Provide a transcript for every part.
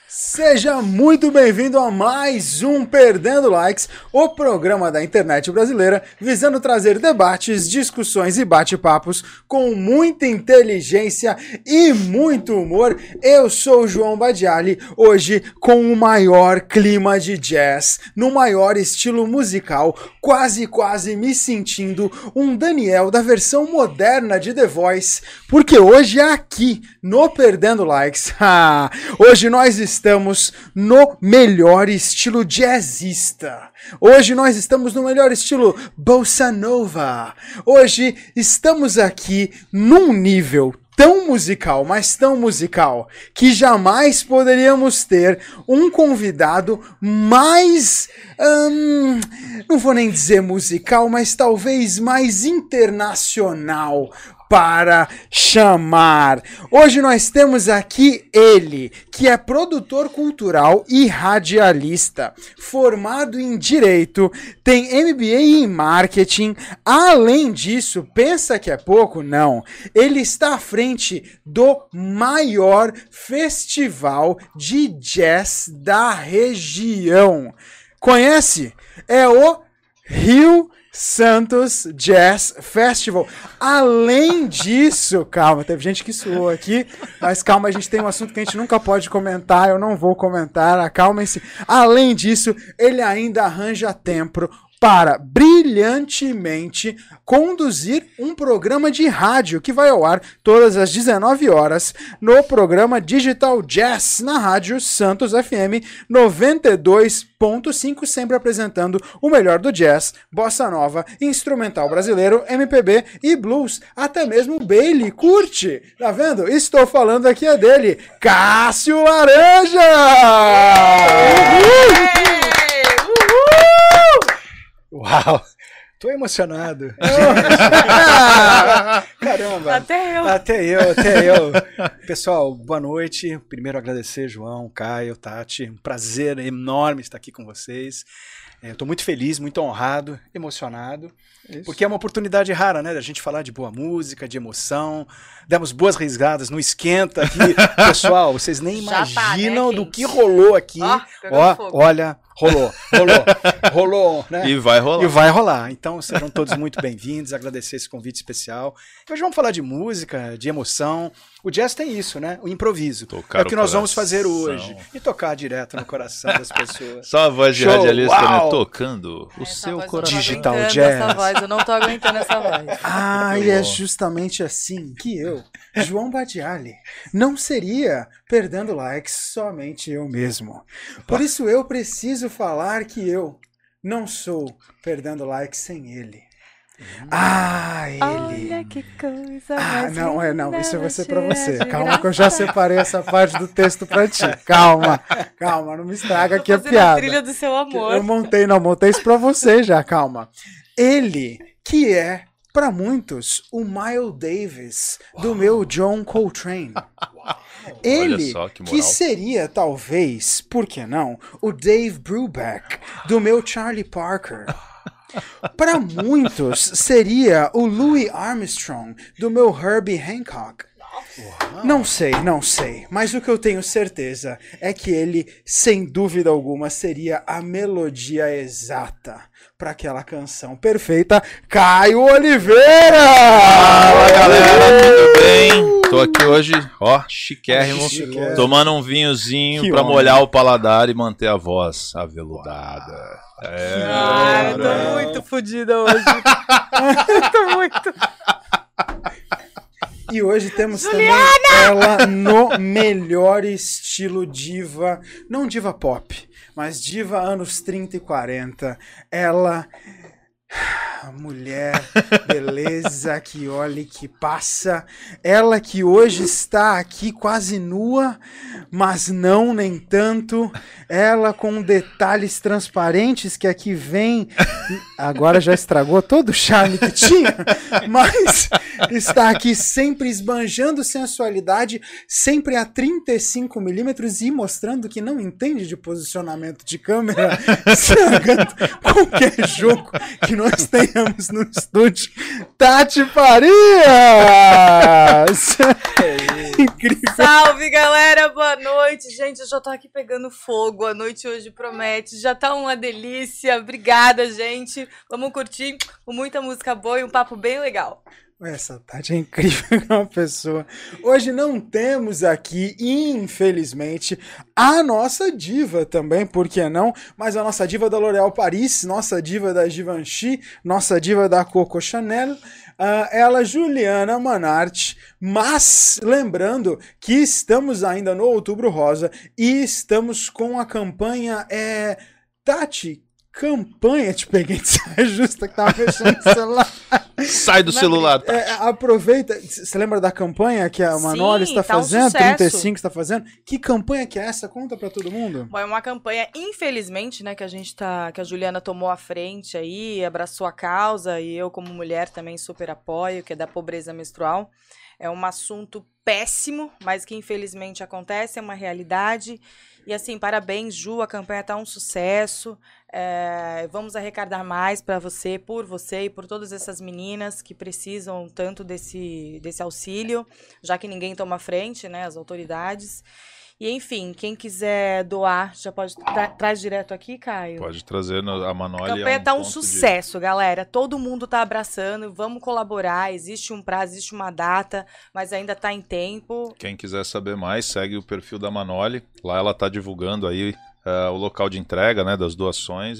Seja muito bem-vindo a mais um Perdendo Likes, o programa da internet brasileira visando trazer debates, discussões e bate-papos com muita inteligência e muito humor. Eu sou o João Badiali, hoje com o maior clima de jazz, no maior estilo musical, quase me sentindo um Daniel da versão moderna de The Voice, porque hoje é aqui, no Perdendo Likes, hoje nós estamos no melhor estilo jazzista. Hoje nós estamos no melhor estilo bossa nova. Hoje estamos aqui num nível tão musical, mas tão musical, que jamais poderíamos ter um convidado mais, não vou nem dizer musical, mas talvez mais internacional para chamar. Hoje nós temos aqui ele, que é produtor cultural e radialista, formado em Direito, tem MBA em Marketing. Além disso, pensa que é pouco? Não. Ele está à frente do maior festival de jazz da região. Conhece? É o Rio Santos Jazz Festival. Além disso, calma, teve gente que suou aqui, mas calma, a gente tem um assunto que a gente nunca pode comentar, eu não vou comentar, acalmem-se. Além disso, ele ainda arranja tempo para brilhantemente conduzir um programa de rádio que vai ao ar todas as 19 horas no programa Digital Jazz na Rádio Santos FM 92.5, sempre apresentando o melhor do jazz, bossa nova, instrumental brasileiro, MPB e blues. Até mesmo o Bailey curte, tá vendo? Estou falando aqui é dele, Cássio Laranja! Uau, tô emocionado. Caramba. Até eu. Pessoal, boa noite. Primeiro agradecer, João, Caio, Tati. Um prazer enorme estar aqui com vocês. Estou muito feliz, muito honrado, emocionado. Isso. Porque é uma oportunidade rara, né? Da gente falar de boa música, de emoção. Demos boas risadas no esquenta aqui. Pessoal, vocês nem imaginam do que rolou aqui. Olha, rolou, né? E vai rolar. Então, sejam todos muito bem-vindos. Agradecer esse convite especial. Hoje vamos falar de música, de emoção. O jazz tem isso, né? O improviso. Tocar é o que nós vamos fazer hoje. E tocar direto no coração das pessoas. Só a voz de radialista, né? Tocando o seu coração. Digital Jazz. Eu não tô aguentando essa voz. E é justamente assim que eu, João Badiali, não seria Perdendo Likes somente eu mesmo. Por isso eu preciso falar que eu não sou Perdendo Likes sem ele. Ele. Olha que coisa mais não, isso vai ser pra você. Calma que eu já separei essa parte do texto pra ti. Calma, não me estraga aqui a piada. A trilha do seu amor. Eu montei isso pra você já, calma. Ele, que é, pra muitos, o Miles Davis do meu John Coltrane. Ele, que seria, talvez, por que não, o Dave Brubeck do meu Charlie Parker. Para muitos, seria o Louis Armstrong do meu Herbie Hancock. Não sei, mas o que eu tenho certeza é que ele, sem dúvida alguma, seria a melodia exata para aquela canção perfeita, Caio Oliveira! Fala, galera, tudo bem? Tô aqui hoje, chiquérrimo, tomando um vinhozinho para molhar o paladar e manter a voz aveludada. Eu tô muito fodida hoje. Tô muito. E hoje temos também ela no melhor estilo diva, não diva pop, mas diva anos 30 e 40. Ela, mulher, beleza, que olha que passa. Ela que hoje está aqui quase nua, mas não nem tanto. Ela com detalhes transparentes que aqui vem. Agora já estragou todo o charme que tinha, mas está aqui sempre esbanjando sensualidade, sempre a 35mm e mostrando que não entende de posicionamento de câmera, estragando qualquer jogo que nós temos ganhamos no estúdio Tati Farias! Incrível! Salve, galera! Boa noite! Gente, eu já tô aqui pegando fogo. A noite hoje promete. Já tá uma delícia. Obrigada, gente. Vamos curtir com muita música boa e um papo bem legal. Essa Tati é incrível como uma pessoa. Hoje não temos aqui, infelizmente, a nossa diva também, por que não? Mas a nossa diva da L'Oréal Paris, nossa diva da Givenchy, nossa diva da Coco Chanel, ela, Juliana Manarte. Mas lembrando que estamos ainda no Outubro Rosa e estamos com a campanha Tati, campanha, te peguei de saia justa que tava fechando o celular. Sai do celular, Tati. Aproveita, você lembra da campanha que a Manoli está fazendo, 35 está fazendo? Que campanha que é essa? Conta pra todo mundo. Bom, é uma campanha, infelizmente, né, que a Juliana tomou a frente aí, abraçou a causa, e eu como mulher também super apoio, que é da pobreza menstrual. É um assunto péssimo, mas que infelizmente acontece, é uma realidade. E assim, parabéns, Ju, a campanha tá um sucesso. Vamos arrecadar mais para você e por todas essas meninas que precisam tanto desse auxílio, já que ninguém toma frente, né, as autoridades. E enfim, quem quiser doar, já pode traz direto aqui, Caio? Pode trazer a Manoli. A campanha tá um sucesso, galera. Todo mundo tá abraçando, vamos colaborar. Existe um prazo, existe uma data, mas ainda tá em tempo. Quem quiser saber mais, segue o perfil da Manoli. Lá ela tá divulgando aí o local de entrega, né, das doações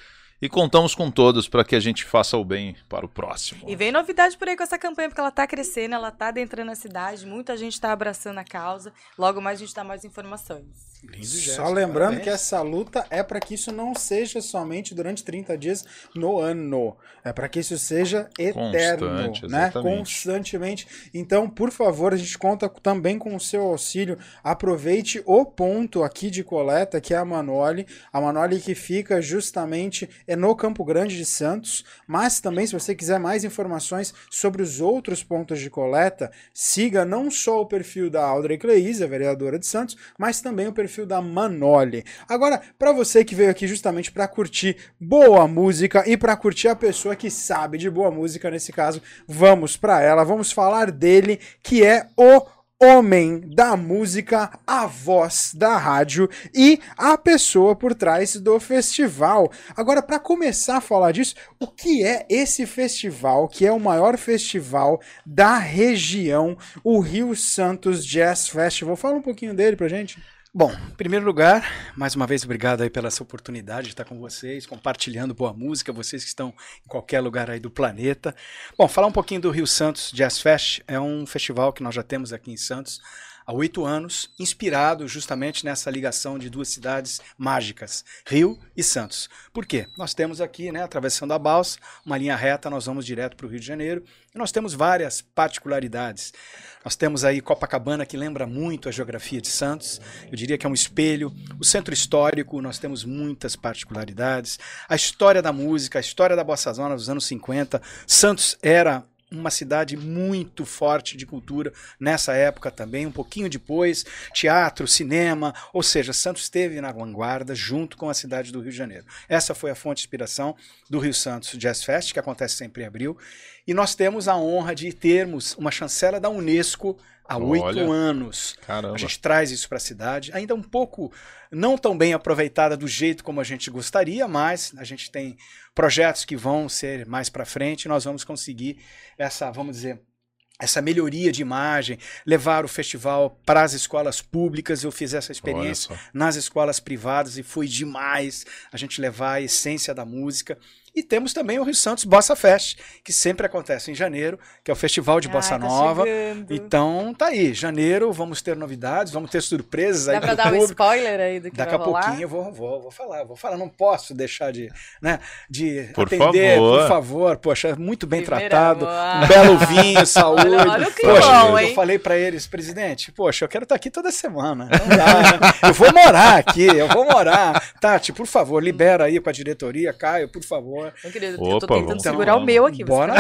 e contamos com todos para que a gente faça o bem para o próximo. E vem novidade por aí com essa campanha, porque ela tá crescendo, ela tá adentrando na cidade, muita gente tá abraçando a causa. Logo mais a gente dá mais informações. Lindo gesto, só lembrando parabéns. Que essa luta é para que isso não seja somente durante 30 dias no ano. É para que isso seja eterno, né? Constantemente. Então, por favor, a gente conta também com o seu auxílio. Aproveite o ponto aqui de coleta, que é a Manoli. A Manoli que fica justamente no Campo Grande de Santos. Mas também, se você quiser mais informações sobre os outros pontos de coleta, siga não só o perfil da Audrey Cleise, a vereadora de Santos, mas também o perfil da Manoli. Agora, para você que veio aqui justamente para curtir boa música e para curtir a pessoa que sabe de boa música, nesse caso, vamos para ela, vamos falar dele, que é o homem da música, a voz da rádio e a pessoa por trás do festival. Agora, para começar a falar disso, o que é esse festival, que é o maior festival da região, o Rio Santos Jazz Festival? Fala um pouquinho dele pra gente. Bom, em primeiro lugar, mais uma vez, obrigado aí pela essa oportunidade de estar com vocês, compartilhando boa música, vocês que estão em qualquer lugar aí do planeta. Bom, falar um pouquinho do Rio Santos Jazz Fest, é um festival que nós já temos aqui em Santos há 8 anos, inspirado justamente nessa ligação de duas cidades mágicas, Rio e Santos. Por quê? Nós temos aqui, né, atravessando a Balsa, uma linha reta, nós vamos direto para o Rio de Janeiro, e nós temos várias particularidades. Nós temos aí Copacabana, que lembra muito a geografia de Santos, eu diria que é um espelho. O centro histórico, nós temos muitas particularidades. A história da música, a história da bossa nova dos anos 50. Santos era uma cidade muito forte de cultura nessa época também, um pouquinho depois, teatro, cinema, ou seja, Santos esteve na vanguarda junto com a cidade do Rio de Janeiro. Essa foi a fonte de inspiração do Rio Santos Jazz Fest, que acontece sempre em abril, e nós temos a honra de termos uma chancela da Unesco há 8 anos. Caramba. A gente traz isso para a cidade, ainda um pouco não tão bem aproveitada do jeito como a gente gostaria, mas a gente tem projetos que vão ser mais para frente, nós vamos conseguir essa, vamos dizer, essa melhoria de imagem, levar o festival para as escolas públicas. Eu fiz essa experiência nas escolas privadas e foi demais a gente levar a essência da música. E temos também o Rio Santos Bossa Fest, que sempre acontece em janeiro, que é o festival de Bossa Nova. Chegando. Então, tá aí. Janeiro, vamos ter novidades, vamos ter surpresas aí. Dá pra dar um spoiler aí do que Daqui vai rolar? a pouquinho eu vou falar. Não posso deixar de por atender, favor. por favor. Poxa, muito bem Primeiro tratado. amor. Um belo vinho, saúde. Olha o Poxa, climão, hein? eu falei pra eles, presidente, poxa, eu quero estar aqui toda semana. Não dá, né? Eu vou morar aqui, Tati, por favor, libera aí com a diretoria, Caio, por favor. boa. Meu querido, eu tô tentando segurar o meu aqui. Bora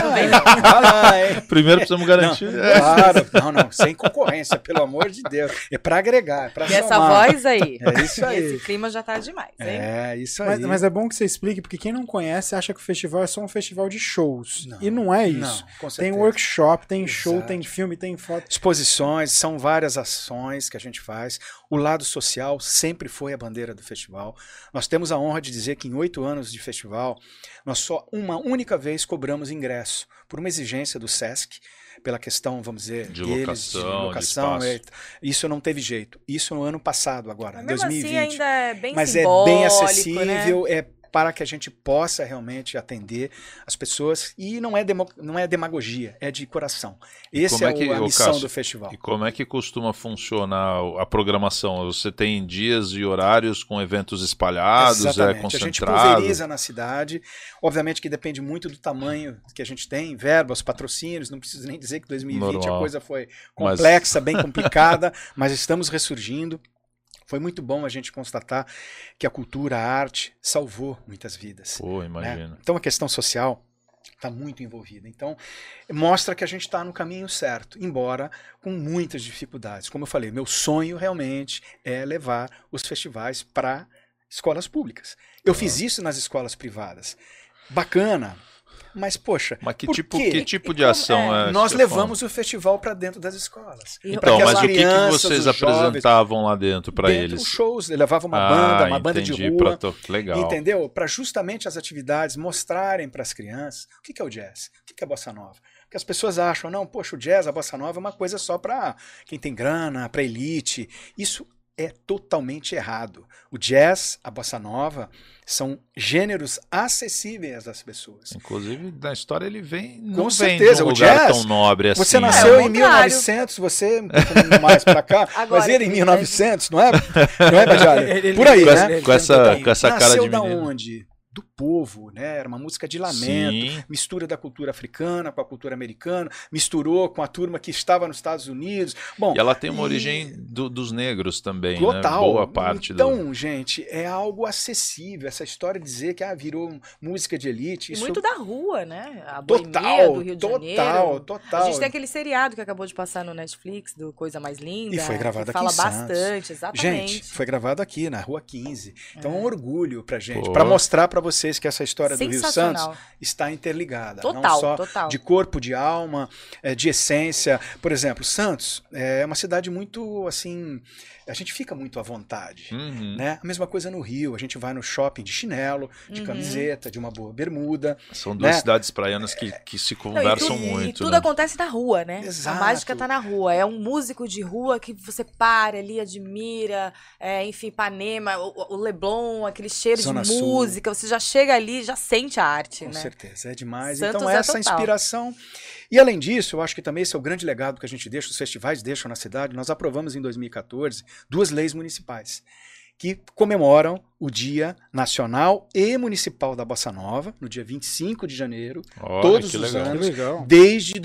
lá, hein? Primeiro precisamos garantir. Claro, não, sem concorrência, pelo amor de Deus. É pra agregar, é pra somar. E essa voz aí. É isso aí. Esse clima já tá demais, hein? É, isso aí. Mas é bom que você explique, porque quem não conhece acha que o festival é só um festival de shows. E não é isso. Tem workshop, tem show, tem filme, tem foto. Exposições, são várias ações que a gente faz. O lado social sempre foi a bandeira do festival. Nós temos a honra de dizer que em 8 anos de festival, nós só uma única vez cobramos ingresso, por uma exigência do SESC, pela questão, vamos dizer, de locação. Isso não teve jeito. Isso no ano passado agora, mas 2020. Assim ainda é bem mas simbólico, é bem acessível, né? Para que a gente possa realmente atender as pessoas. E não é demagogia, é de coração. Essa é a missão do festival. E como é que costuma funcionar a programação? Você tem dias e horários com eventos espalhados? Exatamente. É concentrado? A gente pulveriza na cidade. Obviamente que depende muito do tamanho que a gente tem, verbas, patrocínios. Não preciso nem dizer que 2020 Normal. A coisa foi complexa, bem complicada, mas estamos ressurgindo. Foi muito bom a gente constatar que a cultura, a arte, salvou muitas vidas. Pô, imagina. Né? Então a questão social está muito envolvida. Então mostra que a gente está no caminho certo, embora com muitas dificuldades. Como eu falei, meu sonho realmente é levar os festivais para escolas públicas. Eu fiz isso nas escolas privadas. Bacana. Mas, poxa, mas que tipo de ação é? Nós levamos o festival para dentro das escolas. Então, mas o que vocês apresentavam lá dentro para eles? Shows, levava uma banda de rua. Legal. Entendeu? Para justamente as atividades mostrarem para as crianças o que é o jazz, o que é a bossa nova. Porque as pessoas acham, não, poxa, o jazz, a bossa nova é uma coisa só para quem tem grana, para elite. Isso é totalmente errado. O jazz, a bossa nova, são gêneros acessíveis às pessoas. Inclusive, na história ele vem com certeza, de um o lugar jazz, tão nobre assim. Você nasceu em 1900, você mais pra cá, mas ele em 1900, não é? Não é, Bajara? Por aí, né? Com essa cara de menino. Nasceu da onde? Do povo, né? Era uma música de lamento, mistura da cultura africana com a cultura americana, misturou com a turma que estava nos Estados Unidos. Bom, e ela tem uma origem dos negros também, total, né? Boa parte. Então, gente, é algo acessível. Essa história de dizer que virou música de elite. Isso... Muito da rua, né? A boemia do Rio de Janeiro. Total. A gente tem aquele seriado que acabou de passar no Netflix, do Coisa Mais Linda. E foi gravado aqui fala em Santos. Bastante, exatamente. Gente, foi gravado aqui, na Rua 15. Então é um orgulho pra gente, pra mostrar pra vocês que essa história do Rio Santos está interligada. Total, não só total. De corpo, de alma, de essência. Por exemplo, Santos é uma cidade muito, assim, a gente fica muito à vontade. Né? A mesma coisa no Rio, a gente vai no shopping de chinelo, de camiseta, de uma boa bermuda. São duas cidades praianas que se conversam muito. E tudo né? acontece na rua, né? Exato. A mágica tá na rua. É um músico de rua que você para ali, admira, enfim, Ipanema, o Leblon, aquele cheiro Zona de música. Você já chega ali, já sente a arte, Com né? certeza, é demais. Santos então essa inspiração. E além disso, eu acho que também esse é o grande legado que a gente deixa, os festivais deixam na cidade. Nós aprovamos em 2014 2 leis municipais que comemoram o Dia Nacional e Municipal da Bossa Nova, no dia 25 de janeiro, todos os anos, desde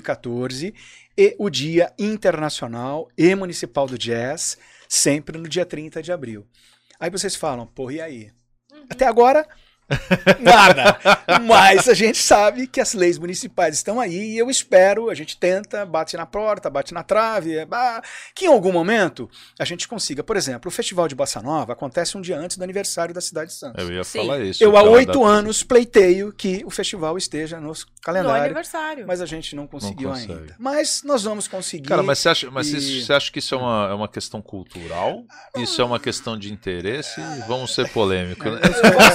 2014, e o Dia Internacional e Municipal do Jazz, sempre no dia 30 de abril. Aí vocês falam, porra, e aí? Até agora... nada, mas a gente sabe que as leis municipais estão aí e eu espero, a gente tenta, bate na porta, bate na trave, que em algum momento a gente consiga. Por exemplo, o Festival de Bossa Nova acontece um dia antes do aniversário da cidade de Santos. Eu ia falar isso. Eu há 8 anos pleiteio que o festival esteja no calendário, no aniversário, mas a gente não conseguiu ainda. Mas nós vamos conseguir. Cara, mas você acha que isso é uma questão cultural? Isso é uma questão de interesse? Vamos ser polêmicos, né?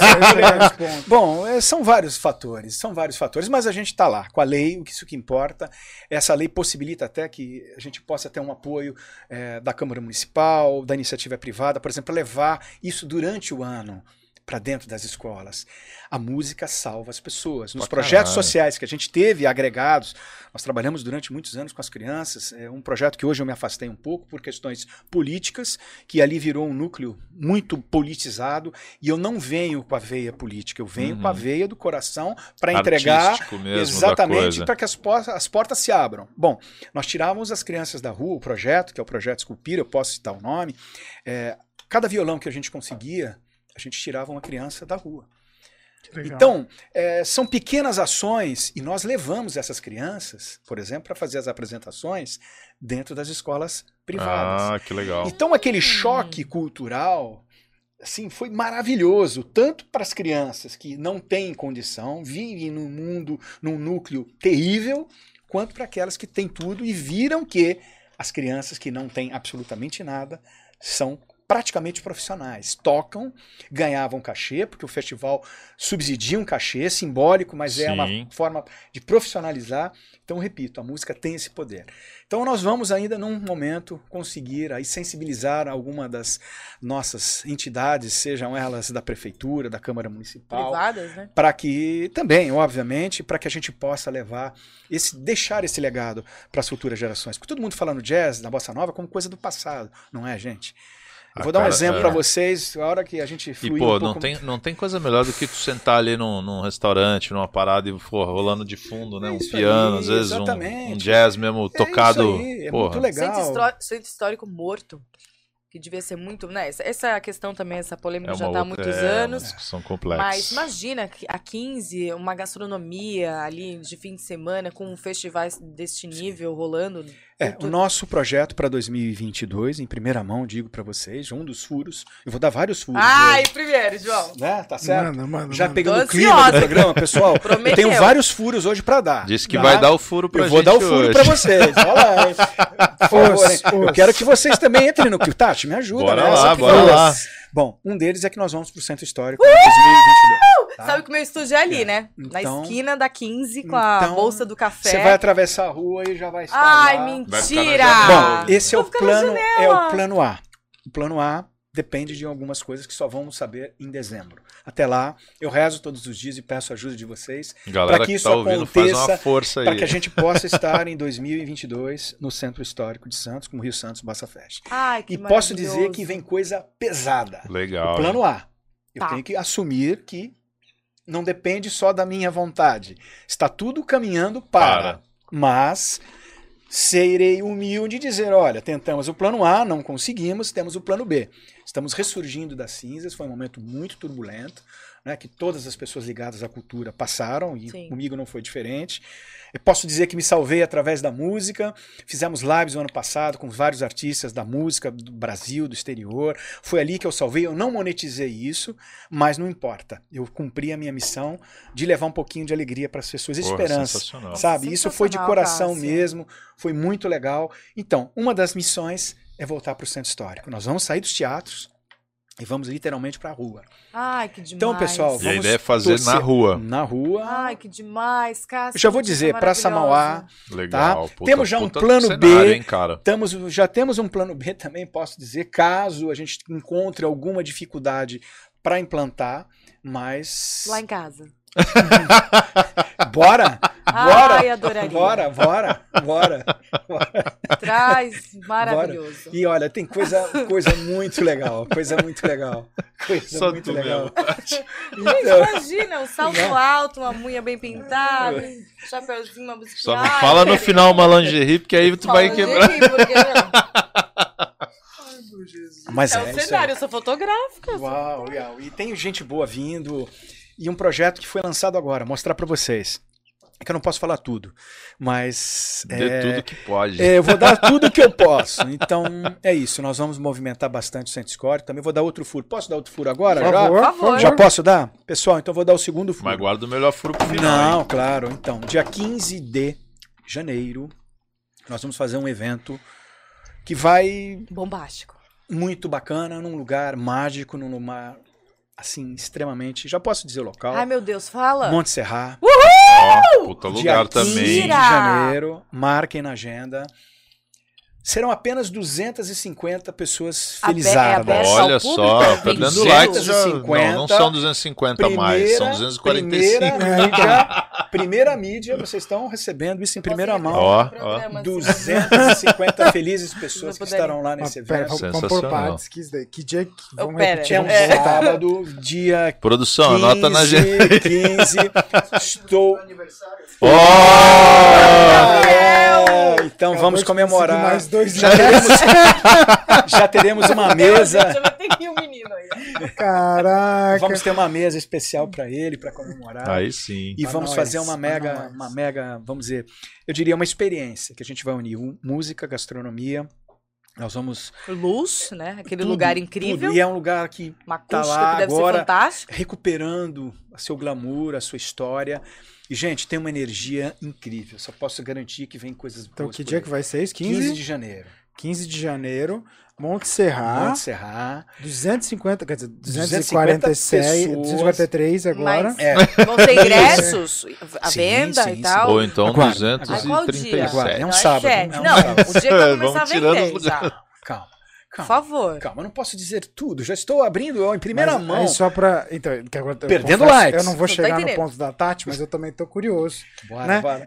Bom, são vários fatores, mas a gente está lá com a lei, isso que importa. Essa lei possibilita até que a gente possa ter um apoio da Câmara Municipal, da iniciativa privada, por exemplo, levar isso durante o ano para dentro das escolas. A música salva as pessoas. Nos projetos sociais que a gente teve agregados, nós trabalhamos durante muitos anos com as crianças, um projeto que hoje eu me afastei um pouco por questões políticas, que ali virou um núcleo muito politizado, e eu não venho com a veia política, eu venho com a veia do coração para entregar exatamente para que as portas se abram. Bom, nós tirávamos as crianças da rua, o projeto, que é o Projeto Esculpira, eu posso citar o nome, cada violão que a gente conseguia, a gente tirava uma criança da rua. Então, são pequenas ações e nós levamos essas crianças, por exemplo, para fazer as apresentações dentro das escolas privadas. Ah, que legal. Então, aquele choque cultural, assim, foi maravilhoso, tanto para as crianças que não têm condição, vivem num mundo, num núcleo terrível, quanto para aquelas que têm tudo e viram que as crianças que não têm absolutamente nada são praticamente profissionais, tocam, ganhavam cachê, porque o festival subsidia um cachê simbólico, mas é uma forma de profissionalizar. Então, repito, a música tem esse poder. Então, nós vamos ainda, num momento, conseguir aí sensibilizar alguma das nossas entidades, sejam elas da prefeitura, da Câmara Municipal, privadas, né? Para que também, obviamente, para que a gente possa levar deixar esse legado para as futuras gerações. Porque todo mundo fala no jazz, na bossa nova, como coisa do passado, não é, gente? Eu vou dar um exemplo para vocês, a hora que a gente fluir e, pô, um pouco... não tem coisa melhor do que tu sentar ali num restaurante, numa parada e rolando de fundo, né? Um piano, aí, às vezes um jazz mesmo tocado. Isso aí, é muito legal. Centro histórico morto. Que devia ser muito, né? Essa questão também, essa polêmica já está há muitos anos. São complexos. Mas imagina a 15, uma gastronomia ali de fim de semana com festivais deste nível rolando. O nosso projeto para 2022, em primeira mão, digo para vocês, um dos furos, eu vou dar vários furos. Ai, primeiro, João. Né? Tá certo? Mano, já pegando o clima do programa, pessoal. Eu tenho vários furos hoje para dar. Disse que vai dar o furo pra gente. Eu vou dar o furo para vocês. Olha lá, hein? Por favor, hein? Eu quero que vocês também entrem no clima. Tati, me ajuda. Bora lá. Bom, um deles é que nós vamos pro Centro Histórico em 2022. Tá? Sabe que o meu estúdio é ali, né? Na esquina da 15, com a bolsa do café. Você vai atravessar a rua e já vai estar Ai, lá. mentira! Bom, esse é o plano A. O plano A depende de algumas coisas que só vamos saber em dezembro. Até lá, eu rezo todos os dias e peço a ajuda de vocês para que isso aconteça, para que a gente possa estar em 2022 no Centro Histórico de Santos, como Rio Santos Bossa Fest. Ai, que e posso dizer que vem coisa pesada. Legal. O plano A. Eu tenho que assumir que não depende só da minha vontade. Está tudo caminhando para. Mas serei humilde e dizer, olha, tentamos o plano A, não conseguimos, temos o plano B. Estamos ressurgindo das cinzas, foi um momento muito turbulento, né, que todas as pessoas ligadas à cultura passaram, e comigo não foi diferente. Eu posso dizer que me salvei através da música. Fizemos lives no ano passado com vários artistas da música do Brasil, do exterior. Foi ali que eu salvei. Eu não monetizei isso, mas não importa. Eu cumpri a minha missão de levar um pouquinho de alegria para as pessoas, esperança, sabe? Isso foi de coração mesmo, foi muito legal. Então, uma das missões é voltar para o Centro Histórico. Nós vamos sair dos teatros e vamos literalmente para a rua. Ai, que demais. Então, pessoal, vamos a ideia é fazer na rua. Na rua. Ai, que demais, Cássio. Eu já vou dizer, Praça Mauá. Legal. Tá? Temos já um plano cenário, B. Hein, cara? Já temos um plano B também, posso dizer, caso a gente encontre alguma dificuldade para implantar, mas... Lá em casa. Bora! Ai, adoraria. Bora. Traz, maravilhoso. Bora. E olha, tem coisa muito legal. Só muito legal. Então, imagina, um salto alto, uma unha bem pintada, chapeuzinho, uma bicicleta. Só não fala no final uma lingerie, porque aí tu vai quebrar. Mas é um cenário, eu sou fotográfica. Uau. E tem gente boa vindo. E um projeto que foi lançado agora, mostrar para vocês. É que eu não posso falar tudo, mas... Dê tudo que pode. Eu vou dar tudo que eu posso. Então, é isso. Nós vamos movimentar bastante o Centro Histórico. Também vou dar outro furo. Posso dar outro furo agora? Por favor. Já posso dar? Pessoal, então vou dar o segundo furo. Mas guarda o melhor furo pro final. Não, hein? claro. Então, dia 15 de janeiro, nós vamos fazer um evento que vai... bombástico. Muito bacana, num lugar mágico, num lugar... assim, extremamente... Já posso dizer o local. Ai, meu Deus, fala. Monte Serra. Ó, puta lugar dia 15 também. de janeiro. Marquem na agenda. Serão apenas 250 pessoas felizadas. Olha só, tá dando like já. Não são 250 mais, são 245. Primeira mídia, vocês estão recebendo isso em primeira mão. Ó. 250 felizes pessoas que estarão lá nesse evento. Vamos por partes. Que dia que vamos repetir? É um sábado, dia Produção, 15, anota na agenda. 15. Estou... Oh! Então vamos comemorar. Mais 2 Já teremos uma mesa. Já vai ter que um menino aí. Caraca. Vamos ter uma mesa especial para ele, para comemorar. Aí sim. E Pra vamos nós, fazer uma pra mega, vamos dizer, eu diria uma experiência, que a gente vai unir música, gastronomia. Nós vamos... Luz, né? Aquele tudo, lugar incrível. tudo. E é um lugar que Uma tá acústica lá que deve agora, ser fantástica. recuperando o seu glamour, a sua história. E, gente, tem uma energia incrível. Só posso garantir que vem coisas boas. Então, que por dia aí. que vai ser isso? 15 de janeiro. 15 de janeiro, Monte Serra. Monte Serra. 250, quer dizer, 250 246, pessoas. 243 agora. Mas vão ter ingressos à Sim, venda sim, e sim. tal. Ou então Aguarda. Ai, qual dia? 237. É um Não, sábado. sete. É um Não, sábado. o dia que vai começar a Vamos tirando vender os já. Calma. Por favor. Calma, eu não posso dizer tudo. Já estou abrindo em primeira Mas mão. aí só pra. Então, que agora eu Perdendo confesso, likes. Eu não vou Não tá chegar no entendendo. ponto da Tati, mas eu também tô curioso. Bora, né? bora.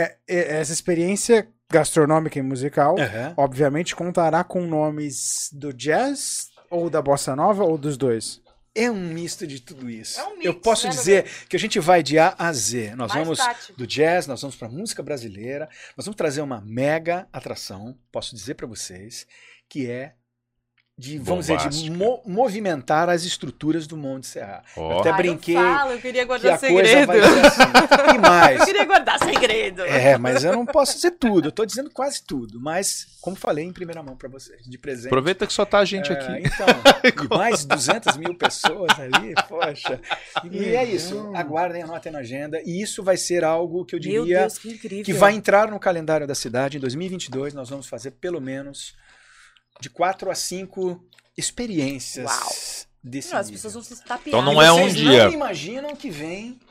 Essa experiência gastronômica e musical, Aham. obviamente, contará com nomes do jazz, ou da bossa nova, ou dos dois. É um misto de tudo isso. É um mix, eu posso né, dizer que a gente vai de A a Z. Nós Mais vamos Tati. do jazz, nós vamos para música brasileira, nós vamos trazer uma mega atração, posso dizer para vocês, que é de, vamos dizer, de Bombástica. movimentar as estruturas do Monte Serra. Ó. Eu até Ai, brinquei não fala, eu queria que guardar a coisa segredo. vai ser assim. E mais. Eu queria guardar segredo. Mas eu não posso dizer tudo, eu tô dizendo quase tudo, mas como falei em primeira mão para vocês, de presente. Aproveita que só tá a gente aqui. Então, e mais 200 mil pessoas ali, poxa. E é isso, aguardem, anotem na agenda. E isso vai ser algo que eu Meu diria Deus, que incrível. que vai entrar no calendário da cidade. Em 2022, nós vamos fazer pelo menos de 4 a 5 experiências Uau. desse Não, as nível. pessoas vão se tapear. Então não E é um vocês dia. não imaginam que vem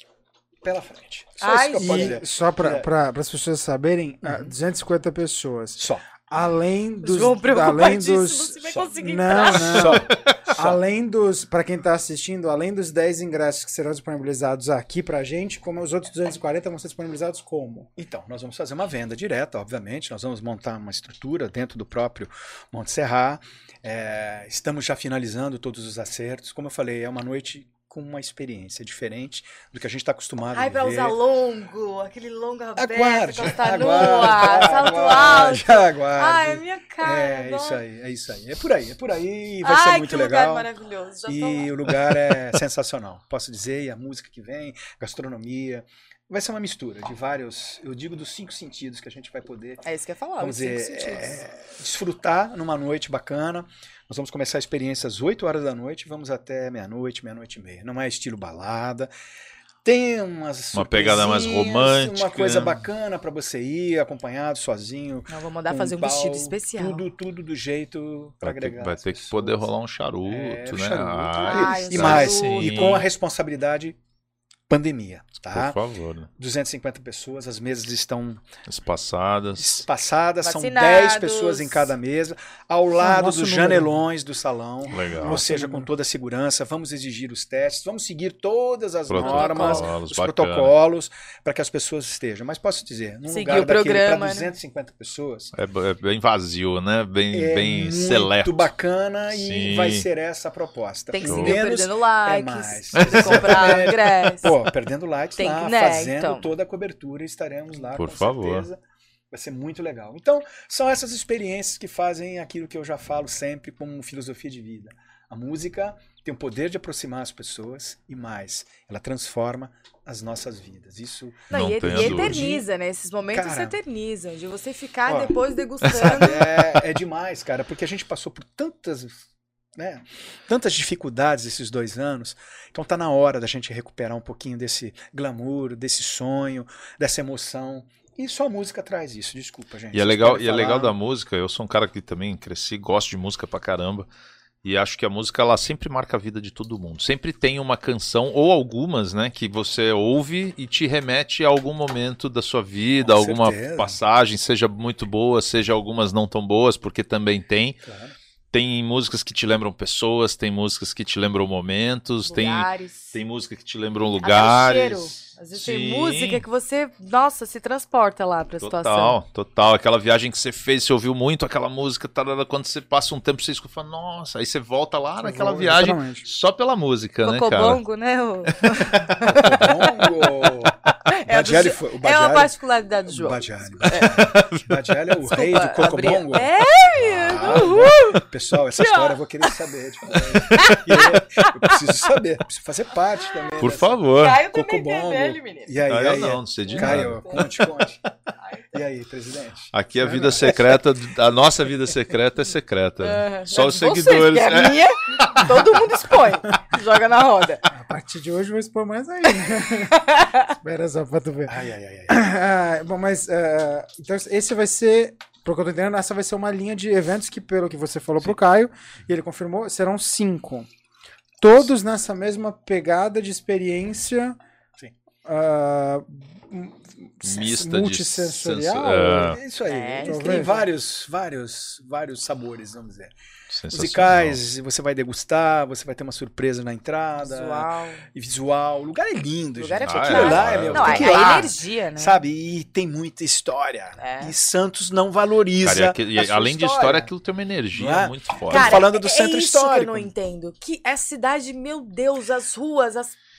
pela frente. Só Ai, isso que eu posso E dizer. só para as pessoas saberem, 250 pessoas. Só. Além dos. João além preocupadíssimo dos. se vai Só. conseguir Não, entrar. não. Só. Além dos, para quem tá assistindo, além dos 10 ingressos que serão disponibilizados aqui pra gente, como os outros 240 vão ser disponibilizados como? Então, nós vamos fazer uma venda direta, obviamente. Nós vamos montar uma estrutura dentro do próprio Monte Serra. Estamos já finalizando todos os acertos. Como eu falei, é uma noite com uma experiência diferente do que a gente está acostumado Ai, a pra viver. usar longo, aquele longo aberto, Aguarde, costa nua, aguarde, salto aguarde, alto. aguarde. Ai, é minha cara. É adoro. isso aí, é isso aí. É por aí. Vai Ai, ser muito que legal. lugar maravilhoso. Já tô E lá. o lugar é sensacional. Posso dizer, e a música que vem, gastronomia. Vai ser uma mistura de vários, eu digo dos 5 sentidos que a gente vai poder, É isso que eu ia falar, vamos os 5 dizer, sentidos. desfrutar numa noite bacana. Nós vamos começar a experiência às 8 horas da noite, vamos até meia-noite, meia-noite e meia. Não é estilo balada. Tem uma pegada mais romântica. uma coisa bacana para você ir acompanhado, sozinho. Não, vou mandar com fazer um pau, vestido especial. Tudo do jeito para agregar. Vai as ter que pessoas. poder rolar um charuto, O né? charuto. Ai, E um mais, charuto. e com a responsabilidade pandemia, tá? Por favor. Né? 250 pessoas, as mesas estão Espaçadas. espaçadas, são Vacinados. 10 pessoas em cada mesa, ao lado nosso dos número. janelões do salão. Legal. Ou seja, com toda a segurança, vamos exigir os testes, vamos seguir todas as Protocolos, normas, os bacana. protocolos, para que as pessoas estejam. Mas posso dizer, num Seguir lugar o daquele programa, para né? 250 pessoas, É bem vazio, né? Bem, é bem muito seleto. bacana e Sim. vai ser essa a proposta. Tem que Pelo seguir menos perdendo mais. likes, tem que comprar ingresso. Pô, perdendo likes Tem lá, que, né, fazendo então. toda a cobertura, estaremos lá Por com favor. certeza. Vai ser muito legal. Então, são essas experiências que fazem aquilo que eu já falo sempre como filosofia de vida. A música tem o poder de aproximar as pessoas e mais, ela transforma as nossas vidas. Isso Não, e tenha dúvida. eterniza, né? Esses momentos Cara, se eternizam. De você ficar ó, depois degustando. é demais, cara, porque a gente passou por tantas dificuldades esses 2 anos, então tá na hora da gente recuperar um pouquinho desse glamour, desse sonho, dessa emoção. E só a música traz isso, desculpa, gente. E é Vocês legal, podem e é legal falar. da música, eu sou um cara que também cresci, gosto de música pra caramba. E acho que a música, ela sempre marca a vida de todo mundo. Sempre tem uma canção, ou algumas, né, que você ouve e te remete a algum momento da sua vida, Com alguma certeza. passagem, seja muito boa, seja algumas não tão boas, porque também tem. Claro. Tem músicas que te lembram pessoas, tem músicas que te lembram momentos, Lugares. tem música que te lembram Até o lugares. cheiro. Às vezes tem Sim. música que você, nossa, se transporta lá pra situação. Total. Aquela viagem que você fez, você ouviu muito aquela música, quando você passa um tempo, você escuta e fala, nossa, aí você volta lá naquela volta, viagem exatamente. só pela música, né, cara? Cocobongo, né? Bongo. É uma particularidade do João. O Badiali é o rei do Cocobongo. Pessoal, essa história eu vou querer saber. Eu preciso saber, preciso fazer parte também. Por favor. Caio também tem dele, menino. E aí, eu não sei de nada. Caio, conte. E aí, presidente? Aqui a vida secreta, a nossa vida secreta é secreta. Só os seguidores. A minha, todo mundo expõe. Joga na roda. A partir de hoje eu vou expor mais aí. Espera só pra tu ver. Bom, mas então esse vai ser, pelo que eu tô entendendo, essa vai ser uma linha de eventos que, pelo que você falou pro Caio, e ele confirmou, serão 5. Todos nessa mesma pegada de experiência mista multissensorial. Isso aí. Tem vários sabores, vamos dizer. Musicais, você vai degustar, você vai ter uma surpresa na entrada. Visual. O lugar é lindo, o lugar gente. É a energia, né? Sabe? E tem muita história. E Santos não valoriza. Cara, além de história, aquilo tem uma energia muito forte. Cara, falando do centro histórico. Que eu não entendo. Que essa cidade, meu Deus, as ruas,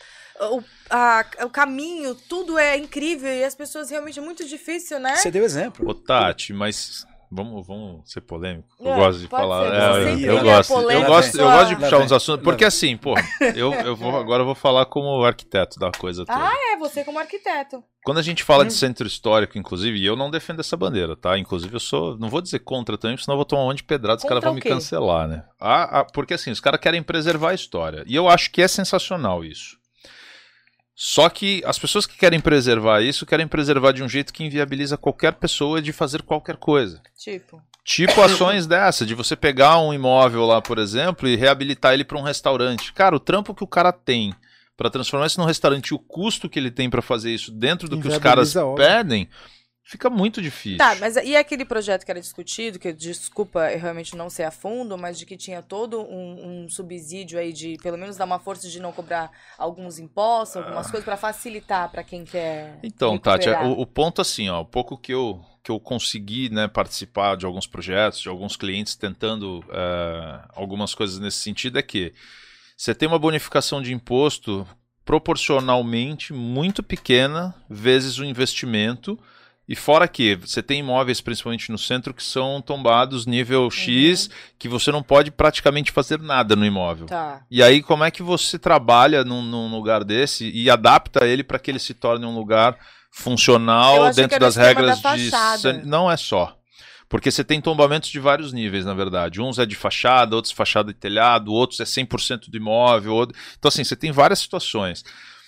o caminho, tudo é incrível e as pessoas realmente é muito difícil, né? Você deu exemplo. Ô, Tati, mas vamos ser polêmico. Eu gosto de falar. Eu gosto de puxar uns assuntos, porque assim, pô, agora eu vou falar como arquiteto da coisa toda. Você como arquiteto. Quando a gente fala de centro histórico, inclusive, e eu não defendo essa bandeira, tá? Inclusive eu não vou dizer contra também, senão eu vou tomar um monte de pedrada, os caras vão me cancelar, né? Porque assim, os caras querem preservar a história. E eu acho que é sensacional isso. Só que as pessoas que querem preservar isso, querem preservar de um jeito que inviabiliza qualquer pessoa de fazer qualquer coisa. Tipo ações dessa, de você pegar um imóvel lá, por exemplo, e reabilitar ele para um restaurante. Cara, o trampo que o cara tem para transformar isso num restaurante, o custo que ele tem para fazer isso dentro do que os caras pedem, fica muito difícil. Tá, mas e aquele projeto que era discutido, que desculpa eu realmente não sei a fundo, mas de que tinha todo um subsídio aí de, pelo menos dar uma força de não cobrar alguns impostos, algumas coisas, para facilitar para quem quer. Então, recuperar. Tati, o ponto assim, o pouco que eu consegui, né, participar de alguns projetos, de alguns clientes tentando algumas coisas nesse sentido, é que você tem uma bonificação de imposto proporcionalmente muito pequena vezes o investimento. E fora que você tem imóveis, principalmente no centro, que são tombados nível X, que você não pode praticamente fazer nada no imóvel. E aí, como é que você trabalha num lugar desse e adapta ele para que ele se torne um lugar funcional dentro das regras de... Não é só. Porque você tem tombamentos de vários níveis, na verdade. Uns é de fachada, outros fachada de telhado, outros é 100% do imóvel. Então, assim, você tem várias situações.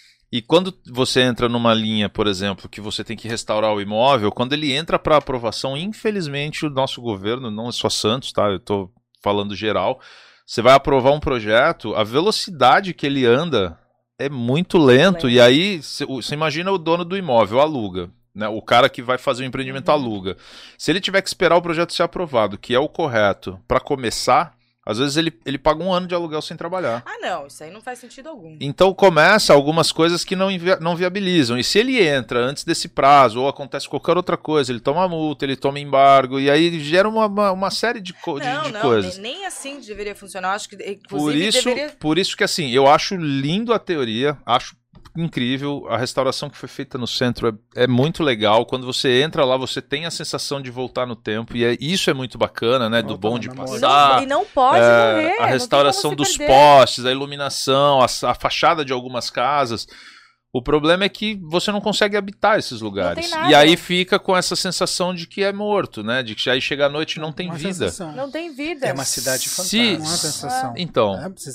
E quando você entra numa linha, por exemplo, que você tem que restaurar o imóvel, quando ele entra para aprovação, infelizmente o nosso governo, não é só Santos, tá? Eu estou falando geral, você vai aprovar um projeto, a velocidade que ele anda é muito lento. E aí você imagina o dono do imóvel, aluga. Né? O cara que vai fazer o empreendimento aluga. Se ele tiver que esperar o projeto ser aprovado, que é o correto, para começar... Às vezes ele paga 1 ano de aluguel sem trabalhar. Não, isso aí não faz sentido algum. Então começa algumas coisas que não viabilizam. E se ele entra antes desse prazo, ou acontece qualquer outra coisa, ele toma multa, ele toma embargo, e aí gera uma série de coisas. Nem assim deveria funcionar. Acho que, inclusive, por isso que assim, eu acho lindo a teoria, acho incrível, a restauração que foi feita no centro é muito legal. Quando você entra lá, você tem a sensação de voltar no tempo, e isso é muito bacana, né? Do bonde passar. E não pode morrer. A restauração dos postes, a iluminação, a fachada de algumas casas. O problema é que você não consegue habitar esses lugares. Não tem nada. E aí fica com essa sensação de que é morto, né? De que aí chega à noite e não tem vida. Sensação. Não tem vida. É uma cidade fantástica. Não é uma sensação. Então.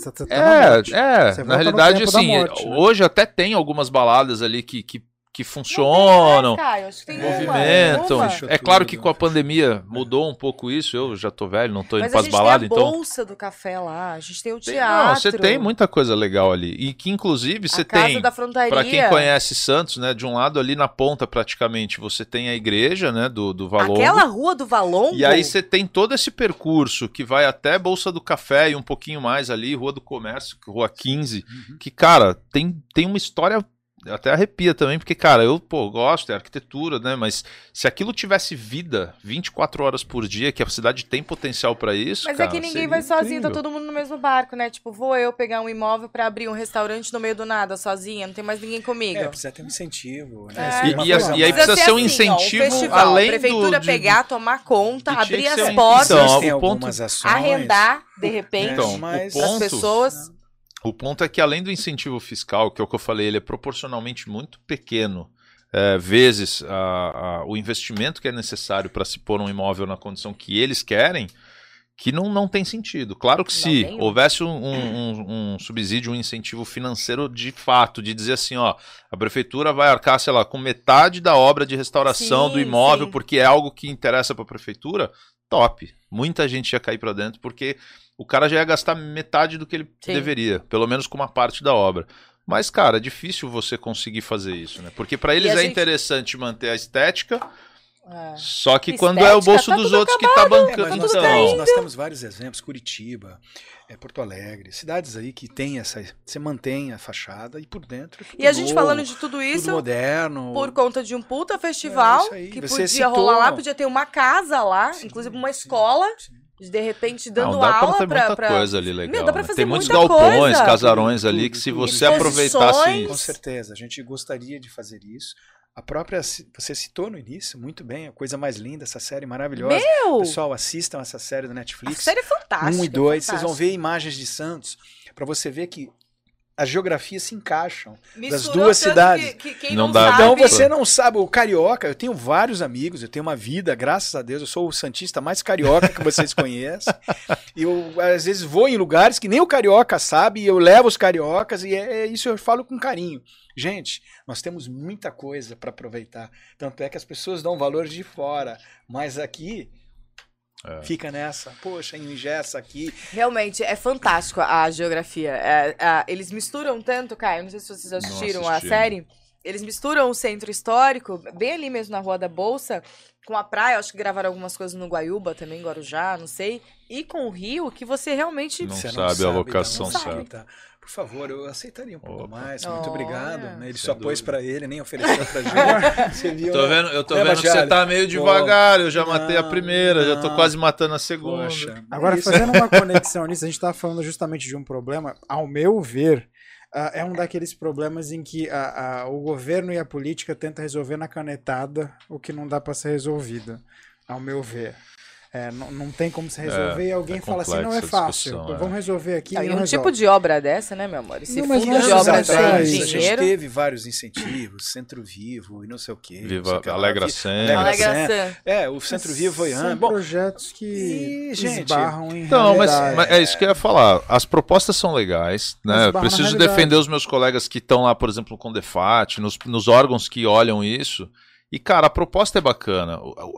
Na realidade, assim, morte, né? Hoje até tem algumas baladas ali que funcionam, movimentam. É claro que com a pandemia mudou um pouco isso. Eu já tô velho, não tô indo para as baladas, então. Mas a gente tem a bolsa do café lá, a gente tem o teatro. Não, você tem muita coisa legal ali. E que inclusive você tem, para quem conhece Santos, né, de um lado ali na ponta praticamente, você tem a igreja, né, do Valongo. Aquela rua do Valongo. E aí você tem todo esse percurso que vai até Bolsa do Café e um pouquinho mais ali, Rua do Comércio, Rua 15, que, cara, tem uma história até arrepia também, porque, cara, eu, gosto, é arquitetura, né? Mas se aquilo tivesse vida 24 horas por dia, que a cidade tem potencial pra isso, Mas cara, é que ninguém seria vai sozinho, tá incrível. todo mundo no mesmo barco, né? Tipo, vou eu pegar um imóvel pra abrir um restaurante no meio do nada, sozinha, não tem mais ninguém comigo. Precisa ter um incentivo, É. né? E aí precisa ser um incentivo festival, além a prefeitura do... pegar, tomar conta, E tinha abrir que ser as um- portas, Então, Existem o ponto- algumas ações. arrendar, de repente, Então, mas o as ponto... pessoas. O ponto é que, além do incentivo fiscal, que é o que eu falei, ele é proporcionalmente muito pequeno, vezes o investimento que é necessário para se pôr um imóvel na condição que eles querem, que não tem sentido. Claro que se nenhum. houvesse um subsídio, um incentivo financeiro de fato, de dizer assim, ó, a prefeitura vai arcar, sei lá, com metade da obra de restauração do Sim, imóvel, sim. porque é algo que interessa para a prefeitura, top. Muita gente ia cair para dentro, porque o cara já ia gastar metade do que ele Sim. deveria, pelo menos com uma parte da obra. Mas, cara, é difícil você conseguir fazer isso, né? Porque para eles a é gente- interessante manter a estética, É. só que Estética, quando é o bolso tá dos tudo outros que tá bancando. Mas nós, tudo nós temos vários exemplos, Curitiba, Porto Alegre, cidades aí que tem você mantém a fachada e por dentro é tudo E a gente novo, falando de tudo tudo isso, moderno. por conta de um puta festival, isso aí. que Você podia citou- rolar lá, podia ter uma casa lá, Sim, inclusive uma sim, escola, sim. de repente dando Não, dá aula pra ter muita pra... coisa ali legal. Meu, dá pra né? fazer Tem muitos muita galpões, coisa. casarões ali, que se Tudo, você tudo. aproveitasse... Exposições. Com certeza, a gente gostaria de fazer isso. A própria, você citou no início, muito bem, a coisa mais linda, essa série maravilhosa. Meu! Pessoal, assistam essa série do A Netflix. série é fantástica. 1 e 2, vocês vão fantástica. ver imagens de Santos, para você ver que as geografias se encaixam. Misturou duas tanto cidades. que quem Não não dá sabe... Então você não sabe, o carioca, eu tenho vários amigos, eu tenho uma vida, graças a Deus, eu sou o santista mais carioca que vocês conhecem. E eu, às vezes, vou em lugares que nem o carioca sabe, e eu levo os cariocas, e isso eu falo com carinho. Gente, nós temos muita coisa para aproveitar. Tanto é que as pessoas dão valor de fora, mas aqui fica nessa. Poxa, engessa aqui. Realmente, é fantástico a geografia. Eles misturam tanto, Caio, não sei se vocês assistiram a assisti. série. Eles misturam o centro histórico, bem ali mesmo na Rua da Bolsa, com a praia, acho que gravaram algumas coisas no Guaiúba também, Guarujá, não sei. E com o Rio, que você realmente... Não Você sabe a locação então, certa. Por favor, eu aceitaria um pouco Opa. mais. Muito obrigado. Olha. Né? Ele Sem só pôs dúvida. para ele, nem ofereceu pra gente. Você viu, Eu tô vendo que Bajali? você tá meio devagar, eu já matei a Não, primeira, já tô não. quase matando a segunda. Poxa. Agora, isso. fazendo uma conexão nisso, a gente estava falando justamente de um problema, ao meu ver, é um daqueles problemas em que o governo e a política tentam resolver na canetada o que não dá para ser resolvido, ao meu ver. Não tem como se resolver e alguém fala assim, não é complexa a fácil, discussão, vamos resolver aqui E e não um resolve. tipo de obra dessa, né, meu amor? Esse Não, mas fundo não é de obras exatamente de isso. A gente dinheiro... teve vários incentivos, Centro Vivo e não sei o quê. Viva não sei o que lá. Alegra Sempre. Alegração. O Centro Vivo foi São Bom, projetos que e, gente, esbarram em Então, mas realidade. é isso que eu ia falar. As propostas são legais, né? Mas Eu barra na preciso realidade. defender os meus colegas que estão lá, por exemplo, com o Defat, nos órgãos que olham isso. E, cara, a proposta é bacana.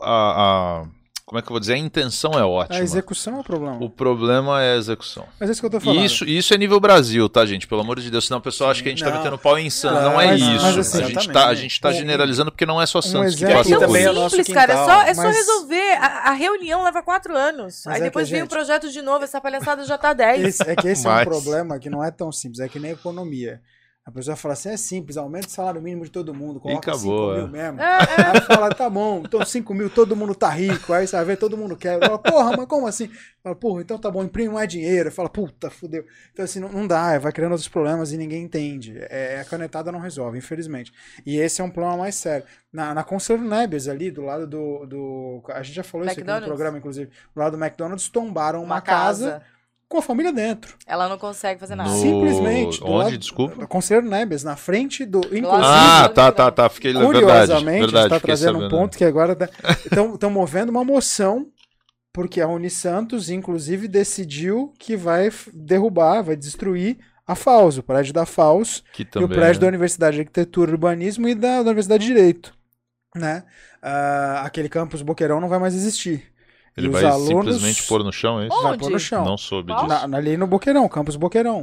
Como é que eu vou dizer? A intenção é A ótima. execução é o problema. O problema é a execução. Mas é isso que eu tô falando. E isso é nível Brasil, tá, gente? Pelo amor de Deus, senão o pessoal acha que a gente tá Não. metendo pau em Santos. Não, Não é mas- isso. mas assim, a gente tá um- generalizando porque não é só Santos que exemplo- passa Aqui por também isso. é o nosso Simples, cara. quintal. É só Mas- resolver. A reunião leva 4 anos. Mas Aí é depois que, vem o gente, projeto de novo, essa palhaçada já tá 10. Esse é um Mas- problema que não é tão simples, é que nem economia. A pessoa fala assim, é simples, aumenta o salário mínimo de todo mundo, coloca acabou, 5 mil mesmo. É. Aí fala, tá bom, então 5 mil, todo mundo tá rico, aí você vai ver, todo mundo quer. Fala, porra, mas como assim? Fala, porra, então tá bom, imprime mais dinheiro. Fala, puta, fudeu. Então assim, não dá, vai criando outros problemas e ninguém entende. A canetada não resolve, infelizmente. E esse é um problema mais sério. Na Conselho Nebias ali, do lado do a gente já falou isso aqui no McDonald's? programa, inclusive, do lado do McDonald's, tombaram uma casa com a família dentro. Ela não consegue fazer nada. No- Simplesmente. do Onde, lado- desculpa? do Conselheiro Nebias, na frente do. Inclusive, Ah, tá. Fiquei curiosamente, a gente verdade, tá fiquei trazendo um sabendo. ponto que agora estão movendo uma moção, porque a Unisantos, inclusive, decidiu que vai derrubar, vai destruir a FAUS, o prédio da FAUS, Que e o também, prédio da né? Universidade de Arquitetura e Urbanismo e da Universidade de Direito. Né? Aquele campus Boqueirão não vai mais existir. Ele E os vai alunos simplesmente pôr no chão, é isso? vai Onde? pôr no chão. Não soube Qual? disso. Ali no Boqueirão, campus Boqueirão. Sim.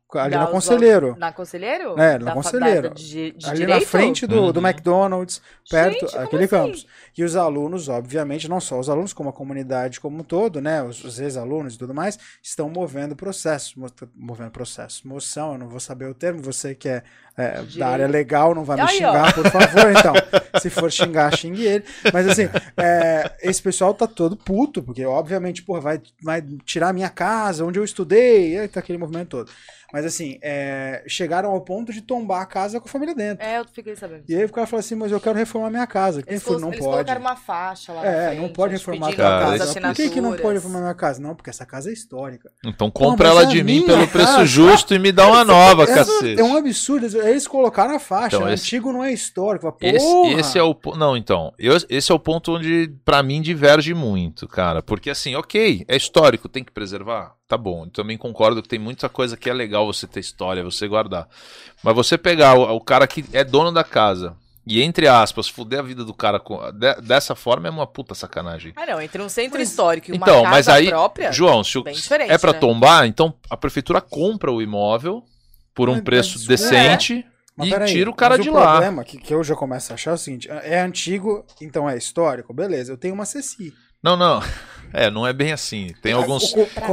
ali na Conselheiro. Na Conselheiro? É, na Conselheiro. De ali direito? na frente do McDonald's, perto, Gente, aquele como assim? campus. E os alunos, obviamente, não só os alunos, como a comunidade como um todo, né, os ex-alunos e tudo mais, estão movendo processo. Moção, eu não vou saber o termo, você que é da área legal, não vai me xingar, por favor, então. Se for xingar, xingue ele. Mas assim, esse pessoal tá todo puto, porque obviamente, porra, vai tirar minha casa, onde eu estudei, tá aquele movimento todo. Mas assim, chegaram ao ponto de tombar a casa com a família dentro. Eu fiquei sabendo. E aí o cara falou assim, mas eu quero reformar minha casa. Quem falou, não eles pode. Colocaram uma faixa lá na frente, não pode reformar a tua casa. Por que não pode reformar minha casa? Não, porque essa casa é histórica. Então compra ela de mim pelo preço justo e me dá uma nova, cacete. É um absurdo. Eles colocaram a faixa. Então, antigo não é histórico. Esse é o... Não, então. Esse é o ponto onde, pra mim, diverge muito, cara. Porque assim, ok, é histórico, tem que preservar. Tá bom, eu também concordo que tem muita coisa que é legal você ter história, você guardar. Mas você pegar o cara que é dono da casa e, entre aspas, fuder a vida do cara dessa forma é uma puta sacanagem. Não, entre um centro histórico e uma então, casa mas aí, própria, João, se é pra tombar, então a prefeitura compra o imóvel por um preço decente e tira o cara de lá. O problema que eu já começo a achar é o seguinte, é antigo, então é histórico, beleza, eu tenho uma CECI. Não. Não é bem assim. Tem alguns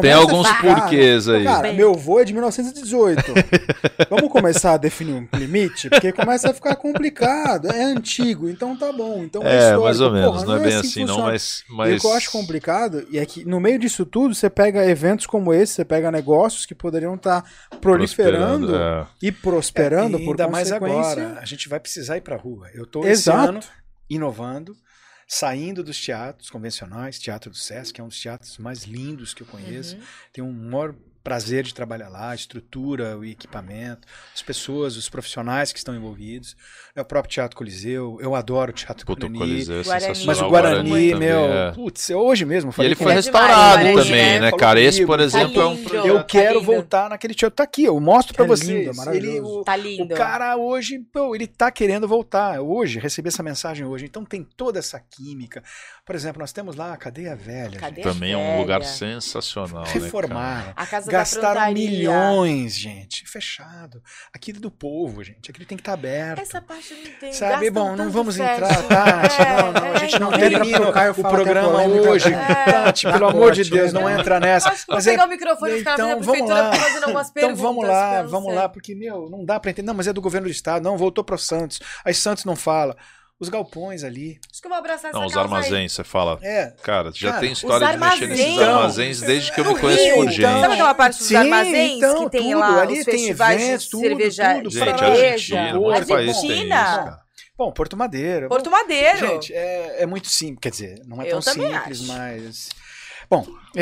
porquês aí. Cara, meu avô é de 1918. Vamos começar a definir um limite? Porque começa a ficar complicado. É antigo, então tá bom. Então é histórico. Mais ou menos. Porra, não é bem assim, não. Mas... E o que eu acho complicado é que no meio disso tudo, você pega eventos como esse, você pega negócios que poderiam estar proliferando e prosperando por ainda mais consequência. agora. A gente vai precisar ir pra rua. Eu tô esse ano inovando, saindo dos teatros convencionais, Teatro do Sesc, que é um dos teatros mais lindos que eu conheço. Tenho um maior prazer de trabalhar lá, a estrutura, o equipamento, as pessoas, os profissionais que estão envolvidos. É o próprio Teatro Coliseu, eu adoro o Teatro Guarani. Coliseu, mas o Guarani, putz, hoje mesmo. E ele foi restaurado também, né, cara? Esse, por exemplo, é um projeto. Eu quero voltar naquele teatro. Tá aqui, eu mostro pra vocês. Lindo, tá lindo. O cara hoje, ele tá querendo voltar. Hoje, recebi essa mensagem hoje. Então tem toda essa química. Por exemplo, nós temos lá a Cadeia Velha. Também é um lugar sensacional. Reformaram. Né, a casa gastaram milhões, gente. Fechado. Aquilo do povo, gente. Aquilo tem que estar aberto. Essa parte eu não entendo. Sabe? Bom, não vamos entrar, Tati. Não, a gente não termina o programa hoje. Tati, pelo amor de Deus, não entra nessa. Vou pegar o microfone e ficar na prefeitura fazendo algumas perguntas. Então vamos lá, porque, não dá pra entender. Não, mas é do governo do estado. Não, voltou pro Santos. Aí Santos não fala. Os galpões ali. Acho que eu vou abraçar essa os armazéns, você fala. Cara, já tem história de armazéns, mexer nesses armazéns desde que eu me conheço por gente. Sabe aquela parte dos armazéns que tem tudo, lá ali os tem festivais eventos, de cerveja? Gente, Argentina, um monte de país tem isso, cara. Bom, Porto Madeiro. Porto Madeiro. Gente, é muito simples. Quer dizer, não é tão simples, mas... Bom,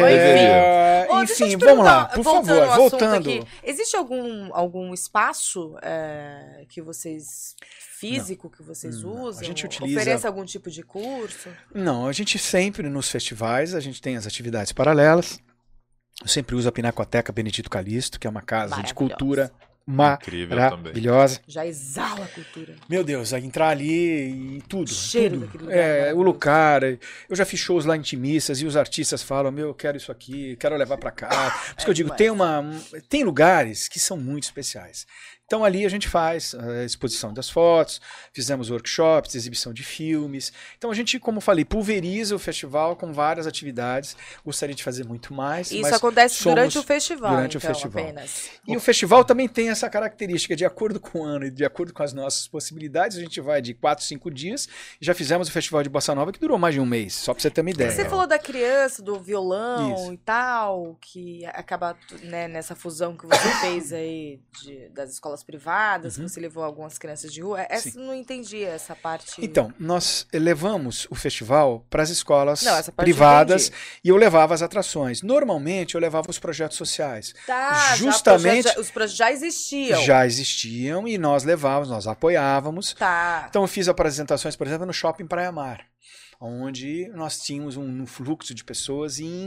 enfim, vamos lá, por favor, voltando. Aqui, existe algum espaço que vocês... físico que vocês usam? A gente utiliza... Oferece algum tipo de curso? Não, a gente sempre nos festivais, a gente tem as atividades paralelas. Eu sempre uso a Pinacoteca Benedito Calixto, que é uma casa de cultura maravilhosa. Já exala a cultura. Meu Deus, entrar ali e tudo. Cheiro daquele lugar. O lugar. Eu já fiz shows lá intimistas e os artistas falam, eu quero isso aqui, quero levar pra cá. Por isso que eu digo, tem lugares que são muito especiais. Então ali a gente faz a exposição das fotos, fizemos workshops, exibição de filmes. Então a gente, como falei, pulveriza o festival com várias atividades. Gostaria de fazer muito mais. Isso acontece durante o festival. Durante então, o festival. Apenas. E o festival também tem essa característica, de acordo com o ano e de acordo com as nossas possibilidades, a gente vai de 4, 5 dias. Já fizemos o festival de Bossa Nova que durou mais de um mês, só pra você ter uma ideia. Você falou da criança, do violão e tal, que acaba nessa fusão que você fez aí das escolas privadas, que você levou algumas crianças de rua. Não entendi essa parte. Então, nós levamos o festival para as escolas privadas e eu levava as atrações. Normalmente, eu levava os projetos sociais. Justamente... os projetos já existiam. Já existiam e nós levávamos, nós apoiávamos. Então, eu fiz apresentações, por exemplo, no Shopping Praia Mar, onde nós tínhamos um fluxo de pessoas e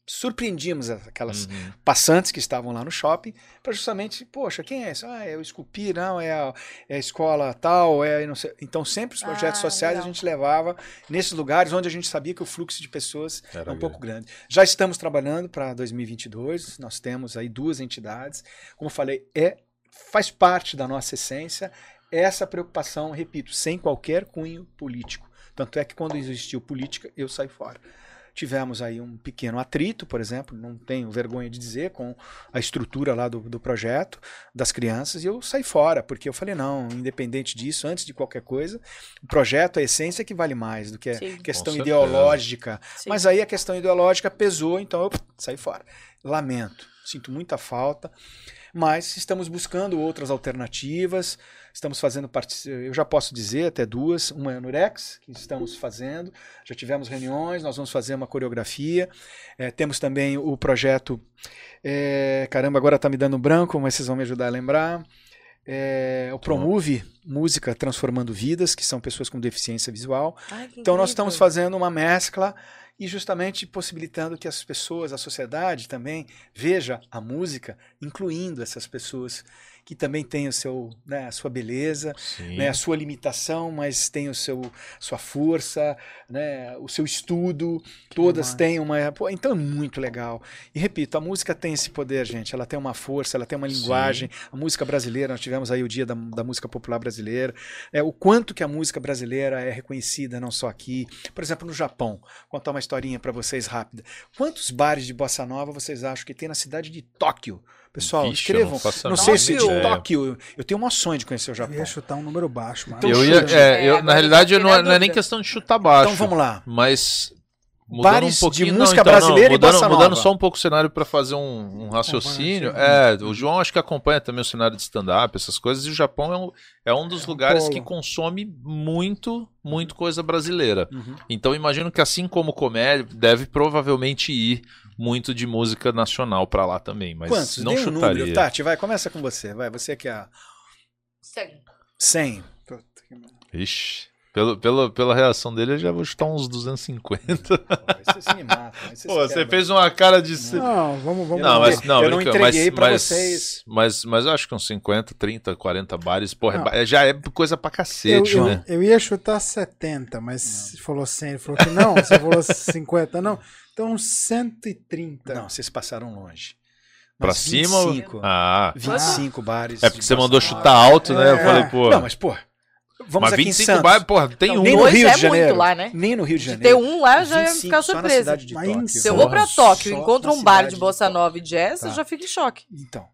surpreendíamos aquelas passantes que estavam lá no shopping para justamente, poxa, quem é isso? É o Esculpir, não, é a escola tal, não sei. Então sempre os projetos sociais legal. A gente levava nesses lugares onde a gente sabia que o fluxo de pessoas era um pouco grande. Já estamos trabalhando para 2022, nós temos aí 2 entidades, como eu falei, faz parte da nossa essência essa preocupação, repito, sem qualquer cunho político. Tanto é que quando existiu política, eu saí fora. Tivemos aí um pequeno atrito, por exemplo, não tenho vergonha de dizer, com a estrutura lá do projeto das crianças, e eu saí fora, porque eu falei, não, independente disso, antes de qualquer coisa, o projeto, a essência é que vale mais do que a questão ideológica. Sim. Mas aí a questão ideológica pesou, então eu saí fora. Lamento, sinto muita falta, mas estamos buscando outras alternativas, estamos fazendo, eu já posso dizer até 2, uma é no Nurex, que estamos fazendo, já tivemos reuniões, nós vamos fazer uma coreografia, temos também o projeto, caramba, agora está me dando branco, mas vocês vão me ajudar a lembrar, o Promove Música Transformando Vidas, que são pessoas com deficiência visual. Ai, então nós estamos fazendo uma mescla e justamente possibilitando que as pessoas, a sociedade também veja a música, incluindo essas pessoas que também têm o seu, a sua beleza, a sua limitação, mas tem sua força, o seu estudo, todas têm uma... Então é muito legal. E repito, a música tem esse poder, gente, ela tem uma força, ela tem uma linguagem. A música brasileira, nós tivemos aí o Dia da Música Popular Brasileira, o quanto que a música brasileira é reconhecida, não só aqui. Por exemplo, no Japão, vou contar uma historinha para vocês rápida. Quantos bares de bossa nova vocês acham que tem na cidade de Tóquio? Pessoal, escrevam. Não sei se de Tóquio. Eu tenho um sonho de conhecer o Japão. Eu ia chutar um número baixo, mano. Na realidade, não é nem questão de chutar baixo. Então vamos lá. Mas mudando bares um pouquinho de música brasileira e bossa nova. Mudando só um pouco o cenário para fazer um raciocínio. O João acho que acompanha também o cenário de stand-up, essas coisas. E o Japão é um dos lugares que consome muito coisa brasileira. Então imagino que assim como comédia, deve provavelmente ir muito de música nacional pra lá também, mas quantos? Não chutaria. Número. Tati, vai, começa com você. Vai, você que é 100. Ixi, pela reação dele, eu já vou chutar uns 250. Você se me mata. Você fez uma cara de... Não, vamos eu não entreguei pra vocês. Mas eu acho que uns 50, 30, 40 bares, porra, já é coisa pra cacete, né? Eu ia chutar 70, mas você falou 100, ele falou que não, você falou 50, não. Então, 130. Não, vocês passaram longe. Pra cima? 25 bares. É porque você mandou chutar alto, né? Eu falei, pô. Não, mas, pô. Vamos aqui 25 em Santos. bares, porra, tem um. Nem no Rio de Janeiro. Muito lá, né? Nem no Rio de Janeiro. Ter um lá, eu já ia ficar surpresa. Se eu vou pra Tóquio e encontro um bar de bossa nova e jazz, eu já fico em choque. Então,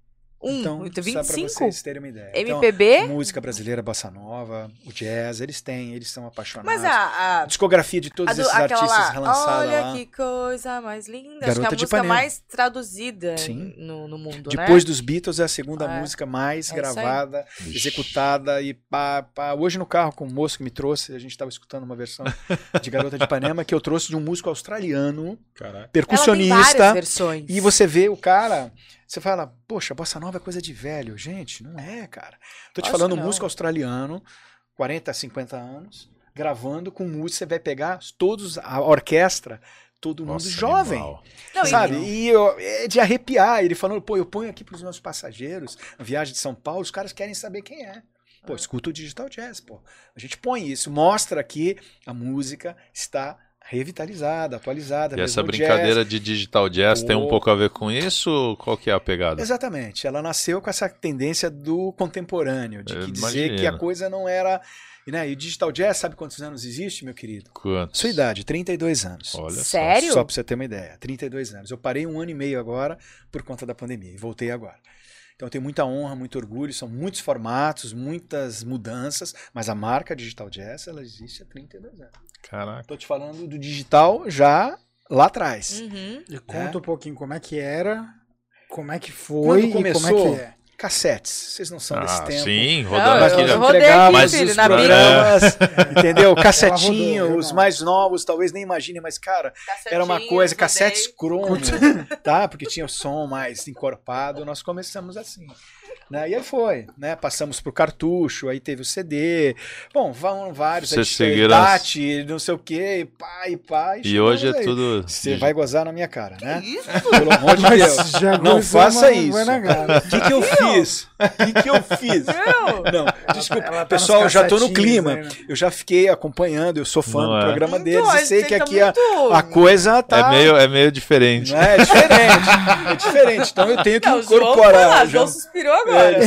25? Só pra vocês terem uma ideia. MPB? Então, música brasileira, bossa nova, o jazz, eles são apaixonados. Mas a discografia de todos esses artistas relançada olha lá. Que coisa mais linda. Garota acho que é a de música Ipanema. mais traduzida no mundo, Depois dos Beatles, é a segunda música mais gravada, executada. E hoje no carro com o moço que me trouxe, a gente estava escutando uma versão de Garota de Ipanema que eu trouxe de um músico australiano, percussionista. Ela tem várias versões. E você vê o cara... Você fala, poxa, bossa nova é coisa de velho. Gente, não é, cara. Tô te falando, músico australiano, 40, 50 anos, gravando com música, você vai pegar todos, a orquestra, todo mundo jovem. Não, sabe? E é de arrepiar. Ele falando, pô, eu ponho aqui pros meus passageiros, na viagem de São Paulo, os caras querem saber quem é. Pô, escuta o Digital Jazz, pô. A gente põe isso, mostra que a música está revitalizada, atualizada. E essa brincadeira jazz. De digital jazz tem um pouco a ver com isso? Qual que é a pegada? Exatamente. Ela nasceu com essa tendência do contemporâneo, de dizer que a coisa não era... E o digital jazz, sabe quantos anos existe, meu querido? Quantos? Sua idade, 32 anos. Olha sério? Só pra você ter uma ideia. 32 anos. Eu parei 1 ano e meio agora por conta da pandemia e voltei agora. Então eu tenho muita honra, muito orgulho, são muitos formatos, muitas mudanças, mas a marca Digital Jazz, ela existe há 32 anos. Caraca. Tô te falando do digital já lá atrás. E conta um pouquinho como é que era, como é que foi quando começou, e como é que é. Cassetes, vocês não são desse tempo. Sim, rodando aqui. Eu rodei aqui, filho, os na programas, entendeu? Cassetinho, os mais novos, talvez nem imaginem, mas, cara, era uma coisa, cassetes crônicos, tá? Porque tinha o som mais encorpado, nós começamos assim. Né? E aí foi, né? Passamos pro cartucho, aí teve o CD. Bom, vão vários. Vocês aí, seguiram DAT, não sei o quê, pai. E hoje é aí. tudo... Você vai gozar na minha cara, né? Isso? Pelo amor de Deus. Não faça isso. O que eu fiz? O que eu fiz? Não, desculpa. Ela tá Pessoal, eu já tô no nos clima. cassetinhos aí, né? Eu já fiquei acompanhando, eu sou fã Não do é? programa Muito, deles e acho sei que que tá aqui muito- a coisa tá... É meio diferente. Não é? É diferente. É diferente. Então eu tenho que Não, o João, incorporar. o João suspirou agora.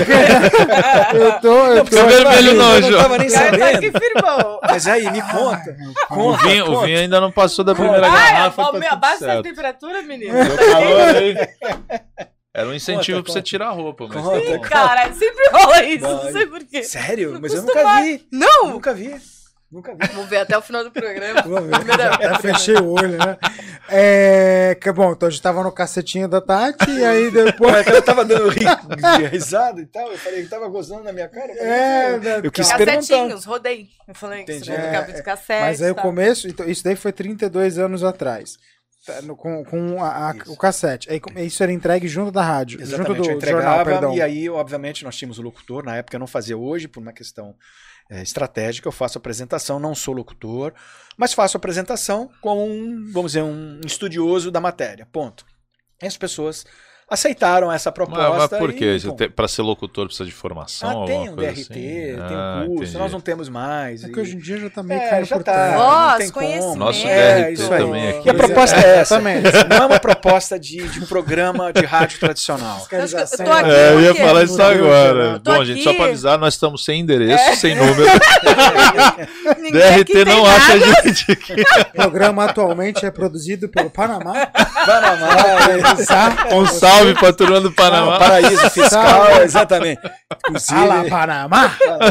Eu tô Fica vermelho não, Eu não João. tava nem O cara tá sabendo. aqui firmão. Mas aí, me conta. O vinho ainda não passou da primeira Ai, garrafa. Tá tudo abaixo da certo. temperatura, menino. Deu calor aí. Era um incentivo Conta, pra você conta. tirar a roupa. Mas Conta. tá bom. Cara, sempre rola isso, Não, não sei porquê. Sério? Mas eu Costuma- nunca vi. Não! Nunca vi. Nunca vi. Vamos ver até o final do programa. Vamos ver. Primeira Já vez. fechei o olho, né? Que bom, então a gente tava no cacetinho da Tati e aí depois. Mas ela tava dando risada e tal. Eu falei que tava gozando na minha cara. Eu quis perguntar. Cassetinhos, rodei. Eu falei que Entendi. você vai ficar de cassete. Mas aí o tá. começo, então, isso daí foi 32 anos atrás. Com Isso. o cassete. Aí isso era entregue junto da rádio. Exatamente, junto do eu entregava jornal, perdão. e aí, obviamente, nós tínhamos o locutor. Na época eu não fazia hoje, por uma questão estratégica, eu faço apresentação, não sou locutor, mas faço apresentação como vamos dizer, um estudioso da matéria, ponto. E as pessoas aceitaram essa proposta. Mas por quê? E, Pra ser locutor precisa de formação? tem alguma um coisa DRT, assim? tem um curso, Entendi. nós não temos mais. É que hoje em dia já tá meio É, caindo já por tá. terra. Não Voz, tem como. conhecimento. Nosso É, DRT isso aí. também aqui. E a proposta é essa. Exatamente. Não é uma proposta de programa de rádio tradicional. Eu tô aqui Eu ia porque- falar isso Meu Deus, agora. eu tô Bom, aqui- gente, só pra avisar, nós estamos sem endereço, sem número. Ninguém aqui DRT tem não nada. acha a gente aqui. O programa atualmente é produzido pelo Panamá. Panamá, Um salve pra turma do Panamá. paraíso fiscal, exatamente. Alá, Panamá!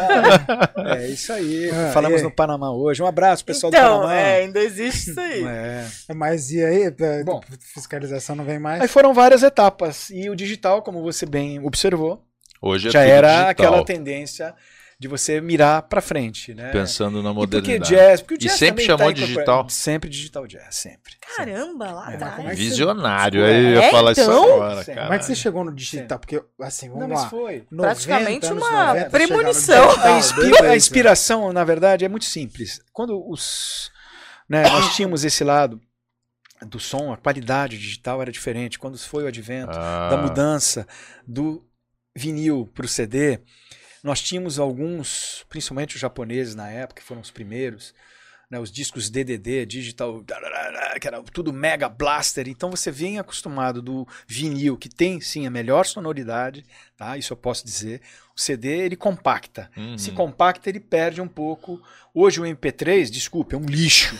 É isso aí. Ah, Falamos e aí? no Panamá hoje. Um abraço, pessoal do Então, Panamá. ainda existe isso aí. É. Mas e aí? Bom. Fiscalização não vem mais? Aí foram várias etapas. E o digital, como você bem observou, Hoje é já tudo era digital, aquela tendência de você mirar pra frente, né? pensando na E por que modernidade. jazz? Porque o E jazz sempre também chamou tá incorporado. digital? Sempre digital jazz, sempre. Caramba, lá atrás. Visionário, aí eu ia É, falar isso então? agora, Sim. cara. Como é que você chegou no digital? Porque, assim, vamos Não, mas lá. foi. 90, Praticamente anos uma 90, premonição. chegaram no digital, A beleza. inspiração, na verdade, é muito simples. Quando nós tínhamos esse lado do som, a qualidade digital era diferente. Quando foi o advento da mudança do vinil para o CD, nós tínhamos alguns, principalmente os japoneses na época, que foram os primeiros, né, os discos DDD, digital, que era tudo mega blaster. Então você vem acostumado do vinil, que tem sim a melhor sonoridade, tá? Isso eu posso dizer. O CD ele compacta. Uhum. Se compacta, ele perde um pouco. Hoje o MP3, desculpe, é um lixo.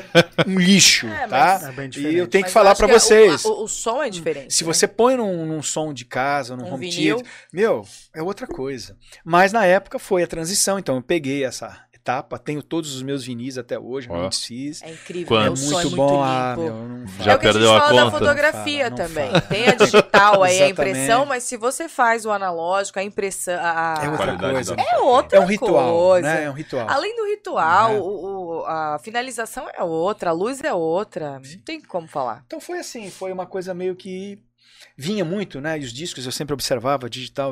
Um lixo, É, tá? É bem E diferente. eu tenho que Mas falar eu acho para que vocês. O som é diferente. Se né? você põe num som de casa, num Um home vinil. theater, meu, é outra coisa. Mas na época foi a transição, então eu peguei essa etapa, tenho todos os meus vinis até hoje, Ó. não desfiz. É incrível, Quando? né? É O som é muito muito bom, limpo. meu, não Já É o que a gente perdeu a fala da conta? fotografia Não também. fala. Tem a digital aí, a impressão, Exatamente. mas se você faz o analógico, a impressão. É outra Qualidade coisa. da- É outra É um ritual, coisa. né? É um ritual. Além do ritual, É. a finalização é outra, a luz é outra. Não tem como falar. Então foi assim, foi uma coisa meio que vinha muito, né? E os discos eu sempre observava digital,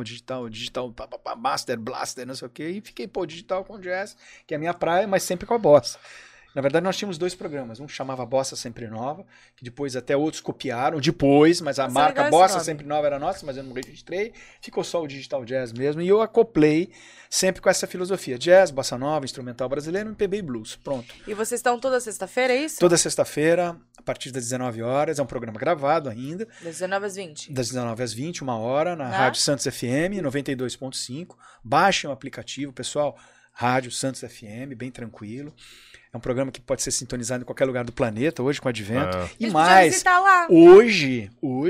pá, pá, pá, master, blaster, não sei o quê. E fiquei, pô, digital com jazz, que é a minha praia, mas sempre com a bossa. Na verdade, nós tínhamos dois programas. Um chamava Bossa Sempre Nova, que depois até outros copiaram, mas a Mas é marca legal esse Bossa nome. Sempre Nova era nossa, mas eu não registrei. Ficou só o Digital Jazz mesmo. E eu acoplei sempre com essa filosofia. Jazz, Bossa Nova, instrumental brasileiro, MPB e blues. Pronto. E vocês estão toda sexta-feira, é isso? Toda sexta-feira, a partir das 19 horas, é um programa gravado ainda. Das 19 às 20. Das 19 às 20, uma hora, na Ah. Rádio Santos FM, 92.5. Baixem o aplicativo, pessoal. Rádio Santos FM, bem tranquilo. É um programa que pode ser sintonizado em qualquer lugar do planeta, hoje com o advento. Ah. E Vocês podiam mais, visitar lá. hoje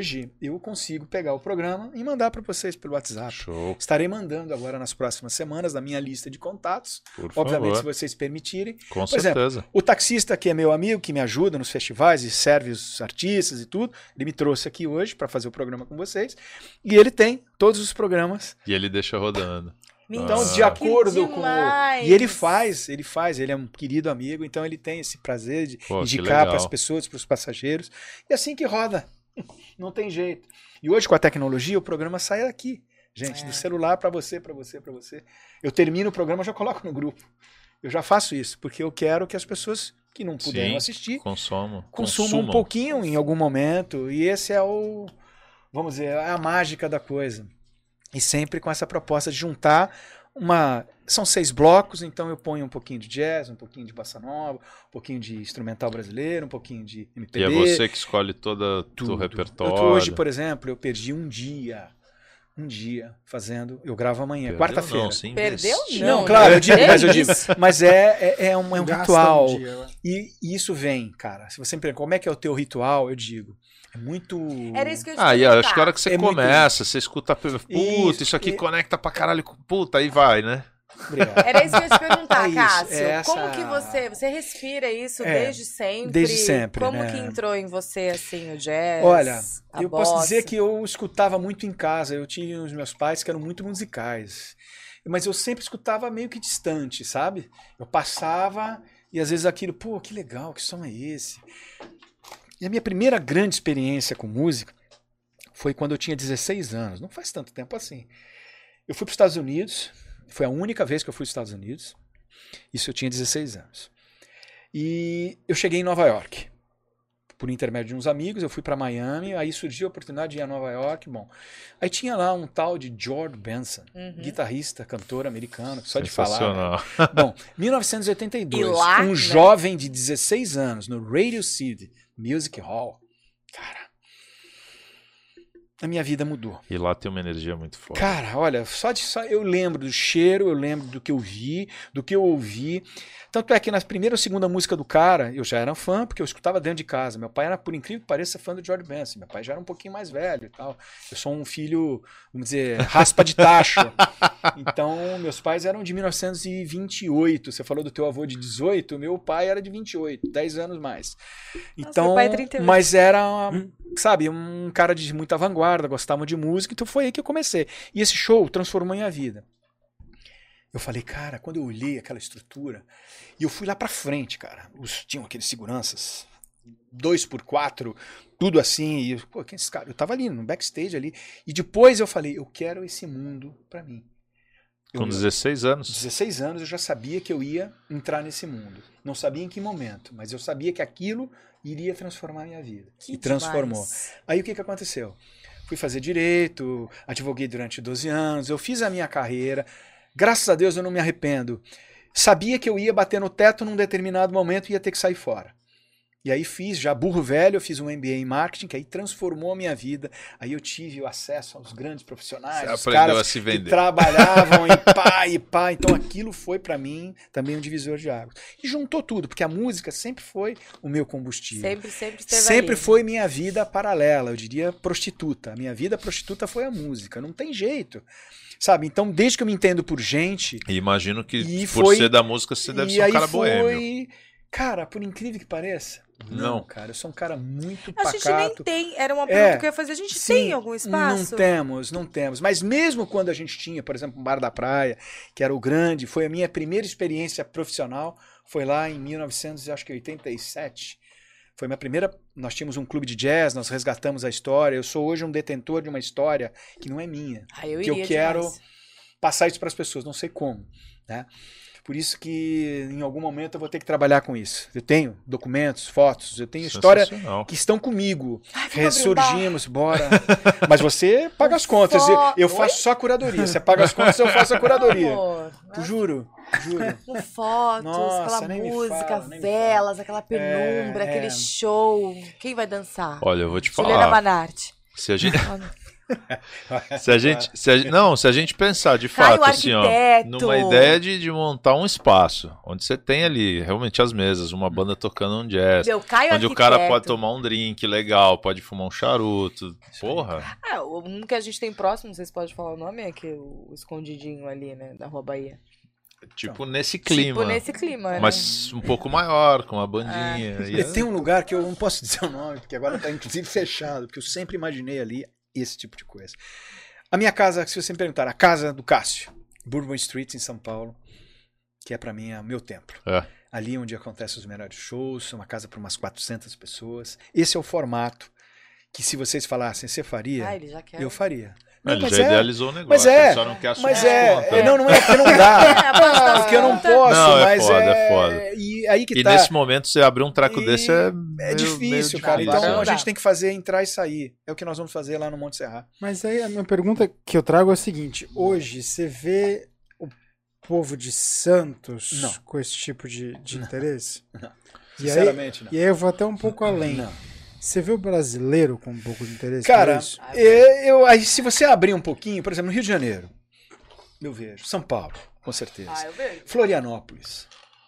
eu consigo pegar o programa e mandar para vocês pelo WhatsApp. Show, Estarei mandando agora nas próximas semanas na minha lista de contatos. por Obviamente, favor. se vocês permitirem. Com Por exemplo, certeza. O taxista, que é meu amigo, que me ajuda nos festivais e serve os artistas e tudo, ele me trouxe aqui hoje para fazer o programa com vocês. E ele tem todos os programas. E ele deixa rodando. Então, Ah. de acordo com. demais. E ele faz, ele é um querido amigo, então ele tem esse prazer de Pô, que indicar legal. para as pessoas, para os passageiros. E assim que roda. Não tem jeito. E hoje, com a tecnologia, o programa sai daqui. Gente, do celular para você. Eu termino o programa, já coloco no grupo. Eu já faço isso, porque eu quero que as pessoas que não puderam assistir consumam um pouquinho em algum momento. E esse é vamos dizer, é a mágica da coisa. E sempre com essa proposta de juntar são 6 blocos, então eu ponho um pouquinho de jazz, um pouquinho de bossa nova, um pouquinho de instrumental brasileiro, um pouquinho de MPB. E é você que escolhe todo o repertório. Hoje, por exemplo, eu perdi um dia fazendo, eu gravo amanhã, quarta-feira. Perdeu? Não, claro, eu digo, mas é um ritual. E isso vem, cara. Se você me pergunta como é que é o teu ritual, eu digo, é muito... Era isso que eu acho que a hora que você começa, você escuta, isso aqui conecta pra caralho, puta, aí vai, né? Obrigado. Era isso que eu ia te perguntar, Cássio. Como que você respira isso desde sempre? Desde sempre, Como que entrou em você, assim, o jazz? Olha, eu posso dizer que eu escutava muito em casa. Eu tinha os meus pais que eram muito musicais. Mas eu sempre escutava meio que distante, sabe? Eu passava e às vezes aquilo, pô, que legal, que som é esse? E a minha primeira grande experiência com música foi quando eu tinha 16 anos. Não faz tanto tempo assim. Eu fui para os Estados Unidos. Foi a única vez que eu fui aos Estados Unidos. Isso eu tinha 16 anos. E eu cheguei em Nova York. Por intermédio de uns amigos, eu fui para Miami. Aí surgiu a oportunidade de ir a Nova York. Bom, aí tinha lá um tal de George Benson, guitarrista, cantor americano, só de falar. Né? Bom, 1982, jovem de 16 anos no Radio City Music Hall. Cara, a minha vida mudou. E lá tem uma energia muito forte. Cara, olha, só eu lembro do cheiro, eu lembro do que eu vi, do que eu ouvi. Tanto é que na primeira ou segunda música do cara, eu já era fã, porque eu escutava dentro de casa. Meu pai era, por incrível que pareça, fã do George Benson. Meu pai já era um pouquinho mais velho e tal. Eu sou um filho, vamos dizer, raspa de tacho. Então, meus pais eram de 1928. Você falou do teu avô de 18, meu pai era de 28, 10 anos mais. Então, meu pai é 38. Mas era, sabe, um cara de muita vanguarda, gostava de música, então foi aí que eu comecei. E esse show transformou minha vida. Eu falei, cara, quando eu olhei aquela estrutura, e eu fui lá pra frente, cara, tinham aqueles seguranças, 2x4, tudo assim, e pô, quem é esse cara? Eu tava ali no backstage ali, e depois eu falei, eu quero esse mundo pra mim. Com 16 anos? 16 anos eu já sabia que eu ia entrar nesse mundo. Não sabia em que momento, mas eu sabia que aquilo iria transformar a minha vida. E transformou. Aí o que aconteceu? Fui fazer direito, advoguei durante 12 anos, eu fiz a minha carreira. Graças a Deus eu não me arrependo. Sabia que eu ia bater no teto num determinado momento e ia ter que sair fora. E aí fiz, já burro velho, eu fiz um MBA em marketing, que aí transformou a minha vida. Aí eu tive o acesso aos grandes profissionais, os caras que trabalhavam e pá. Então aquilo foi pra mim também um divisor de águas. E juntou tudo, porque a música sempre foi o meu combustível. Sempre esteve Sempre ali. foi minha vida paralela, eu diria prostituta. A minha vida prostituta foi a música, não tem jeito. Sabe, então desde que eu me entendo por gente... E imagino que por ser da música você deve ser um cara boêmio. Cara, por incrível que pareça, não, cara, eu sou um cara muito pacato. A gente nem tem, era uma pergunta que eu ia fazer, a gente tem algum espaço? Não temos, mas mesmo quando a gente tinha, por exemplo, um bar da praia, que era o grande, foi a minha primeira experiência profissional, foi lá em 1987. Foi minha primeira, nós tínhamos um clube de jazz, nós resgatamos a história, eu sou hoje um detentor de uma história que não é minha, que eu quero passar isso para as pessoas, não sei como, né? Por isso que em algum momento eu vou ter que trabalhar com isso. Eu tenho documentos, fotos, eu tenho história que estão comigo. Ressurgimos, bora. Mas você paga as contas. Eu faço só a curadoria. Você paga as contas, eu faço a curadoria. Juro. Com fotos, nossa, aquela música, velas, aquela penumbra, aquele show. Quem vai dançar? Olha, eu vou te falar. Juliana Banardi. Se a gente pensar de fato assim, ó, numa ideia de montar um espaço onde você tem ali realmente as mesas, uma banda tocando um jazz, onde o cara pode tomar um drink legal, pode fumar um charuto, porra. Um que a gente tem próximo, não sei se pode falar o nome, é que o escondidinho ali, né, da Rua Bahia. Tipo nesse clima. Né? Mas um pouco maior, com uma bandinha. Tem um lugar que eu não posso dizer o nome, porque agora tá inclusive fechado, porque eu sempre imaginei ali esse tipo de coisa. A minha casa, se você me perguntar, a casa do Cássio, Bourbon Street, em São Paulo, que é pra mim o meu templo. Ali onde acontecem os melhores shows, uma casa para umas 400 pessoas. Esse é o formato que se vocês falassem, você faria? Ele já quer. Eu faria. Ele já idealizou o negócio, mas ele só não quer assumir conta. Não é que não dá, porque eu não posso, não, mas é foda. E aí que e tá. nesse momento, você abrir um treco desse é difícil, cara. Então a gente tem que fazer entrar e sair. É o que nós vamos fazer lá no Monte Serra. Mas aí a minha pergunta que eu trago é o seguinte: hoje você vê o povo de Santos com esse tipo de interesse? Não. Sinceramente, não. E aí eu vou até um pouco além. Não. Você vê o brasileiro com um pouco de interesse? Cara, aí se você abrir um pouquinho, por exemplo, no Rio de Janeiro, eu vejo. São Paulo, com certeza. Eu vejo. Florianópolis.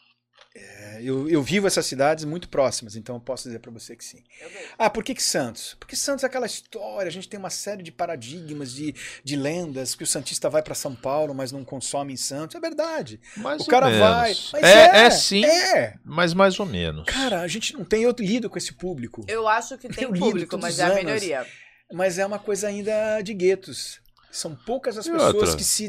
Eu vivo essas cidades muito próximas, então eu posso dizer para você que sim. Por que Santos? Porque Santos é aquela história, a gente tem uma série de paradigmas, de lendas, que o santista vai para São Paulo, mas não consome em Santos. É verdade. Mais o cara ou vai. menos. Mas sim, mas mais ou menos. Cara, a gente não tem, eu lido com esse público. Eu acho que tem público, mas é a minoria. Mas é uma coisa ainda de guetos. São poucas as pessoas que se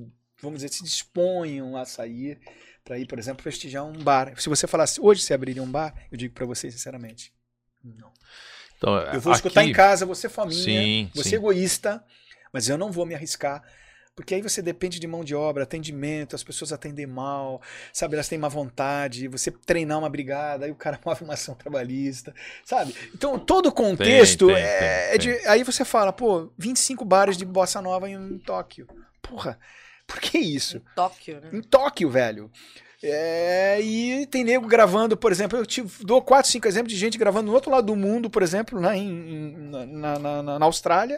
disponham a sair para ir, por exemplo, prestigiar um bar. Se você falasse, hoje você abriria um bar, eu digo para você sinceramente, não. Então, eu vou escutar em casa, você faminha, sim. Egoísta, mas eu não vou me arriscar, porque aí você depende de mão de obra, atendimento, as pessoas atendem mal, sabe, elas têm má vontade, você treinar uma brigada, aí o cara move uma ação trabalhista, sabe? Então, todo o contexto aí você fala, 25 bares de bossa nova em Tóquio. Porra, por que isso? Em Tóquio, né? Em Tóquio, velho. E tem nego gravando, por exemplo, eu dou 4, 5 exemplos de gente gravando no outro lado do mundo, por exemplo, lá na Austrália.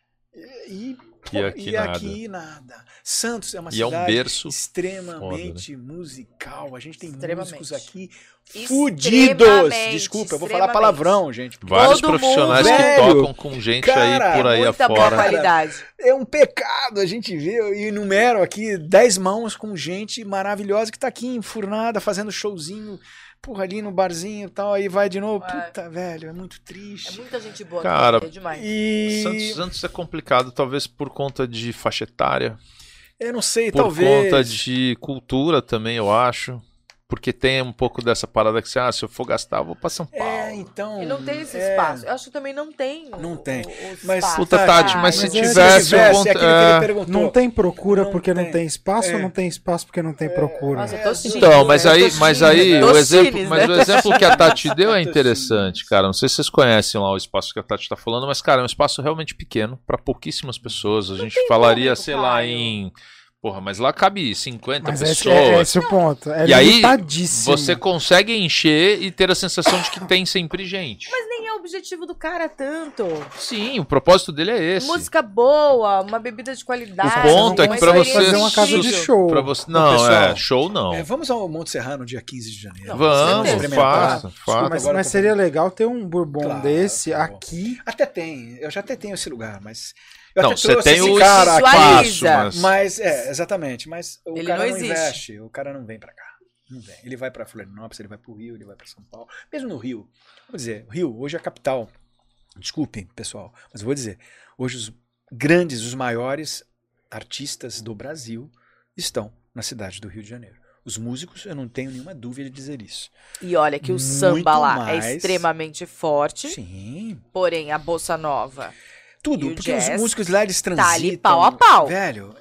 E aqui nada. Santos é uma cidade um berço extremamente foda, né? musical. A gente tem músicos aqui fudidos. Desculpa, eu vou falar palavrão, gente. Vários profissionais que tocam com gente aí por aí muita afora. Boa qualidade. É um pecado a gente ver, eu enumero aqui 10 mãos com gente maravilhosa que tá aqui enfurnada, fazendo showzinho, ali no barzinho e tal, aí vai de novo. Puta, velho, é muito triste. É muita gente boa. Cara, é demais. Santos é complicado, talvez por conta de faixa etária. Eu não sei, por talvez. Por conta de cultura também, eu acho. Porque tem um pouco dessa parada que se eu for gastar, eu vou pra São Paulo. Então... E não tem esse espaço. Eu acho que também não tem. Não tem. Mas, puta, Tati, mas se tivesse... Não tem procura porque não tem espaço, ou não tem espaço porque não tem procura? Nossa, então, mas aí o exemplo que a Tati deu é interessante, cara. Não sei se vocês conhecem lá o espaço que a Tati tá falando, mas, cara, é um espaço realmente pequeno, pra pouquíssimas pessoas. A gente falaria, sei lá, em... Porra, mas lá cabe 50 pessoas. Esse é o ponto. E aí você consegue encher e ter a sensação de que tem sempre gente. Mas nem é o objetivo do cara tanto. Sim, o propósito dele é esse. Música boa, uma bebida de qualidade. O ponto é que pra você fazer uma casa de show. Pra você, não, pessoal, show não. Vamos ao Monte Serra no dia 15 de janeiro. Vamos, faça. Mas seria legal ter um bourbon desse aqui. Até tem, eu já até tenho esse lugar, mas... Não, você tem o cara espaço, mas exatamente, mas o ele cara não investe, o cara não vem pra cá, não vem. Ele vai pra Florianópolis, ele vai pro Rio, ele vai pra São Paulo, mesmo no Rio. Vou dizer, o Rio hoje é a capital. Desculpem, pessoal, mas eu vou dizer, hoje os maiores artistas do Brasil estão na cidade do Rio de Janeiro. Os músicos, eu não tenho nenhuma dúvida de dizer isso. E olha que o samba lá é extremamente forte. Sim. Porém, a bossa nova... Tudo, porque os músicos lá eles transitam. Tá ali pau a pau. Velho,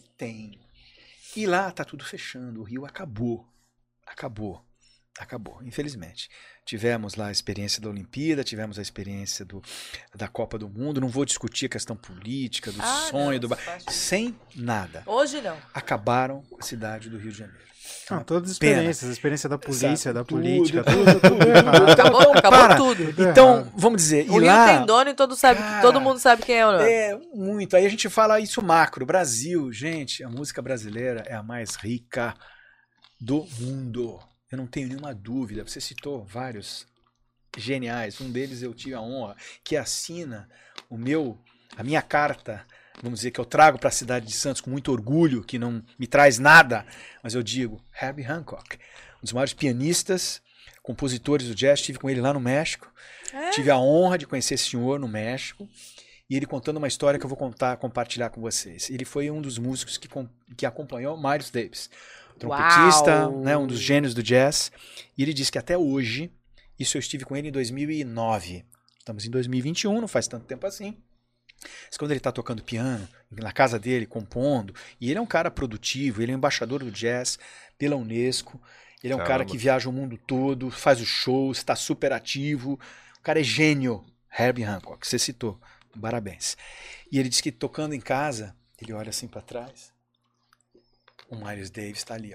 e lá tá tudo fechando. O Rio acabou. Infelizmente. Tivemos lá a experiência da Olimpíada, tivemos a experiência da Copa do Mundo. Não vou discutir a questão política, do sonho, sem nada. Hoje não. Acabaram a cidade do Rio de Janeiro. Todas as experiências, a experiência da polícia, da política, tudo acabou tudo. Então, vamos dizer, o Rio tem dono e todo mundo sabe quem é o nome. Muito. Aí a gente fala isso macro. Brasil, gente, a música brasileira é a mais rica do mundo. Eu não tenho nenhuma dúvida. Você citou vários geniais. Um deles eu tive a honra, que assina a minha carta, vamos dizer, que eu trago para a cidade de Santos com muito orgulho, que não me traz nada, mas eu digo, Herbie Hancock, um dos maiores pianistas, compositores do jazz, estive com ele lá no México, tive a honra de conhecer esse senhor no México, e ele contando uma história que eu vou compartilhar com vocês. Ele foi um dos músicos que acompanhou Miles Davis, trompetista, né, um dos gênios do jazz, e ele disse que até hoje, isso eu estive com ele em 2009, estamos em 2021, não faz tanto tempo assim, Mas quando ele tá tocando piano, na casa dele, compondo, e ele é um cara produtivo, ele é embaixador do jazz pela Unesco, ele é um cara que viaja o mundo todo, faz os shows, está super ativo, o cara é gênio. Herbie Hancock, você citou, parabéns. E ele diz que tocando em casa, ele olha assim para trás, o Miles Davis está ali, ó.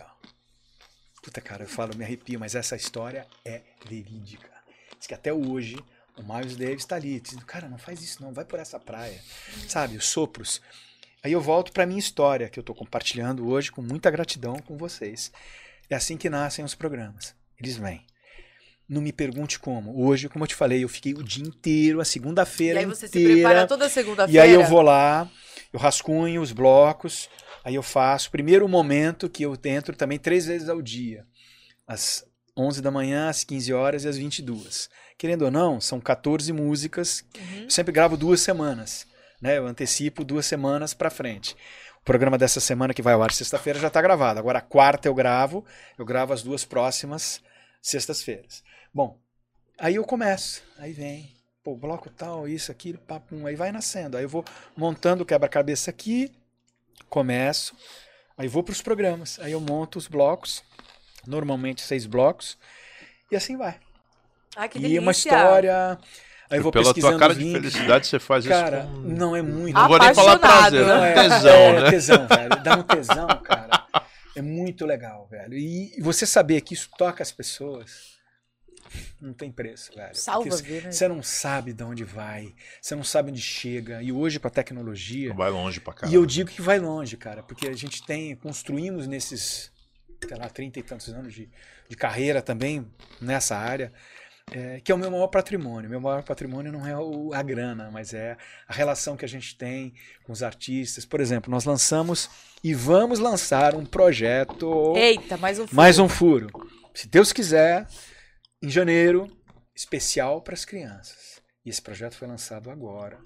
Puta, cara, eu falo, me arrepio, mas essa história é verídica. Diz que até hoje o Miles Davis está ali, dizendo, cara, não faz isso não, vai por essa praia, sabe, os sopros. Aí eu volto para minha história, que eu estou compartilhando hoje com muita gratidão com vocês. É assim que nascem os programas, eles vêm. Não me pergunte como. Hoje, como eu te falei, eu fiquei o dia inteiro, a segunda-feira inteira. E aí você se prepara toda segunda-feira? E aí eu vou lá, eu rascunho os blocos, aí eu faço. Primeiro momento que eu entro também 3 vezes ao dia. Às 11 da manhã, às 15 horas e às 22. Querendo ou não, são 14 músicas. Eu sempre gravo 2 semanas. Né? Eu antecipo 2 semanas para frente. O programa dessa semana que vai ao ar sexta-feira já está gravado. Agora a quarta eu gravo as 2 próximas sextas-feiras. Bom, aí eu começo, aí vem, pô, bloco tal, isso, aquilo, papum, aí vai nascendo. Aí eu vou montando o quebra-cabeça aqui, começo, aí vou para os programas, aí eu monto os blocos, normalmente 6 blocos, e assim vai. Ah, que e delícia. uma história, aí eu vou pela pesquisando tua cara os de links. felicidade, você faz cara, isso com... não é muito. Não vou nem falar prazer, não né? Tesão, né? Tesão, velho, dá um tesão, cara. É muito legal, velho. E você saber que isso toca as pessoas... Não tem preço, velho. Salva a vida. Você não sabe de onde vai, você não sabe onde chega. E hoje, com a tecnologia. Vai longe pra caramba. E eu digo que vai longe, cara, porque a gente construímos nesses, sei lá, 30 e tantos anos de carreira também nessa área, que é o meu maior patrimônio. Meu maior patrimônio não é a grana, mas é a relação que a gente tem com os artistas. Por exemplo, nós lançamos e vamos lançar um projeto. Eita, mais um furo. Mais um furo. Se Deus quiser. Em janeiro, especial para as crianças. E esse projeto foi lançado agora.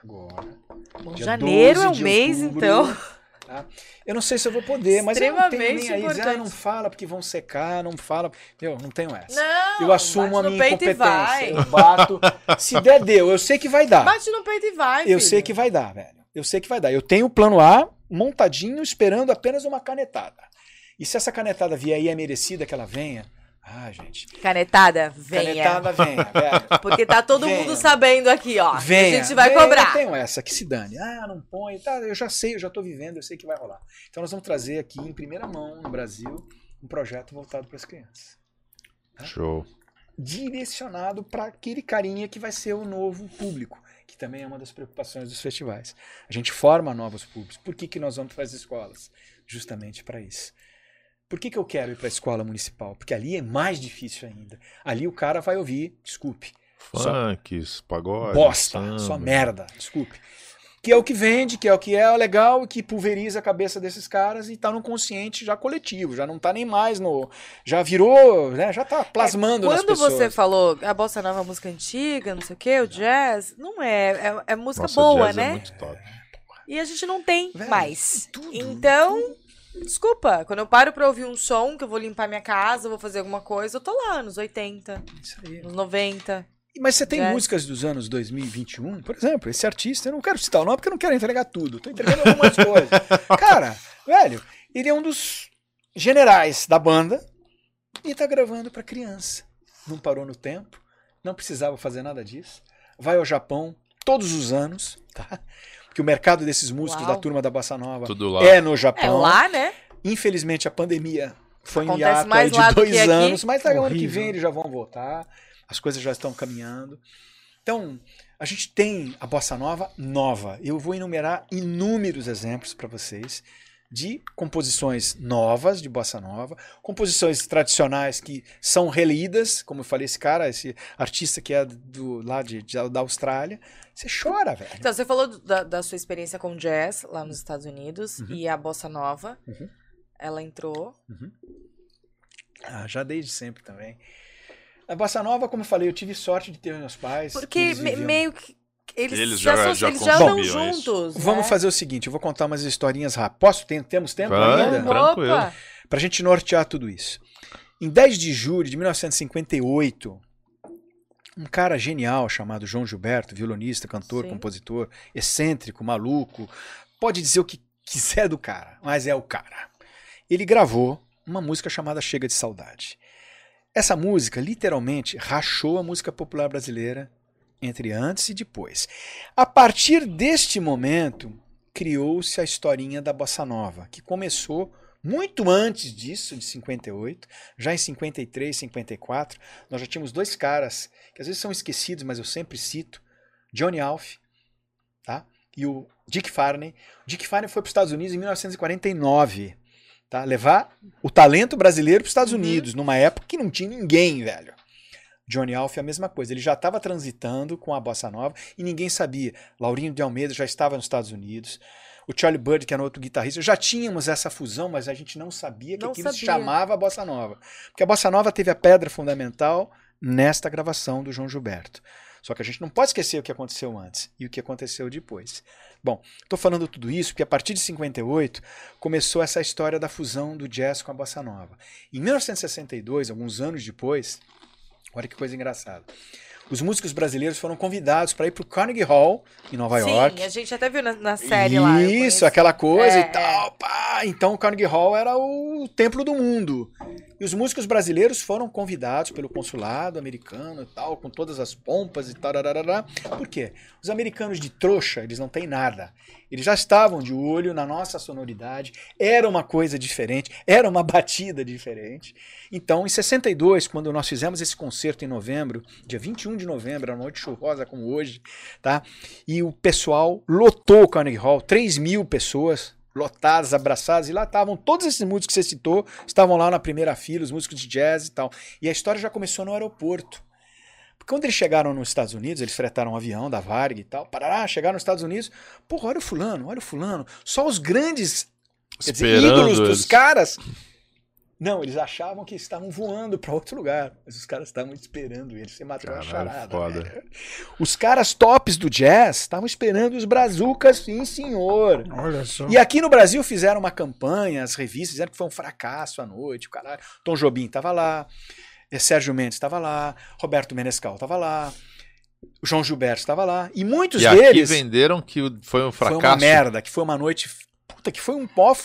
Bom, janeiro é um mês, outubro, então. Tá? Eu não sei se eu vou poder, mas eu não tenho nem aí. Importante. Não fala porque vão secar, não fala. Eu não tenho essa. Não, eu assumo a bate no minha peito incompetência. e vai. Eu bato. Se der, deu. Eu sei que vai dar. Bate no peito e vai, Eu filho. sei que vai dar, velho. Eu sei que vai dar. Eu tenho o plano A montadinho, esperando apenas uma canetada. E se essa canetada vier e é merecida que ela venha... Ah, gente. Canetada, venha. Canetada, venha, velho. Porque tá todo mundo sabendo aqui, ó. Venha, a gente vai venha, cobrar. Eu tenho essa, que se dane. Ah, não põe. Tá, eu já sei, eu já tô vivendo, eu sei que vai rolar. Então nós vamos trazer aqui, em primeira mão, no Brasil, um projeto voltado para as crianças. Tá? Show. Direcionado para aquele carinha que vai ser o novo público, que também é uma das preocupações dos festivais. A gente forma novos públicos. Por que nós vamos para as escolas? Justamente para isso. Por que eu quero ir para a escola municipal? Porque ali é mais difícil ainda. Ali o cara vai ouvir, desculpe, Funks, pagode, bosta, samba. só merda, desculpe. Que é o que vende, que é o que é legal, que pulveriza a cabeça desses caras e tá no consciente já coletivo, já não tá nem mais no... Já virou, né, já tá plasmando nas pessoas. Quando você falou a bossa nova é música antiga, não sei o quê, o jazz, não é música Nossa, boa, jazz né? É muito top. E a gente não tem Velho, mais. tudo, Então... Desculpa, quando eu paro pra ouvir um som, que eu vou limpar minha casa, vou fazer alguma coisa, eu tô lá, nos 80, Isso aí. nos 90. Mas você tem Jazz. músicas dos anos 2021, por exemplo, esse artista, eu não quero citar o nome porque eu não quero entregar tudo, tô entregando algumas coisas. Cara, velho, ele é um dos generais da banda e tá gravando pra criança. Não parou no tempo, não precisava fazer nada disso. Vai ao Japão todos os anos, tá? Porque o mercado desses músicos Uau. da turma da Bossa Nova Tudo lá. é no É Japão. lá, né? Infelizmente a pandemia foi um Acontece hiato mais aí lá de do 2 que aqui. anos, mas ano que Horrível. vem eles já vão voltar, as coisas já estão caminhando. Então, a gente tem a Bossa Nova nova. Eu vou enumerar inúmeros exemplos para vocês de composições novas de Bossa Nova, composições tradicionais que são relidas, como eu falei, esse artista que é lá da Austrália. Você chora, velho. Então, você falou da sua experiência com jazz lá nos Estados Unidos e a bossa nova. Uhum. Ela entrou. Ah, já desde sempre também. A Bossa Nova, como eu falei, eu tive sorte de ter meus pais. Porque eles viviam- meio que eles já andam consumiam juntos. Vamos né? fazer o seguinte, eu vou contar umas historinhas rápidas. Temos tempo Vai. ainda? Tranquilo. Opa! Pra gente nortear tudo isso. Em 10 de julho de 1958, um cara genial chamado João Gilberto, violonista, cantor, compositor, excêntrico, maluco, pode dizer o que quiser do cara, mas é o cara. Ele gravou uma música chamada Chega de Saudade. Essa música, literalmente, rachou a música popular brasileira entre antes e depois. A partir deste momento, criou-se a historinha da Bossa Nova, que começou muito antes disso, de 58, já em 53, 54, nós já tínhamos dois caras, que às vezes são esquecidos, mas eu sempre cito, Johnny Alf, tá? E o Dick Farney. O Dick Farney foi para os Estados Unidos em 1949, tá? Levar o talento brasileiro para os Estados Unidos, numa época que não tinha ninguém, velho. Johnny Alf é a mesma coisa, ele já estava transitando com a Bossa Nova e ninguém sabia. Laurinho de Almeida já estava nos Estados Unidos, o Charlie Bird, que era outro guitarrista, já tínhamos essa fusão, mas a gente não sabia que aquilo se chamava Bossa Nova. Porque a Bossa Nova teve a pedra fundamental nesta gravação do João Gilberto. Só que a gente não pode esquecer o que aconteceu antes e o que aconteceu depois. Bom, estou falando tudo isso porque a partir de 58 começou essa história da fusão do jazz com a Bossa Nova. Em 1962, alguns anos depois, olha que coisa engraçada, os músicos brasileiros foram convidados para ir para o Carnegie Hall, em Nova York. Sim, a gente até viu na série lá. Isso, aquela coisa e tal. Pá. Então o Carnegie Hall era o templo do mundo. E os músicos brasileiros foram convidados pelo consulado americano e tal, com todas as pompas e tal. Por quê? Os americanos de trouxa, eles não têm nada. Eles já estavam de olho na nossa sonoridade, era uma coisa diferente, era uma batida diferente. Então, em 62, quando nós fizemos esse concerto em novembro, dia 21 de novembro, era uma noite chuvosa como hoje, tá? E o pessoal lotou o Carnegie Hall, 3.000 pessoas, lotadas, abraçadas, e lá estavam todos esses músicos que você citou, estavam lá na primeira fila, os músicos de jazz e tal. E a história já começou no aeroporto. Porque quando eles chegaram nos Estados Unidos, eles fretaram um avião da Varig e tal, parará, chegaram nos Estados Unidos, porra, olha o fulano, só os grandes ídolos dos caras. Não, eles achavam que estavam voando para outro lugar, mas os caras estavam esperando eles, você matou a charada. Os caras tops do jazz estavam esperando os brazucas, sim senhor. Olha só. E aqui no Brasil fizeram uma campanha, as revistas disseram que foi um fracasso à noite, o caralho. Tom Jobim estava lá, Sérgio Mendes estava lá, Roberto Menescal estava lá, o João Gilberto estava lá, e muitos deles... E aqui venderam que foi um fracasso. Foi uma merda, que foi uma noite... Puta, que foi um pó...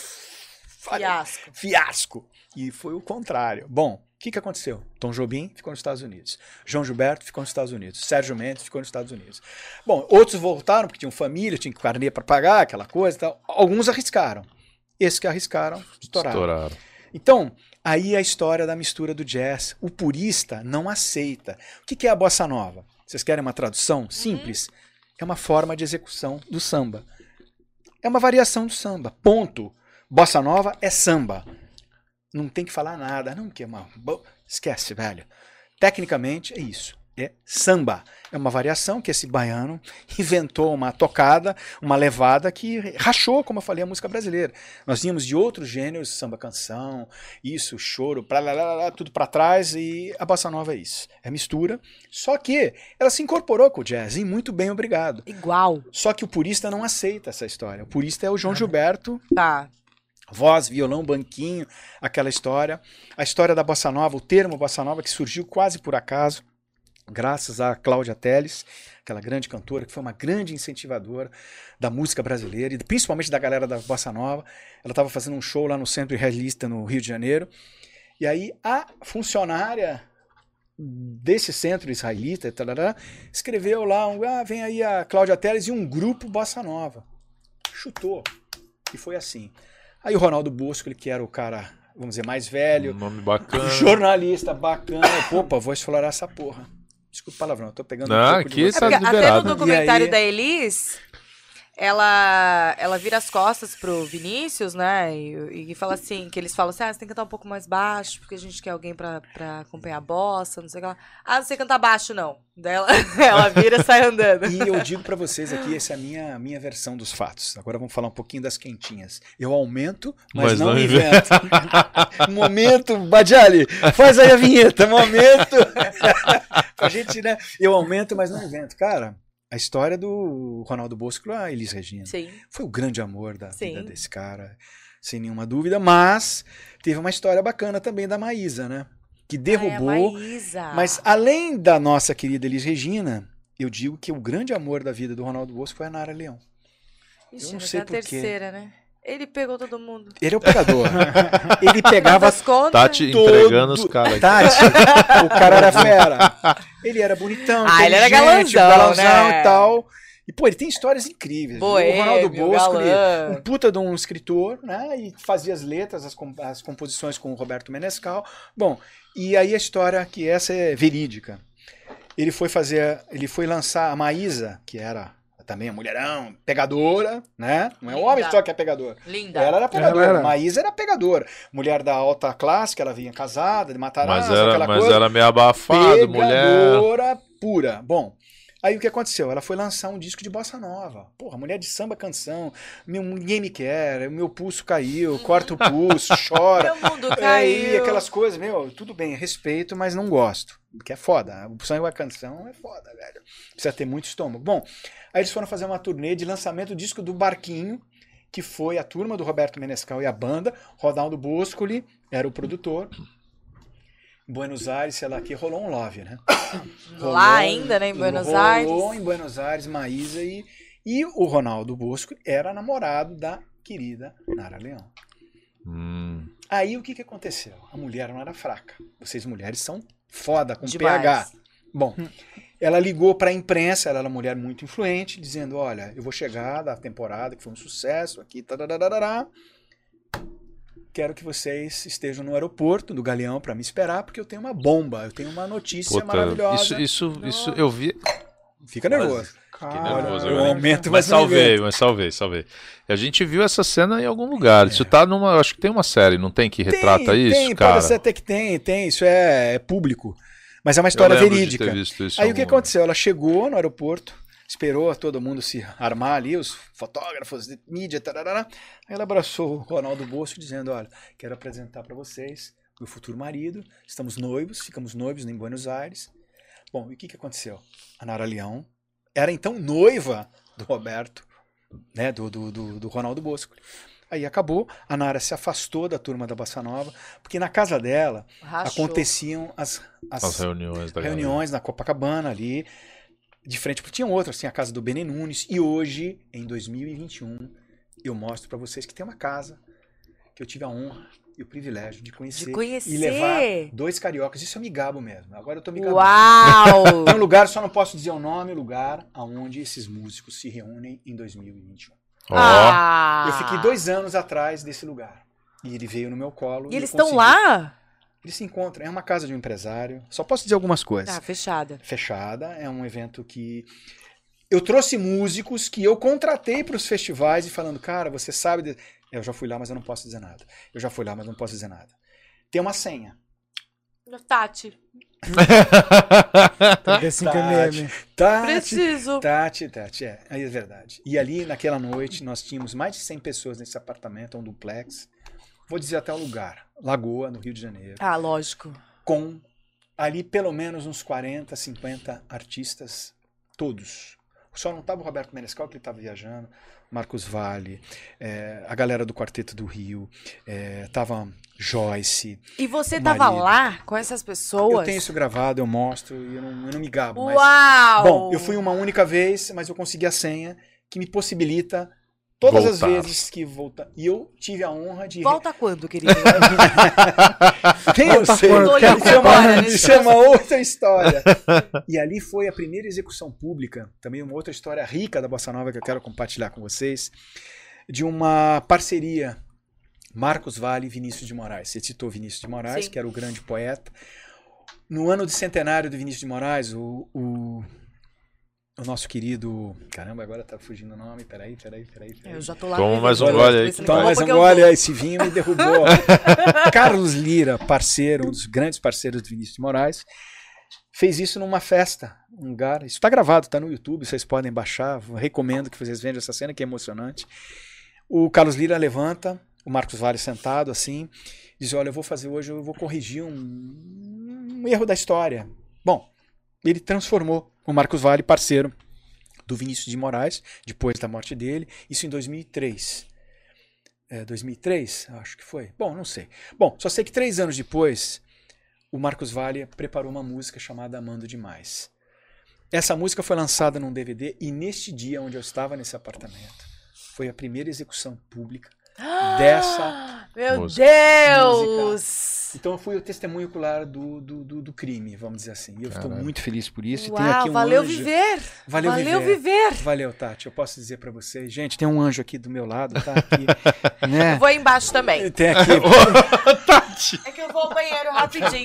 Fiasco. E foi o contrário. Bom, o que aconteceu? Tom Jobim ficou nos Estados Unidos. João Gilberto ficou nos Estados Unidos. Sérgio Mendes ficou nos Estados Unidos. Bom, outros voltaram porque tinham família, tinham carnê para pagar, aquela coisa e tal. Alguns arriscaram. Esses que arriscaram, estouraram. Então, aí a história da mistura do jazz. O purista não aceita. O que é a bossa nova? Vocês querem uma tradução simples? É uma forma de execução do samba. É uma variação do samba. Ponto. Bossa nova é samba. Não tem que falar nada. Não, que é uma... Esquece, velho. Tecnicamente é isso. É samba. É uma variação que esse baiano inventou uma tocada, uma levada que rachou, como eu falei, a música brasileira. Nós vínhamos de outros gêneros, samba canção, isso, choro, tudo para trás, e a bossa nova é isso. É mistura. Só que ela se incorporou com o jazz, e muito bem, obrigado. Igual. Só que o purista não aceita essa história. O purista é o João Gilberto. Tá. Voz, violão, banquinho, aquela história. A história da bossa nova, o termo bossa nova que surgiu quase por acaso, graças a Cláudia Telles, aquela grande cantora que foi uma grande incentivadora da música brasileira e principalmente da galera da bossa nova. Ela estava fazendo um show lá no Centro Israelita, no Rio de Janeiro, e aí a funcionária desse Centro Israelita escreveu lá, vem aí a Cláudia Telles e um grupo bossa nova. Chutou. E foi assim. Aí o Ronaldo Bosco, ele que era o cara, vamos dizer, mais velho. Um nome bacana. Jornalista bacana. Opa, vou explorar essa porra. Desculpa o palavrão, eu tô pegando não, um pouco aqui de você. tá liberado. Até no documentário aí... da Elis, ela vira as costas pro Vinícius, né? E fala assim, que eles falam assim, você tem que cantar um pouco mais baixo, porque a gente quer alguém pra acompanhar a bossa, não sei o que lá. Não sei cantar baixo, não. Daí ela vira e sai andando. E eu digo pra vocês aqui, essa é a minha versão dos fatos. Agora vamos falar um pouquinho das quentinhas. Eu aumento, mas não invento. Momento, Badiali, faz aí a vinheta, momento. Pra gente, né? Eu aumento, mas não invento. Cara, a história do Ronaldo Bosco, a Elis Regina, Sim. foi o grande amor da vida desse cara, sem nenhuma dúvida, mas teve uma história bacana também da Maísa, né? que derrubou. Maísa. Mas além da nossa querida Elis Regina, eu digo que o grande amor da vida do Ronaldo Bosco foi a Nara Leão. Ixi, eu não mas sei é a por quê. terceira, né? Ele pegou todo mundo. Ele é o pegador. Ele pegava Das contas. Tati entregando os caras. Tati, o cara era fera. Ele era bonitão, ele era inteligente, galanzão, né? e tal. E, pô, ele tem histórias incríveis. Boêmio, o Ronaldo Bosco, galã. um puta de um escritor, né? E fazia as letras, as composições com o Roberto Menescal. Bom, e aí a história, que essa é verídica. Ele foi lançar a Maísa, que era também a mulherão, pegadora, né? Não é o homem só que é pegador. Linda. Ela era pegadora. Ela era. Maísa era pegadora. Mulher da alta classe, que ela vinha casada, de Matarazzo, Mas aquela coisa. era meio abafado, mulher. Pegadora pura. Bom, aí o que aconteceu? Ela foi lançar um disco de bossa nova. Porra, mulher de samba canção. Ninguém me quer, meu pulso caiu, corta o pulso, chora. Meu mundo Aí, caiu. aquelas coisas, tudo bem, respeito, mas não gosto. Porque é foda. O samba e a canção é foda, velho. Precisa ter muito estômago. Bom, aí eles foram fazer uma turnê de lançamento do disco do Barquinho, que foi a turma do Roberto Menescal e a banda. Ronaldo Boscoli era o produtor. Em Buenos Aires, sei lá, aqui rolou um love, né? Lá ainda, né, em Buenos Aires. Rolou em Buenos Aires, Maísa e o Ronaldo Bosco era namorado da querida Nara Leão. Aí o que aconteceu? A mulher não era fraca. Vocês mulheres são foda com Demais. PH. Bom, ela ligou para a imprensa, ela era uma mulher muito influente, dizendo, olha, eu vou chegar da temporada, que foi um sucesso aqui, tarararará. Quero que vocês estejam no aeroporto do Galeão para me esperar, porque eu tenho uma bomba, eu tenho uma notícia maravilhosa. Isso eu vi. Fica nervoso. Fiquei nervoso Eu agora. aumento, Mas não invento. salvei. A gente viu essa cena em algum lugar. Isso tá numa. Acho que tem uma série, não tem, que retrata isso, cara? Pode ser até que tem, isso é público. Mas é uma história Eu lembro de verídica. ter visto isso Aí o que algum- aconteceu? Ela chegou no aeroporto, esperou todo mundo se armar ali, os fotógrafos de mídia, tarará. Aí ela abraçou o Ronaldo Bosco dizendo, olha, quero apresentar para vocês meu futuro marido, ficamos noivos em Buenos Aires. Bom, e o que aconteceu? A Nara Leão era então noiva do Roberto, né, do Ronaldo Bosco. Aí acabou, a Nara se afastou da turma da Bossa Nova, porque na casa dela Rachou. aconteciam as reuniões da reuniões na Copacabana ali, de frente, porque tinham outras, tinha a casa do Benê Nunes, e hoje, em 2021, eu mostro para vocês que tem uma casa que eu tive a honra e o privilégio de conhecer. E levar 2 cariocas, isso eu me gabo mesmo, agora eu tô me gabando. Uau! Tem um lugar, só não posso dizer o nome, o lugar onde esses músicos se reúnem em 2021. Ó, Eu fiquei 2 anos atrás desse lugar. E ele veio no meu colo. E eles eu estão consegui. lá? Eles se encontram. É uma casa de um empresário. Só posso dizer algumas coisas. Tá, fechada. Fechada. É um evento que... Eu trouxe músicos que eu contratei para os festivais e falando, cara, você sabe... Eu já fui lá, mas eu não posso dizer nada. Eu já fui lá, mas não posso dizer nada. Tem uma senha. Tati, 35mm. preciso. Tati, aí é verdade. E ali, naquela noite, nós tínhamos mais de 100 pessoas nesse apartamento, um duplex. Vou dizer até o lugar. Lagoa, no Rio de Janeiro. Ah, lógico. Com ali pelo menos uns 40, 50 artistas, todos. Só não estava o Roberto Menescal, que ele estava viajando, Marcos Valle, a galera do Quarteto do Rio, tava Joyce. E você o tava marido. lá com essas pessoas? Eu tenho isso gravado, eu mostro, e eu não me gabo. Uau! Mas, bom, eu fui uma única vez, mas eu consegui a senha que me possibilita todas as Voltar. vezes que voltar. E eu tive a honra de... Volta quando, querido? Eu sei. quando? Olhando Isso é agora, uma, nesse isso é uma outra história. E ali foi a primeira execução pública, também uma outra história rica da Bossa Nova que eu quero compartilhar com vocês, de uma parceria Marcos Valle e Vinícius de Moraes. Você citou Vinícius de Moraes, Sim. que era o grande poeta. No ano de centenário do Vinícius de Moraes, o nosso querido... Caramba, agora tá fugindo o nome. Peraí. Eu já tô lá. Toma no mais um evento, gole aí. pensando em Toma qual mais roupa um que eu gole, vou. esse vinho me derrubou. Carlos Lira, parceiro, um dos grandes parceiros do Vinícius de Moraes, fez isso numa festa, um lugar. Isso está gravado, está no YouTube, vocês podem baixar. Recomendo que vocês vejam essa cena, que é emocionante. O Carlos Lira levanta, o Marcos Valle sentado assim, diz: olha, eu vou corrigir um erro da história. Bom, ele transformou o Marcos Valle, parceiro do Vinícius de Moraes, depois da morte dele, isso em 2003. 2003? Acho que foi. Bom, não sei. Bom, só sei que 3 anos depois, o Marcos Valle preparou uma música chamada Amando Demais. Essa música foi lançada num DVD e neste dia onde eu estava nesse apartamento, foi a primeira execução pública dessa Meu música. Deus! Então eu fui o testemunho ocular do crime, vamos dizer assim. E eu estou muito feliz por isso. Uau, Tem aqui um valeu anjo. viver! Valeu viver! Valeu, Tati. Eu posso dizer pra vocês. Gente, tem um anjo aqui do meu lado, tá? Aqui, né? Eu vou aí embaixo também. Tem aqui. Tati! É que eu vou ao banheiro rapidinho.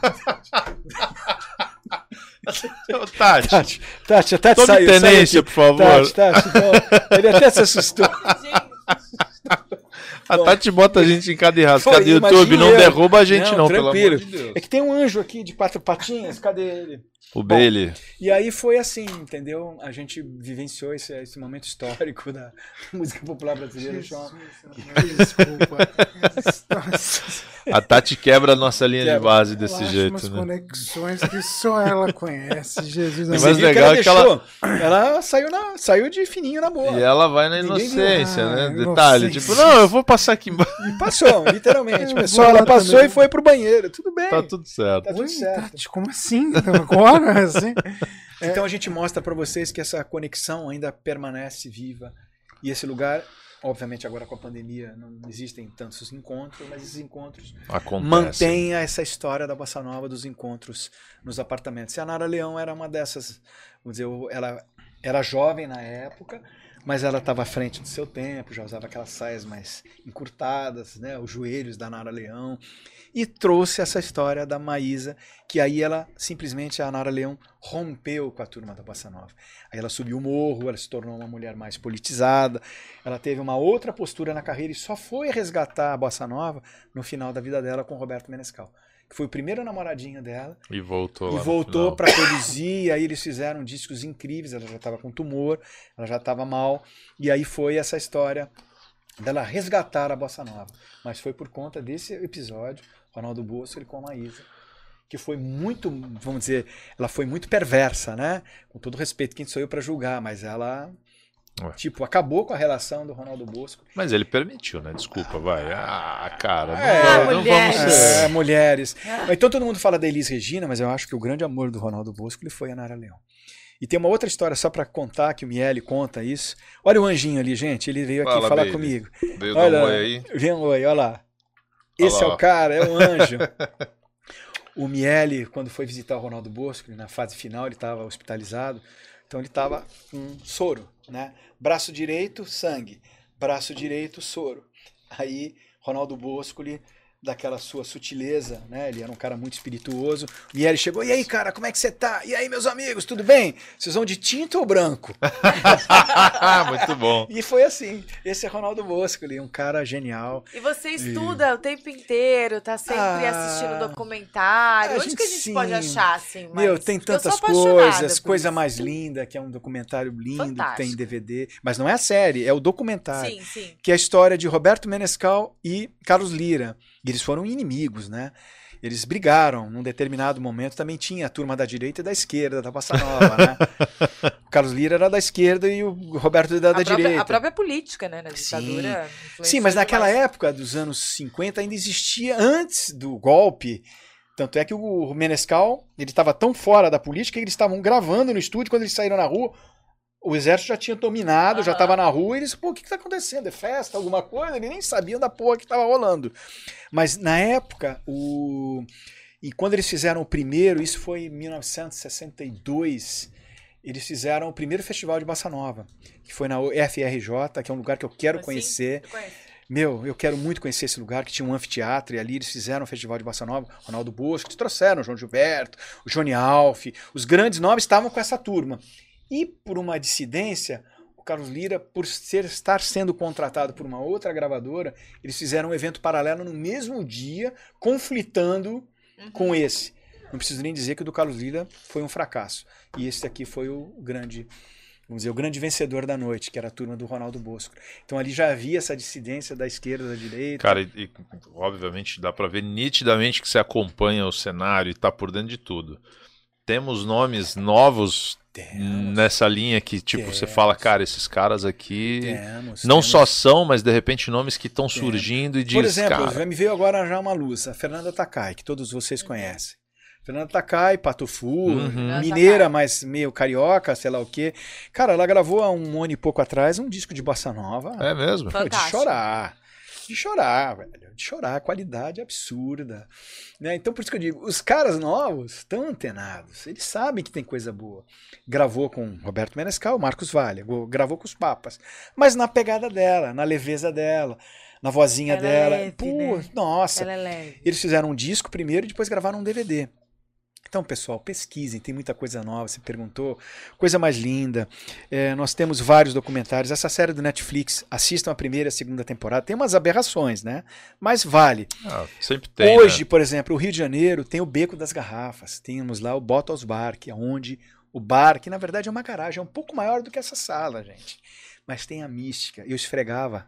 Tati, Tati, tome saiu. tenência, por favor. Tati, bom, ele até se assustou. A Tati bota a gente em cada enrascada do Foi, YouTube, não imagina. derruba a gente não, pelo tranquilo. amor de Deus. É que tem um anjo aqui de 4 patinhas, cadê ele? O Bailey. E aí foi assim, entendeu? A gente vivenciou esse momento histórico da música popular brasileira. Desculpa. A Tati quebra a nossa linha de Quebra. base desse Ela acha jeito, umas né? conexões que só ela conhece. Jesus Mas amado. Você viu legal que é que ela- ela saiu de fininho na boa. E ela vai na Ninguém viu. inocência, Ah, né? Detalhe, inocência. tipo, não, eu vou passar aqui embaixo. E passou, literalmente. Eu Pessoal, vou lá ela passou também. e foi pro banheiro. Tudo bem. Tá tudo certo. Tá tudo Oi, certo. Tati, como assim? Agora, assim? Então a gente mostra pra vocês que essa conexão ainda permanece viva. E esse lugar, obviamente agora com a pandemia não existem tantos encontros, mas esses encontros Acontece. mantêm essa história da Bossa Nova, dos encontros nos apartamentos. E a Nara Leão era uma dessas, vamos dizer, ela era jovem na época, mas ela estava à frente do seu tempo, já usava aquelas saias mais encurtadas, né, os joelhos da Nara Leão, e trouxe essa história da Maísa, que aí ela, simplesmente, a Nara Leão rompeu com a turma da Bossa Nova. Aí ela subiu o morro, ela se tornou uma mulher mais politizada, ela teve uma outra postura na carreira e só foi resgatar a Bossa Nova no final da vida dela com o Roberto Menescal, que foi o primeiro namoradinho dela, E voltou e lá. voltou para produzir, e aí eles fizeram discos incríveis, ela já estava com tumor, ela já estava mal, e aí foi essa história dela resgatar a Bossa Nova. Mas foi por conta desse episódio, Ronaldo Bosco com a Maísa, que foi muito, vamos dizer, ela foi muito perversa, né? Com todo respeito, quem sou eu para julgar, mas ela, tipo, acabou com a relação do Ronaldo Bosco. Mas ele permitiu, né? Desculpa, vai. Ah, cara, não mulheres. vamos ser... Mulheres. Então todo mundo fala da Elis Regina, mas eu acho que o grande amor do Ronaldo Bosco ele foi a Nara Leão. E tem uma outra história só para contar, que o Miele conta isso. Olha o anjinho ali, gente, ele veio aqui Fala, falar baby. comigo. Veio dar Olha, um oi aí. vem um oi, olha lá. Esse Olha é lá. o cara, é o anjo. O Miele, quando foi visitar o Ronaldo Bosco, na fase final, ele estava hospitalizado, então ele estava com soro, né? Braço direito, sangue. Braço direito, soro. Aí, Ronaldo Bosco, daquela sua sutileza, né? Ele era um cara muito espirituoso. O Miele chegou, e aí, cara, como é que você tá? E aí, meus amigos, tudo bem? Vocês vão de tinta ou branco? Muito bom. E foi assim. Esse é Ronaldo Bosco, um cara genial. E você estuda o tempo inteiro, tá sempre assistindo documentário. Onde que a gente pode achar, assim? Meu, tem Porque eu sou tantas apaixonada coisas. por Coisa isso. Mais Linda, que é um documentário lindo, Fantástico. que tem em DVD. Mas não é a série, é o documentário. Sim, sim. Que é a história de Roberto Menescal e Carlos Lira. E eles foram inimigos, né? Eles brigaram num determinado momento. Também tinha a turma da direita e da esquerda, da Bossa Nova, né? O Carlos Lira era da esquerda e o Roberto da direita. A própria política, né? Na ditadura. Sim, mas naquela demais. época dos anos 50 ainda existia, antes do golpe. Tanto é que o Menescal, ele estava tão fora da política que eles estavam gravando no estúdio. Quando eles saíram na rua, o exército já tinha dominado, já estava na rua, e eles, pô, o que está acontecendo? É festa, alguma coisa? Eles nem sabiam da porra que estava rolando. Mas na época, e quando eles fizeram o primeiro, isso foi em 1962, eles fizeram o primeiro festival de Bossa Nova, que foi na UFRJ, que é um lugar que eu quero conhecer. Eu conheço. Meu, eu quero muito conhecer esse lugar, que tinha um anfiteatro, e ali eles fizeram um festival de Bossa Nova, Ronaldo Bosco, eles trouxeram o João Gilberto, o Johnny Alf, os grandes nomes estavam com essa turma. E por uma dissidência, o Carlos Lira, por estar sendo contratado por uma outra gravadora, eles fizeram um evento paralelo no mesmo dia, conflitando com esse. Não preciso nem dizer que o do Carlos Lira foi um fracasso. E esse aqui foi o grande, vamos dizer, o grande vencedor da noite, que era a turma do Ronaldo Bosco. Então ali já havia essa dissidência da esquerda, da direita. Cara, e obviamente dá pra ver nitidamente que você acompanha o cenário e tá por dentro de tudo. Temos nomes novos nessa linha que, tipo, você fala, cara, esses caras aqui temos. só são, mas de repente nomes que estão surgindo e diz, por exemplo, cara... me veio agora já uma luz, a Fernanda Takai, que todos vocês conhecem. Fernanda Takai, Patufu, mineira, mas meio carioca, sei lá o quê. Cara, ela gravou há um ano e pouco atrás um disco de bossa nova. É mesmo? De chorar. De chorar, velho. De chorar, qualidade absurda. Né? Então, por isso que eu digo, os caras novos estão antenados. Eles sabem que tem coisa boa. Gravou com Roberto Menescal, Marcos Valle, gravou com os Papas. Mas na pegada dela, na leveza dela, na vozinha dela. Leve, Pô, né? nossa. Ela é leve. Eles fizeram um disco primeiro e depois gravaram um DVD. Então, pessoal, pesquisem, tem muita coisa nova, você perguntou, coisa mais linda. Nós temos vários documentários. Essa série do Netflix, assistam a primeira e a segunda temporada. Tem umas aberrações, né? Mas vale. Sempre tem, hoje, né? por exemplo, o Rio de Janeiro tem o Beco das Garrafas. Temos lá o Bottles Bar, que é onde o bar, que na verdade é uma garagem, é um pouco maior do que essa sala, gente. Mas tem a mística. Eu esfregava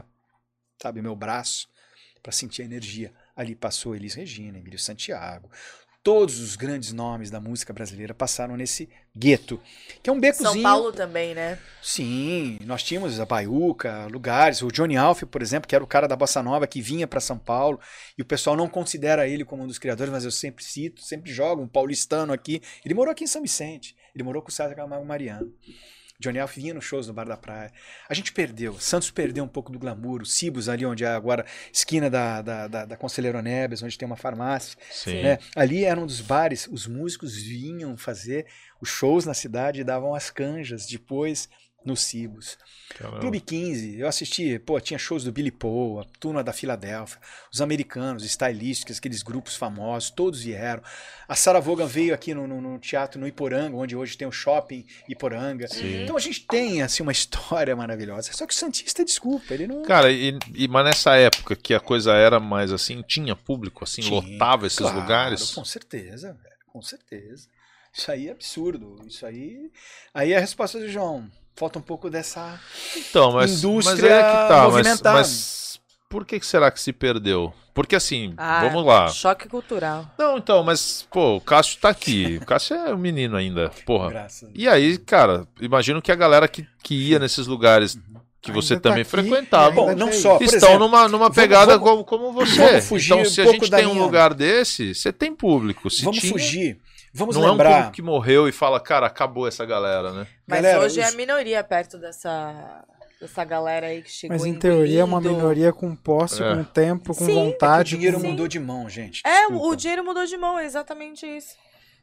meu braço para sentir a energia. Ali passou Elis Regina, Emílio Santiago. Todos os grandes nomes da música brasileira passaram nesse gueto, que é um becozinho. São Paulo também, né? Sim, nós tínhamos a Baiuca, lugares, o Johnny Alf, por exemplo, que era o cara da Bossa Nova que vinha para São Paulo, e o pessoal não considera ele como um dos criadores, mas eu sempre cito, sempre jogo um paulistano aqui. Ele morou aqui em São Vicente, ele morou com o César Camargo Mariano. Johnny Alf vinha nos shows no Bar da Praia. A gente perdeu. Santos perdeu um pouco do glamour. O Cibos, ali onde é agora esquina da Conselheiro Neves, onde tem uma farmácia. Sim. Né? Ali era um dos bares. Os músicos vinham fazer os shows na cidade e davam as canjas depois no Cibos. Caramba. Clube 15, eu assisti, tinha shows do Billy Paul, a turma da Filadélfia, os americanos, stylistics, aqueles grupos famosos, todos vieram. A Sarah Vaughan veio aqui no teatro no Iporanga, onde hoje tem o shopping Iporanga. Sim. Então a gente tem assim uma história maravilhosa. Só que o Santista, desculpa, ele não... Cara, mas nessa época que a coisa era mais assim, tinha público, assim, Tinha, lotava esses lugares? Com certeza, velho, com certeza. Isso aí é absurdo, isso aí... Aí a resposta do João... Falta um pouco dessa indústria aí é que tá, movimentada. mas por que será que se perdeu? Porque assim, vamos lá. Choque cultural. Não, então, mas, pô, o Cássio tá aqui. O Cássio é um menino ainda, porra. Graças. E aí, cara, imagino que a galera que ia nesses lugares que você também frequentava, Bom, não só, por estão exemplo, numa pegada como você. Vamos fugir então, se um a pouco gente da tem um linha. lugar desse, você tem público. Se Vamos tinha, fugir. Vamos não lembrar. É um público que morreu e fala, cara, acabou essa galera, né? Mas Galera, hoje é a minoria perto dessa galera aí que chegou. Mas em teoria é uma minoria com posse, com tempo, com vontade. O dinheiro mudou de mão, gente. Desculpa. O dinheiro mudou de mão, é exatamente isso.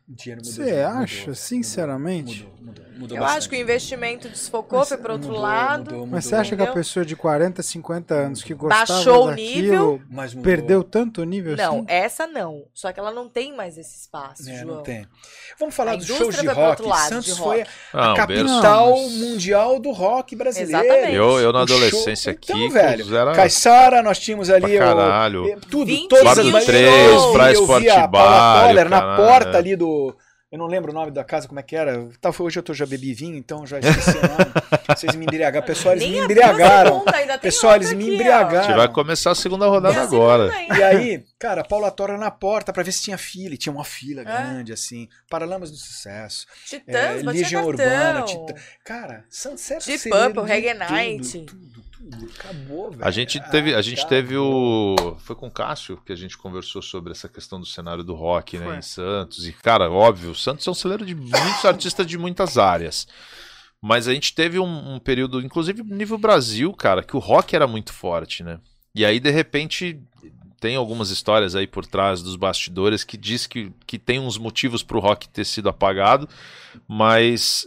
Você acha, sinceramente? Mudou eu acho que o investimento desfocou, foi para outro lado. Mas você acha que a pessoa de 40, 50 anos que gostava baixou daquilo, o nível, perdeu tanto o nível não, assim? essa não. Só que ela não tem mais esse espaço, João. Não tem. Vamos falar dos indústria shows de foi pro rock. outro lado, Santos de rock. foi a capital mundial do rock brasileiro. Exatamente. Eu na adolescência aqui, então, velho, era... Caiçara, nós tínhamos ali tudo, todas as 23, Praia Esporte Bar, na porta ali do... Eu não lembro o nome da casa, como é que era. Hoje eu já bebi vinho, então já esqueci o nome. Vocês me embriagaram. Pessoal, eles me embriagaram. Pessoal, eles me embriagaram. A gente vai começar a segunda rodada agora. E aí, cara, Paula Torre na porta pra ver se tinha fila. E tinha uma fila grande, assim. Paralamas do Sucesso. Titãs, Legião Urbana. Cara, Sunset Deep Purple, Reggae Night. Tudo. Acabou, velho. A gente teve foi com o Cássio que a gente conversou sobre essa questão do cenário do rock, né, em Santos. E, cara, óbvio, Santos é um celeiro de muitos artistas de muitas áreas. Mas a gente teve um período, inclusive no nível Brasil, cara, que o rock era muito forte, né? E aí, de repente, tem algumas histórias aí por trás dos bastidores que diz que tem uns motivos pro rock ter sido apagado, mas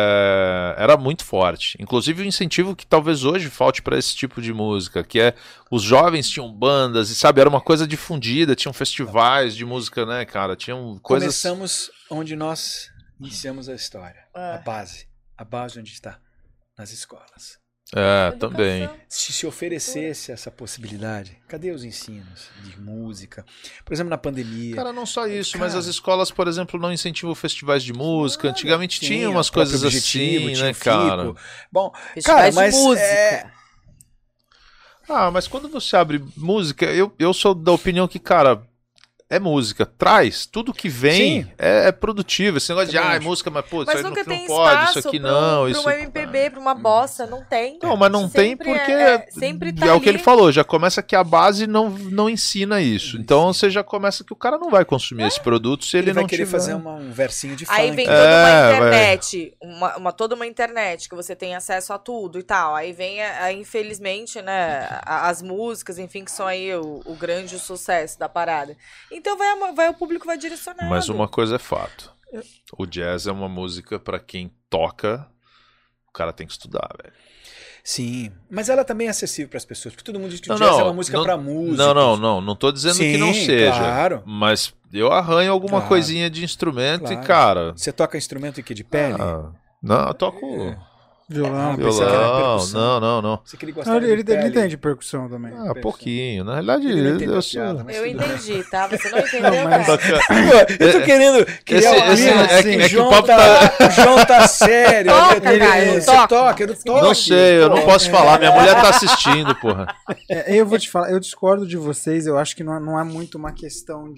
era muito forte. Inclusive o incentivo que talvez hoje falte para esse tipo de música, que é os jovens tinham bandas e, sabe, era uma coisa difundida, tinham festivais de música, né, cara? Tinham coisas... Começamos onde nós iniciamos a história. A base onde está, nas escolas. Também. Se oferecesse essa possibilidade, cadê os ensinos de música? Por exemplo, na pandemia. Cara, não só isso, mas as escolas, por exemplo, não incentivam festivais de música. Antigamente tinha umas coisas assim, né, cara? Bom, festivais cara, mas de música. Mas quando você abre música, eu sou da opinião que, cara, é música. Traz. Tudo que vem é produtivo. Esse negócio de, é música, mas pô, isso aí nunca não pode, isso aqui não. Pra um MPB, pra uma bossa, não tem. Não, mas não tem porque sempre tá é ali. o que ele falou, já começa que a base não ensina isso. Então você já começa que o cara não vai consumir esse produto se ele não vai querer tiver... fazer um versinho de funk. Aí vem toda uma internet, toda uma internet que você tem acesso a tudo e tal. Aí vem, infelizmente, né, as músicas, enfim, que são aí o grande sucesso da parada. Então o público vai direcionando. Mas uma coisa é fato. O jazz é uma música pra quem toca, o cara tem que estudar, velho. Sim, mas ela também é acessível para as pessoas, porque todo mundo diz que o jazz é uma música para música. Não tô dizendo que não seja. Claro. Mas eu arranho alguma coisinha de instrumento e, cara... Você toca instrumento de pele? Não, eu toco... Violão. Não. Você que ele gostava ele entende percussão também. Pouquinho. Na realidade, eu entendi, tá? Você não entendeu, eu tô querendo criar é que o João tá sério. Você toca, eu não toco. Não sei, eu não posso falar. Minha mulher tá assistindo, porra. Eu vou te falar, eu discordo de vocês. Eu acho que não é muito uma questão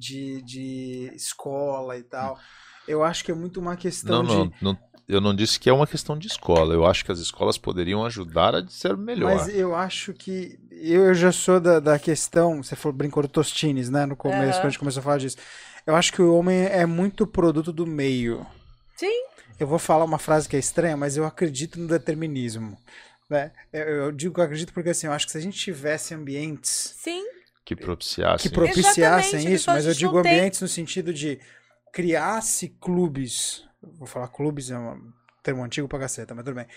de escola e tal. Eu acho que é muito uma questão Não. Eu não disse que é uma questão de escola. Eu acho que as escolas poderiam ajudar a ser melhor. Mas eu acho que... Eu já sou da questão... Você brincou do Tostines, né? No começo, quando a gente começou a falar disso. Eu acho que o homem é muito produto do meio. Sim. Eu vou falar uma frase que é estranha, mas eu acredito no determinismo. Né? Eu digo que eu acredito porque assim, eu acho que se a gente tivesse ambientes... Sim. Que propiciassem isso, mas eu digo ambientes no sentido de criasse clubes... Vou falar clubes, é um termo antigo pra caceta, mas tudo bem.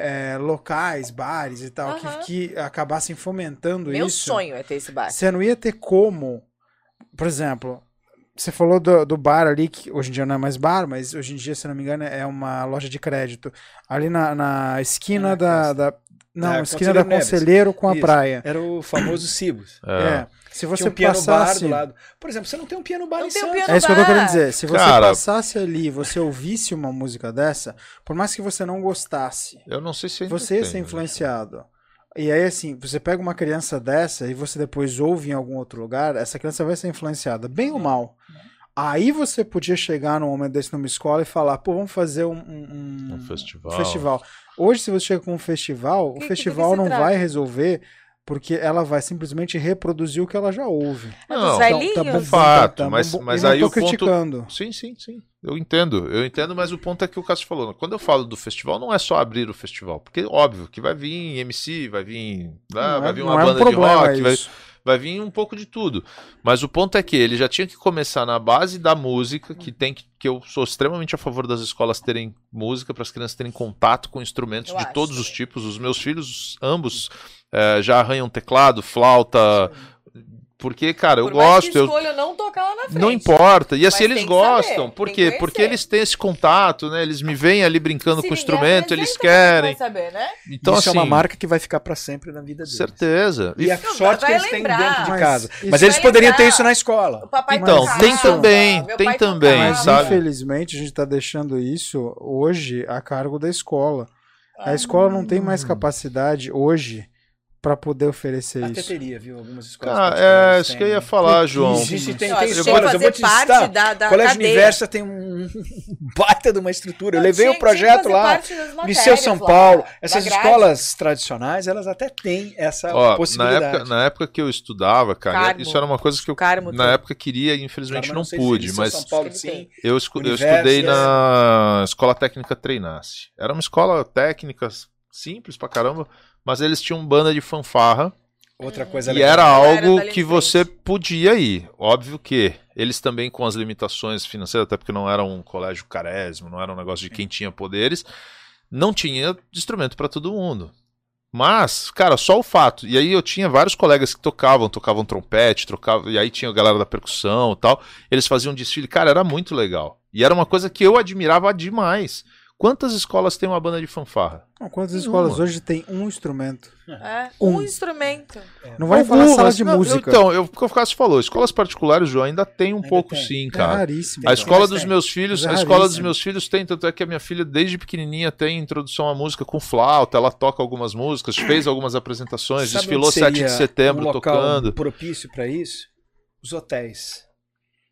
Locais, bares e tal, que acabassem fomentando isso. Meu sonho é ter esse bar. Você não ia ter como... Por exemplo, você falou do bar ali, que hoje em dia não é mais bar, mas hoje em dia, se não me engano, é uma loja de crédito. Ali na esquina esquina da Conselheiro com a praia. Era o famoso Cibos. Se você tinha um piano passasse... bar do lado. Por exemplo, você não tem um piano bar em Santos. É isso que eu tô querendo dizer. Se você passasse ali e você ouvisse uma música dessa, por mais que você não gostasse, eu não sei se você ia ser influenciado. E aí, assim, você pega uma criança dessa e você depois ouve em algum outro lugar, essa criança vai ser influenciada, bem ou mal. Aí você podia chegar num momento desse numa escola e falar, pô, vamos fazer um festival. Hoje, se você chega com um festival, o festival não vai resolver... Porque ela vai simplesmente reproduzir o que ela já ouve. Não, velhinhos. Fato, mas aí o criticando. Ponto... Sim. Eu entendo, mas o ponto é que o Cássio falou. Quando eu falo do festival, não é só abrir o festival. Porque, óbvio, que vai vir MC, vai vir uma banda de rock, vai vir um pouco de tudo. Mas o ponto é que ele já tinha que começar na base da música, que eu sou extremamente a favor das escolas terem música, para as crianças terem contato com instrumentos de todos os tipos. Os meus filhos, ambos... já arranham teclado, flauta, porque, cara, eu gosto. Que escolha não tocar lá na frente. Não importa. E assim, eles gostam. Saber, por quê? Porque eles têm esse contato, né? Eles me veem ali brincando com o instrumento, eles querem. Saber, né? Então, isso assim, é uma marca que vai ficar pra sempre na vida deles. Certeza. E a sorte que eles têm dentro de casa. Mas mas eles poderiam ter isso na escola. Então, tem também, mas, sabe? Infelizmente, a gente tá deixando isso hoje a cargo da escola. A escola não tem mais capacidade hoje para poder oferecer até isso. Teria, viu? Algumas escolas. Cara, isso que eu ia falar, João. Tem escolas, eu vou te citar. O Colégio Universa tem um baita de uma estrutura. Eu levei o projeto lá, Liceu São Paulo. Essas escolas tradicionais, elas até têm essa possibilidade. Na época que eu estudava, cara, isso era uma coisa que eu na época queria e infelizmente não pude, mas São Paulo, sim. Eu estudei na Escola Técnica Treinasse. Era uma escola técnica simples pra caramba, mas eles tinham banda de fanfarra. Outra coisa e era algo que você podia ir. Óbvio que eles também com as limitações financeiras, até porque não era um colégio carésimo, não era um negócio de quem tinha poderes, não tinha instrumento para todo mundo. Mas, cara, só o fato. E aí eu tinha vários colegas que tocavam trompete, e aí tinha a galera da percussão e tal. Eles faziam desfile, cara, era muito legal. E era uma coisa que eu admirava demais. Quantas escolas tem uma banda de fanfarra? Não, quantas escolas hoje tem um instrumento? Um instrumento. Não vai falar sala de música. Então, o que o Cássio falou, escolas particulares, João, ainda tem um pouco sim, cara. É raríssimo. A escola dos meus filhos, tem, tanto é que a minha filha desde pequenininha tem introdução à música com flauta, ela toca algumas músicas, fez algumas apresentações, desfilou 7 de setembro local tocando. Propício para isso? Os hotéis.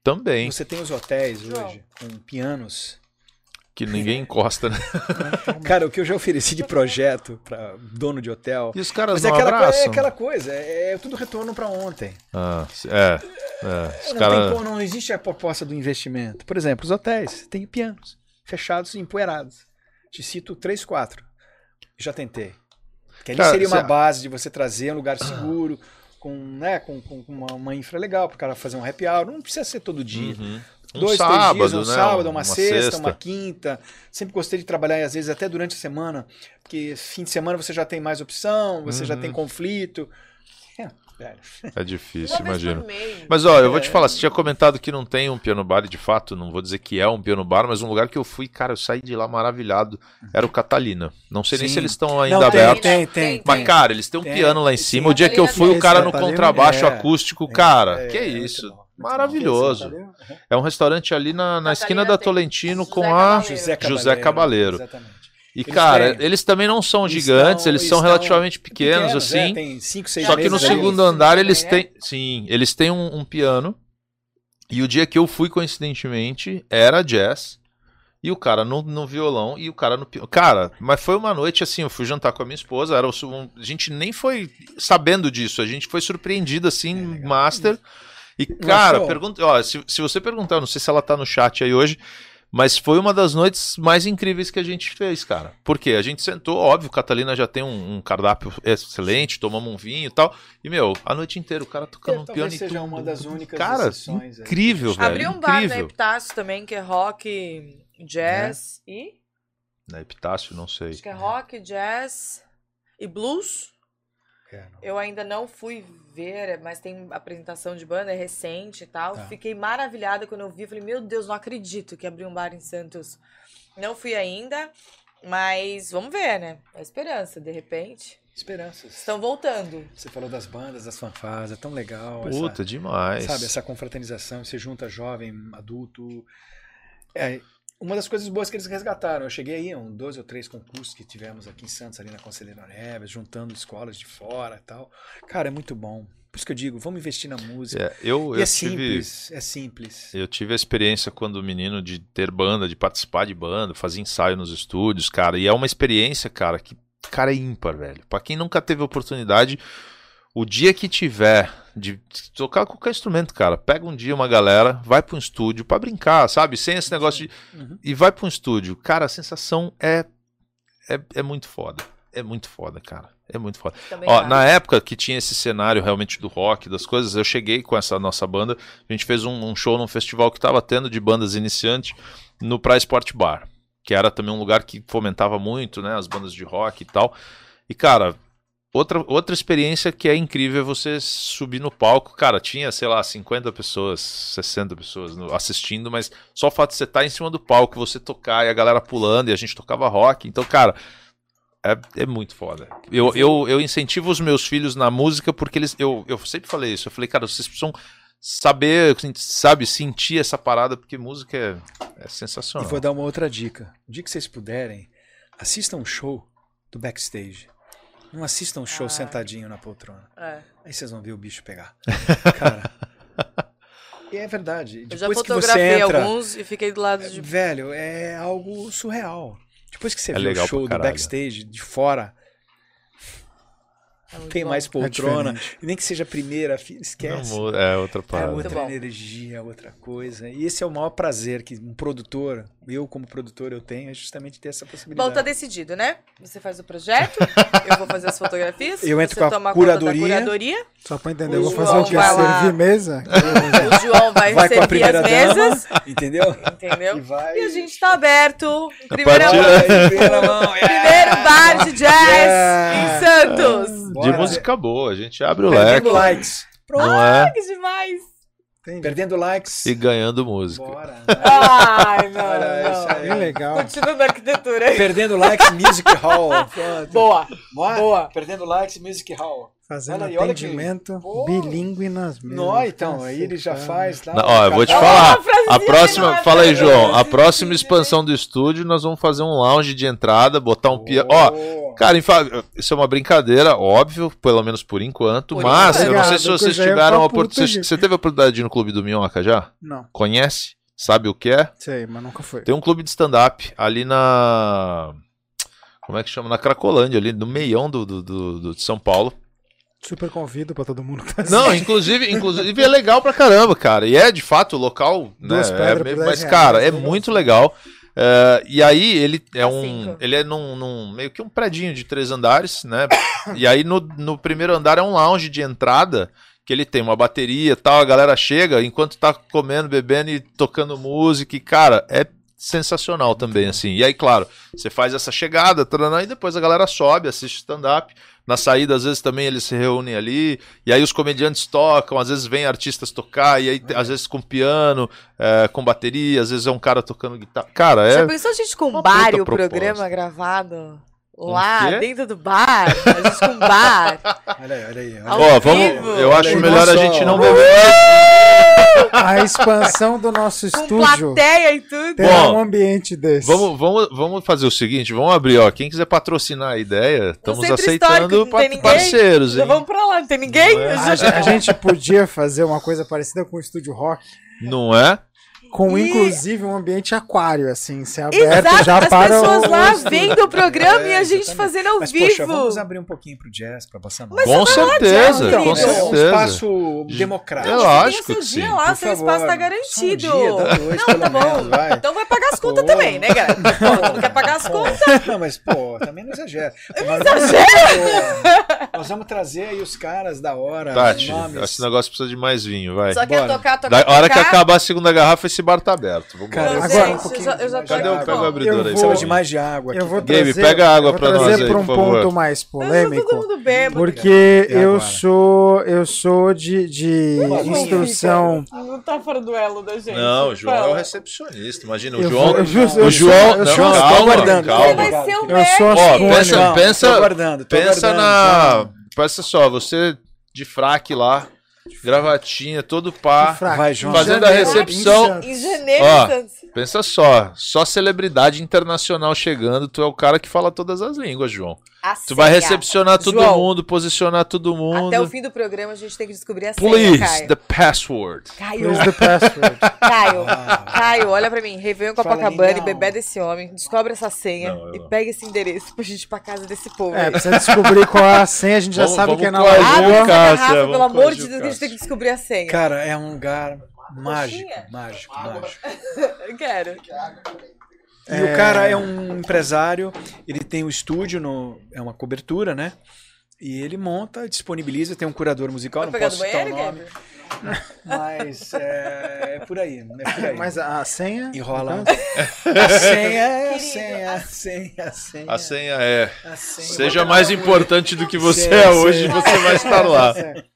Também. Você tem os hotéis hoje com pianos. Que ninguém encosta, né? Cara, o que eu já ofereci de projeto para dono de hotel. E os caras não abraçam. É aquela coisa, é tudo retorno para ontem. Não existe a proposta do investimento. Por exemplo, os hotéis têm pianos fechados e empoeirados. Te cito 3, 4. Já tentei. Que ali seria uma base de você trazer um lugar seguro, com uma infra legal, para o cara fazer um happy hour. Não precisa ser todo dia. 2, 3 dias, um sábado, uma sexta, uma quinta. Sempre gostei de trabalhar, às vezes, até durante a semana, porque fim de semana você já tem mais opção, você já tem conflito. É difícil, imagino. Mas, ó, eu vou te falar, você tinha comentado que não tem um piano bar, e de fato, não vou dizer que é um piano bar, mas um lugar que eu fui, cara, eu saí de lá maravilhado, era o Catalina. Não sei nem se eles estão ainda abertos. Tem. Mas, cara, eles têm um piano lá em cima. O dia que eu fui, o cara no contrabaixo acústico, cara, que isso? Maravilhoso. É um restaurante ali na esquina da Tolentino com a José Cabaleiro. Exatamente. E, cara, eles também não são gigantes, eles são relativamente pequenos, assim. Tem 5, 6 só que no segundo andar eles têm. Sim, eles têm um piano. E o dia que eu fui, coincidentemente, era jazz. E o cara no violão e o cara no piano. Cara, mas foi uma noite assim, eu fui jantar com a minha esposa, a gente nem foi sabendo disso, a gente foi surpreendido assim, master. E, cara, pergunta, ó, se você perguntar, não sei se ela tá no chat aí hoje, mas foi uma das noites mais incríveis que a gente fez, cara. Por quê? A gente sentou, óbvio, Catalina já tem um cardápio excelente, tomamos um vinho e tal. E, meu, a noite inteira o cara tocando um piano e tudo. Seja uma das únicas cara, incrível, velho. Abriu um bar na Epitácio também, que é rock, jazz e... Na Epitácio, não sei. Acho que é rock, jazz e blues. Eu ainda não fui ver, mas tem apresentação de banda, é recente e tal. Fiquei maravilhada quando eu vi. Falei, meu Deus, não acredito que abriu um bar em Santos. Não fui ainda, mas vamos ver, né? A esperança, de repente. Esperanças. Estão voltando. Você falou das bandas, das fanfarras, é tão legal. Puta, demais. Sabe, essa confraternização, você junta jovem, adulto. Uma das coisas boas que eles resgataram, eu cheguei aí, 12 ou 3 concursos que tivemos aqui em Santos, ali na Conselheiro Neves, juntando escolas de fora e tal. Cara, é muito bom. Por isso que eu digo, vamos investir na música. É simples. Eu tive a experiência quando menino de ter banda, de participar de banda, fazer ensaio nos estúdios, cara. E é uma experiência, cara, que, cara, é ímpar, velho. Pra quem nunca teve oportunidade, o dia que tiver de tocar qualquer instrumento, cara, pega um dia uma galera, vai para um estúdio para brincar, sabe? Sem esse negócio de... E vai para um estúdio. Cara, a sensação é muito foda. É muito foda, cara. É muito foda. Ó, na época que tinha esse cenário realmente do rock, das coisas, eu cheguei com essa nossa banda, a gente fez um show num festival que tava tendo de bandas iniciantes no Praia Sport Bar, que era também um lugar que fomentava muito, né, as bandas de rock e tal. E, cara... Outra experiência que é incrível é você subir no palco. Cara, tinha, sei lá, 50 pessoas, 60 pessoas assistindo, mas só o fato de você estar em cima do palco, você tocar e a galera pulando e a gente tocava rock. Então, cara, é muito foda. Eu incentivo os meus filhos na música porque eu sempre falei isso. Eu falei, cara, vocês precisam saber, sabe, sentir essa parada porque música é sensacional. E vou dar uma outra dica. O dia que vocês puderem, assistam um show do Backstage. Não assistam um show sentadinho na poltrona. Aí vocês vão ver o bicho pegar. Cara, é verdade. Eu já fotografei alguns e fiquei do lado de... Velho, é algo surreal. Depois que você vê o show do Backstage de fora... tem mais poltrona, e nem que seja a primeira, esquece. Não, é outra parada. É outra energia, outra coisa. E esse é o maior prazer que um produtor, eu como produtor, eu tenho, é justamente ter essa possibilidade. Bom, tá decidido, né? Você faz o projeto, eu vou fazer as fotografias, eu entro com a curadoria. Só pra entender, eu vou fazer o quê? Servir mesa? O João vai servir as mesas. Dama, entendeu? E a gente tá aberto. Primeiro bar de jazz em Santos. De música boa, a gente abre o leque. Perdendo likes. Pronto. Não é? Que demais. Entendi. Perdendo likes. E ganhando música. Bora. Ai, não. Que legal. Continua na arquitetura. Perdendo likes, Music Hall. Boa. Perdendo likes, Music Hall. Fazendo Olha aí, atendimento bilíngue nas mesas. Não, então, aí ele já faz. Tá? Não, ó, eu vou te falar. A próxima, fala aí, João. A próxima expansão do estúdio, nós vamos fazer um lounge de entrada, botar um piano. Ó, cara, isso é uma brincadeira, óbvio, pelo menos por enquanto. Mas eu não sei se vocês tiveram a oportunidade. Você teve a oportunidade de ir no Clube do Minhoca já? Não. Conhece? Sabe o que é? Sei, mas nunca foi. Tem um clube de stand-up ali na. Como é que chama? Na Cracolândia, ali no meião de São Paulo. Super convido pra todo mundo que tá Não, inclusive é legal pra caramba, cara. E é de fato o local, né? Mas, cara, é muito legal. E aí ele é meio que um predinho de 3 andares, né? E aí no primeiro andar é um lounge de entrada que ele tem uma bateria e tal, a galera chega enquanto tá comendo, bebendo e tocando música e, cara, é sensacional também, assim. E aí, claro, você faz essa chegada, e depois a galera sobe, assiste stand-up. Na saída, às vezes, também eles se reúnem ali, e aí os comediantes tocam, às vezes vêm artistas tocar, e aí, às vezes, com piano, com bateria, às vezes é um cara tocando guitarra. Cara, Já pensou a gente com bar e o programa gravado? Lá dentro do bar, a gente com um bar. Olha aí. Ó, eu acho melhor a gente não beber. A expansão do nosso estúdio. Com plateia e tudo. Tem um ambiente desse. Vamos fazer o seguinte, vamos abrir, ó. Quem quiser patrocinar a ideia, estamos aceitando parceiros, parceiros, hein? Já vamos pra lá, não tem ninguém? A gente podia fazer uma coisa parecida com o Estúdio Rock. Não é? Com, inclusive, um ambiente aquário, assim, ser aberto. Exato, já as para pessoas lá vendo o programa e a gente fazendo ao vivo. Poxa, vamos abrir um pouquinho pro jazz, pra bossa nova. Com certeza, então, com certeza. Um espaço democrático. É lógico que que sim. Dia lá, seu espaço tá garantido. Não, tá bom. Então vai pagar as contas também, né, galera? Pô, não quer pagar as contas? Não, mas, pô, também não exagera. Nós vamos trazer aí os caras da hora, Tati, esse negócio precisa de mais vinho, vai. Só quer tocar. A hora que acabar a segunda garrafa, esse bar tá aberto. Cara, agora um pouquinho. Cadê o pega o abridor aí? Precisa de mais de água. Eu vou Gabe, trazer, pega água pra nós aí, trazer pra um por favor. ponto mais polêmico. Todo mundo bêbado. Porque eu sou de instrução. Não tá fora do elo da gente. Não, o João é o recepcionista. Imagina, o Eu João. estou aguardando. Ele vai ser o Eu sou mestre. Pensa só, você de fraque lá, gravatinha, todo pá, vai, João. fazendo a recepção. Em janeiro, Pensa só celebridade internacional chegando, tu é o cara que fala todas as línguas, João. Tu vai recepcionar todo mundo, posicionar todo mundo. Até o fim do programa a gente tem que descobrir a senha, Please, Caio. the password. Caio, olha pra mim. Réveillon Copacabana e bebê desse homem. Descobre essa senha e pega esse endereço pra gente ir pra casa desse povo. Precisa descobrir qual é a senha, a gente já sabe que é na Abre essa garrafa, Cássia, pelo amor de Deus, que a gente tem que descobrir a senha. Cara, é um lugar mágico. Eu quero. E o cara é um empresário, ele tem um estúdio, é uma cobertura, né? E ele monta, disponibiliza, tem um curador musical, não posso citar o nome. Mas é por aí. Mas a senha? Enrola. A senha é. Seja mais importante do que você é hoje, você vai estar lá.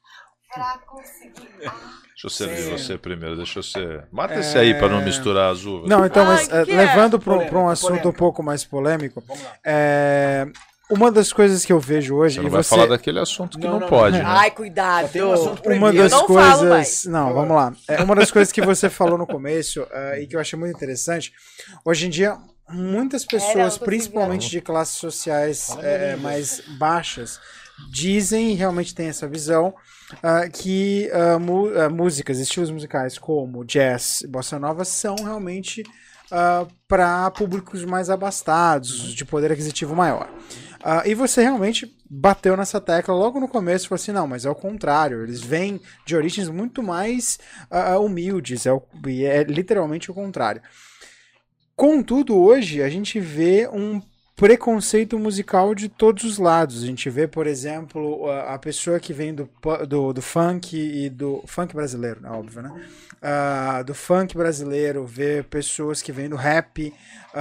Deixa eu servir você primeiro, Mata esse aí pra não misturar as uvas. Não, então, mas levando para um assunto um pouco mais polêmico, uma das coisas que eu vejo hoje... Você não vai falar daquele assunto que não pode, né? Ai, cuidado. Uma das coisas... Não, vamos lá. Uma das coisas que você falou no começo e que eu achei muito interessante, hoje em dia, muitas pessoas, principalmente de classes sociais mais baixas, dizem e realmente têm essa visão que músicas, estilos musicais como jazz e bossa nova são realmente para públicos mais abastados, de poder aquisitivo maior. E você realmente bateu nessa tecla logo no começo e falou assim, não, mas é o contrário, eles vêm de origens muito mais humildes, é literalmente o contrário. Contudo, hoje a gente vê um preconceito musical de todos os lados. A gente vê, por exemplo, a pessoa que vem do funk e do funk brasileiro, é óbvio, né? Do funk brasileiro, vê pessoas que vêm do rap,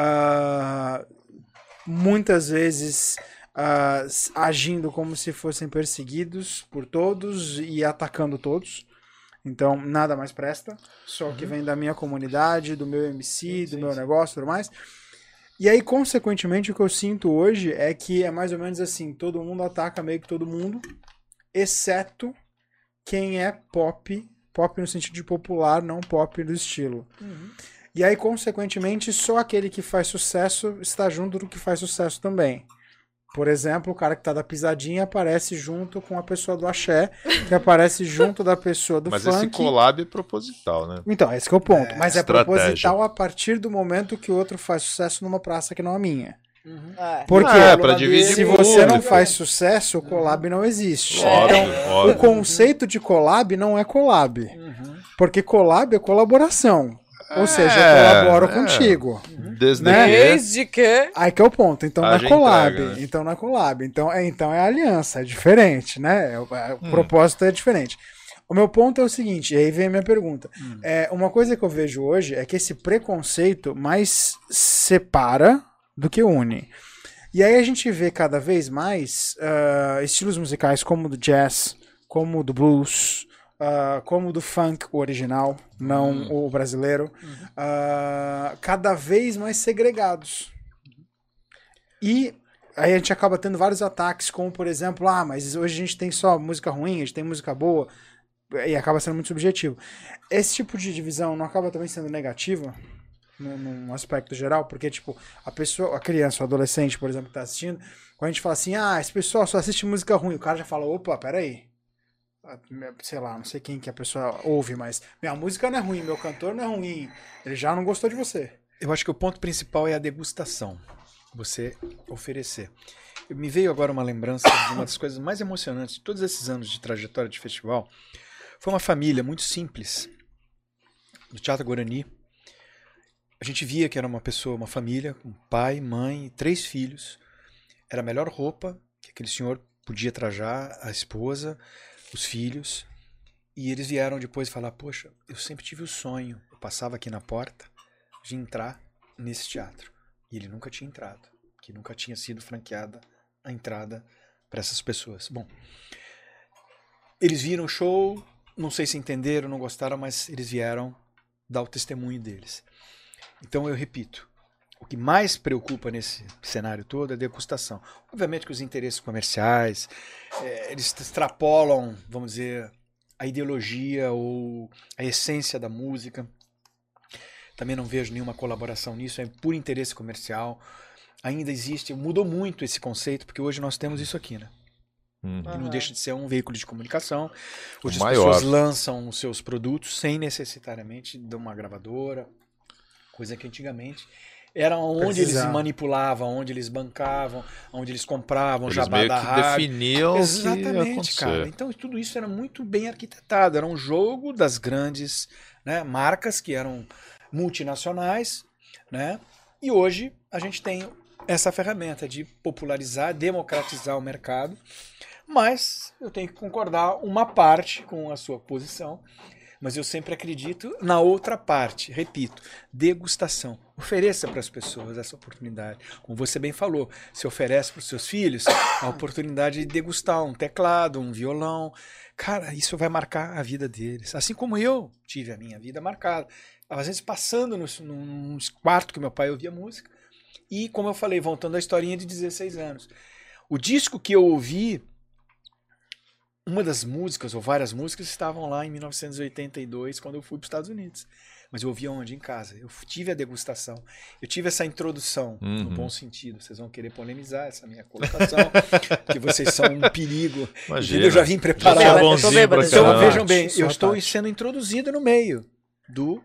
muitas vezes agindo como se fossem perseguidos por todos e atacando todos. Então, nada mais presta. Só que vem da minha comunidade, do meu MC, do meu negócio e tudo mais. E aí, consequentemente, o que eu sinto hoje é que é mais ou menos assim, todo mundo ataca meio que todo mundo, exceto quem é pop no sentido de popular, não pop do estilo. E aí, consequentemente, só aquele que faz sucesso está junto do que faz sucesso também. Por exemplo, o cara que tá da pisadinha aparece junto com a pessoa do axé, que aparece junto da pessoa do Mas funk. esse collab é proposital, né? Então, esse que é o ponto. Mas é estratégia. proposital a partir do momento que o outro faz sucesso numa praça que não é a minha. É. Porque pra dividir se você não público. faz sucesso, o collab não existe. Óbvio, Então, óbvio. o conceito de collab não é collab. Porque collab é colaboração. Ou seja, eu colaboro contigo. Desde Né? que... Desde que... Aí que é o ponto. Então não é Haja collab. entrega, né? Então não é collab. Então é aliança. É diferente, né? O propósito é diferente. O meu ponto é o seguinte, e aí vem a minha pergunta. Uma coisa que eu vejo hoje é que esse preconceito mais separa do que une. E aí a gente vê cada vez mais estilos musicais como o do jazz, como o do blues, como o do funk, o original, não o brasileiro, cada vez mais segregados. E aí a gente acaba tendo vários ataques, como por exemplo, mas hoje a gente tem só música ruim, a gente tem música boa, e acaba sendo muito subjetivo. Esse tipo de divisão não acaba também sendo negativa? Num aspecto geral, porque, tipo, a criança, o adolescente, por exemplo, que tá assistindo, quando a gente fala assim, esse pessoal só assiste música ruim, o cara já fala, opa, peraí, sei lá, não sei quem que a pessoa ouve, mas minha música não é ruim, meu cantor não é ruim, ele já não gostou de você. Eu acho que o ponto principal é a degustação, você oferecer. Me veio agora uma lembrança de uma das coisas mais emocionantes de todos esses anos de trajetória de festival, foi uma família muito simples, do Teatro Guarani. A gente via que era uma família, com pai, mãe e 3 filhos. Era a melhor roupa que aquele senhor podia trajar, a esposa, os filhos. E eles vieram depois falar, poxa, eu sempre tive o sonho, eu passava aqui na porta, de entrar nesse teatro. E ele nunca tinha entrado, que nunca tinha sido franqueada a entrada para essas pessoas. Bom, eles viram o show, não sei se entenderam, não gostaram, mas eles vieram dar o testemunho deles. Então eu repito, o que mais preocupa nesse cenário todo é a degustação. Obviamente que os interesses comerciais, eles extrapolam, vamos dizer, a ideologia ou a essência da música. Também não vejo nenhuma colaboração nisso, é por interesse comercial. Ainda existe, mudou muito esse conceito, porque hoje nós temos isso aqui, né? Que não deixa de ser um veículo de comunicação. Hoje as pessoas lançam os seus produtos sem necessariamente de uma gravadora. Coisa que antigamente era onde eles manipulavam, onde eles bancavam, onde eles compravam, jabá da rádio. Definiam exatamente, cara. Então tudo isso era muito bem arquitetado. Era um jogo das grandes, né, marcas que eram multinacionais, né? E hoje a gente tem essa ferramenta de popularizar, democratizar o mercado. Mas eu tenho que concordar uma parte com a sua posição. Mas eu sempre acredito na outra parte. Repito, degustação. Ofereça para as pessoas essa oportunidade. Como você bem falou, se oferece para os seus filhos a oportunidade de degustar um teclado, um violão. Cara, isso vai marcar a vida deles. Assim como eu tive a minha vida marcada. Às vezes passando num quarto que meu pai ouvia música. E, como eu falei, voltando à historinha de 16 anos. O disco que eu ouvi, uma das músicas, ou várias músicas, estavam lá em 1982, quando eu fui para os Estados Unidos. Mas eu ouvia onde? Em casa. Eu tive a degustação. Eu tive essa introdução, no bom sentido. Vocês vão querer polemizar essa minha colocação, porque vocês são um perigo. Imagina. Eu já vim preparado. Então, vejam bem, eu estou sendo introduzido no meio do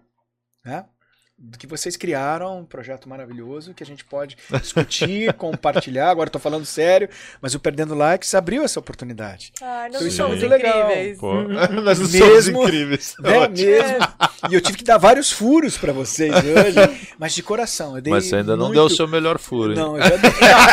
que vocês criaram, um projeto maravilhoso que a gente pode discutir, compartilhar. Agora estou falando sério, mas o Perdendo Likes abriu essa oportunidade. Nós então, não somos muito incríveis. Pô, nós não somos incríveis. Mesmo. E eu tive que dar vários furos para vocês hoje, mas de coração. Eu dei mas você ainda não deu o seu melhor furo, hein? Não, eu já dei.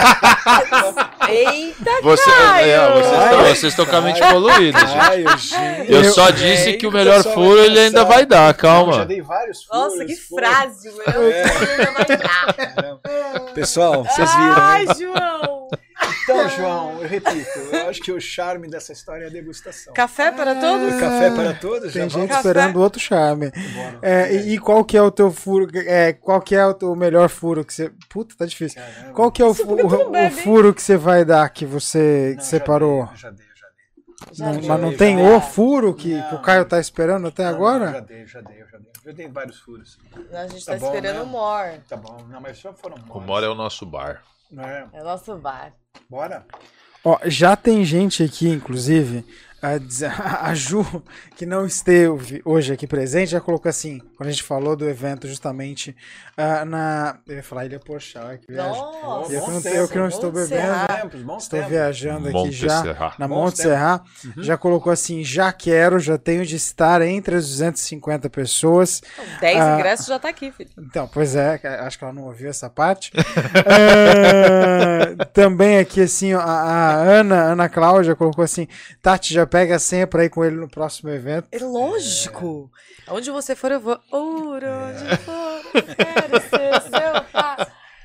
Eita, vocês estão com a mente poluída, gente. Eu só disse que o melhor pessoal furo ele ainda vai dar, calma. Eu já dei vários furos. Nossa, que frase, o melhor furo ainda vai dar. Pessoal, vocês viram. Ai, João! Então, João, eu repito, eu acho que o charme dessa história é a degustação. Café para todos? Café para todos? Tem gente esperando outro charme. E qual que é o teu furo? Qual que é o melhor furo que você... Puta, tá difícil. Caramba. Qual que é o furo que você vai dar, que você separou? Eu já dei. Mas não tem o furo que o Caio tá esperando até agora? Não, já dei vários furos. A gente tá esperando, né? O Mor. Tá bom, não, mas só foram O Mor é o nosso bar. É o nosso bar. Bora. Ó, já tem gente aqui, inclusive, a Ju, que não esteve hoje aqui presente, já colocou assim, quando a gente falou do evento justamente eu ia falar Ilha Pochá, que viagem. Nossa, eu que não estou bebendo, estou viajando aqui já na Monte Serra, já colocou assim, já tenho de estar entre as 250 pessoas. 10 ingressos já tá aqui, filho. Então, pois é, acho que ela não ouviu essa parte. Também aqui assim, a Ana Cláudia colocou assim, Tati, já pega a senha pra ir com ele no próximo evento. É lógico. Onde você for, eu vou. Onde for, eu quero ser seu pai.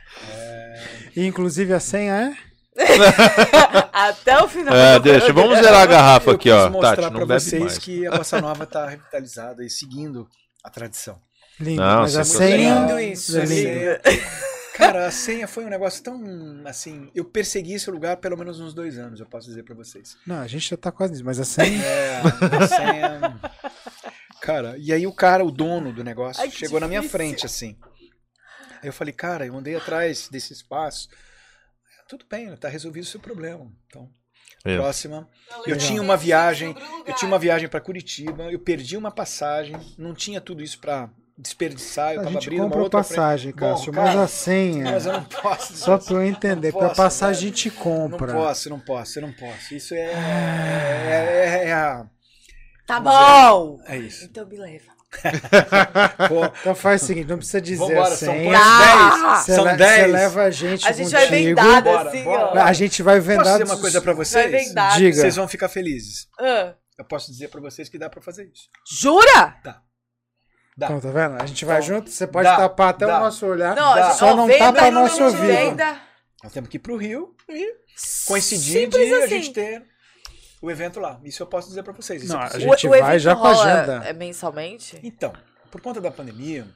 E inclusive a senha é? Até o final. Deixa, vamos zerar a garrafa aqui, ó. Mostrar Tati, pra não bebe vocês mais. que a Bossa Nova tá revitalizada e seguindo a tradição. Lindo, Não, mas a sensacional. senha... Lindo isso, é lindo. Cara, a senha foi um negócio tão, assim, eu persegui esse lugar pelo menos uns 2 anos, eu posso dizer pra vocês. Não, a gente já tá quase nisso, mas a senha... A senha... Cara, e aí o dono do negócio, chegou na minha frente, assim. Aí eu falei, cara, eu andei atrás desse espaço. Tudo bem, tá resolvido o seu problema. Então, próxima. Eu tinha uma viagem para Curitiba, eu perdi uma passagem, não tinha tudo isso pra desperdiçar, eu A tava gente abrindo uma compra outra passagem, frente. Cássio, Bom, mas cara, a senha... Mas eu não posso. Só pra eu entender, porque a posso, passagem a velho. gente compra. Não posso. Isso é a... Tá bom. É isso. Então me leva. Então faz o seguinte, não precisa dizer Vambora, a são senha. quantos? 10? Você São Você 10. leva a gente A gente vai contigo. vendada Bora, assim, bora. ó. A gente vai Posso vendado... dizer uma coisa pra Vai vocês? vendado. Diga. Vocês vão ficar felizes. Ah. Eu posso dizer pra vocês que dá pra fazer isso. Jura? Dá. Então, tá vendo? A gente vai Então, junto, você pode dá, tapar até dá. o nosso olhar, Não, a gente, só não venda, tapa no nosso limite de ouvido. venda. Nós temos que ir pro Rio e coincidir Simples de a assim. gente ter o evento lá. Isso eu posso dizer pra vocês. Isso Não, é a possível. gente O vai evento já com a rola agenda. É mensalmente? Então, por conta da pandemia,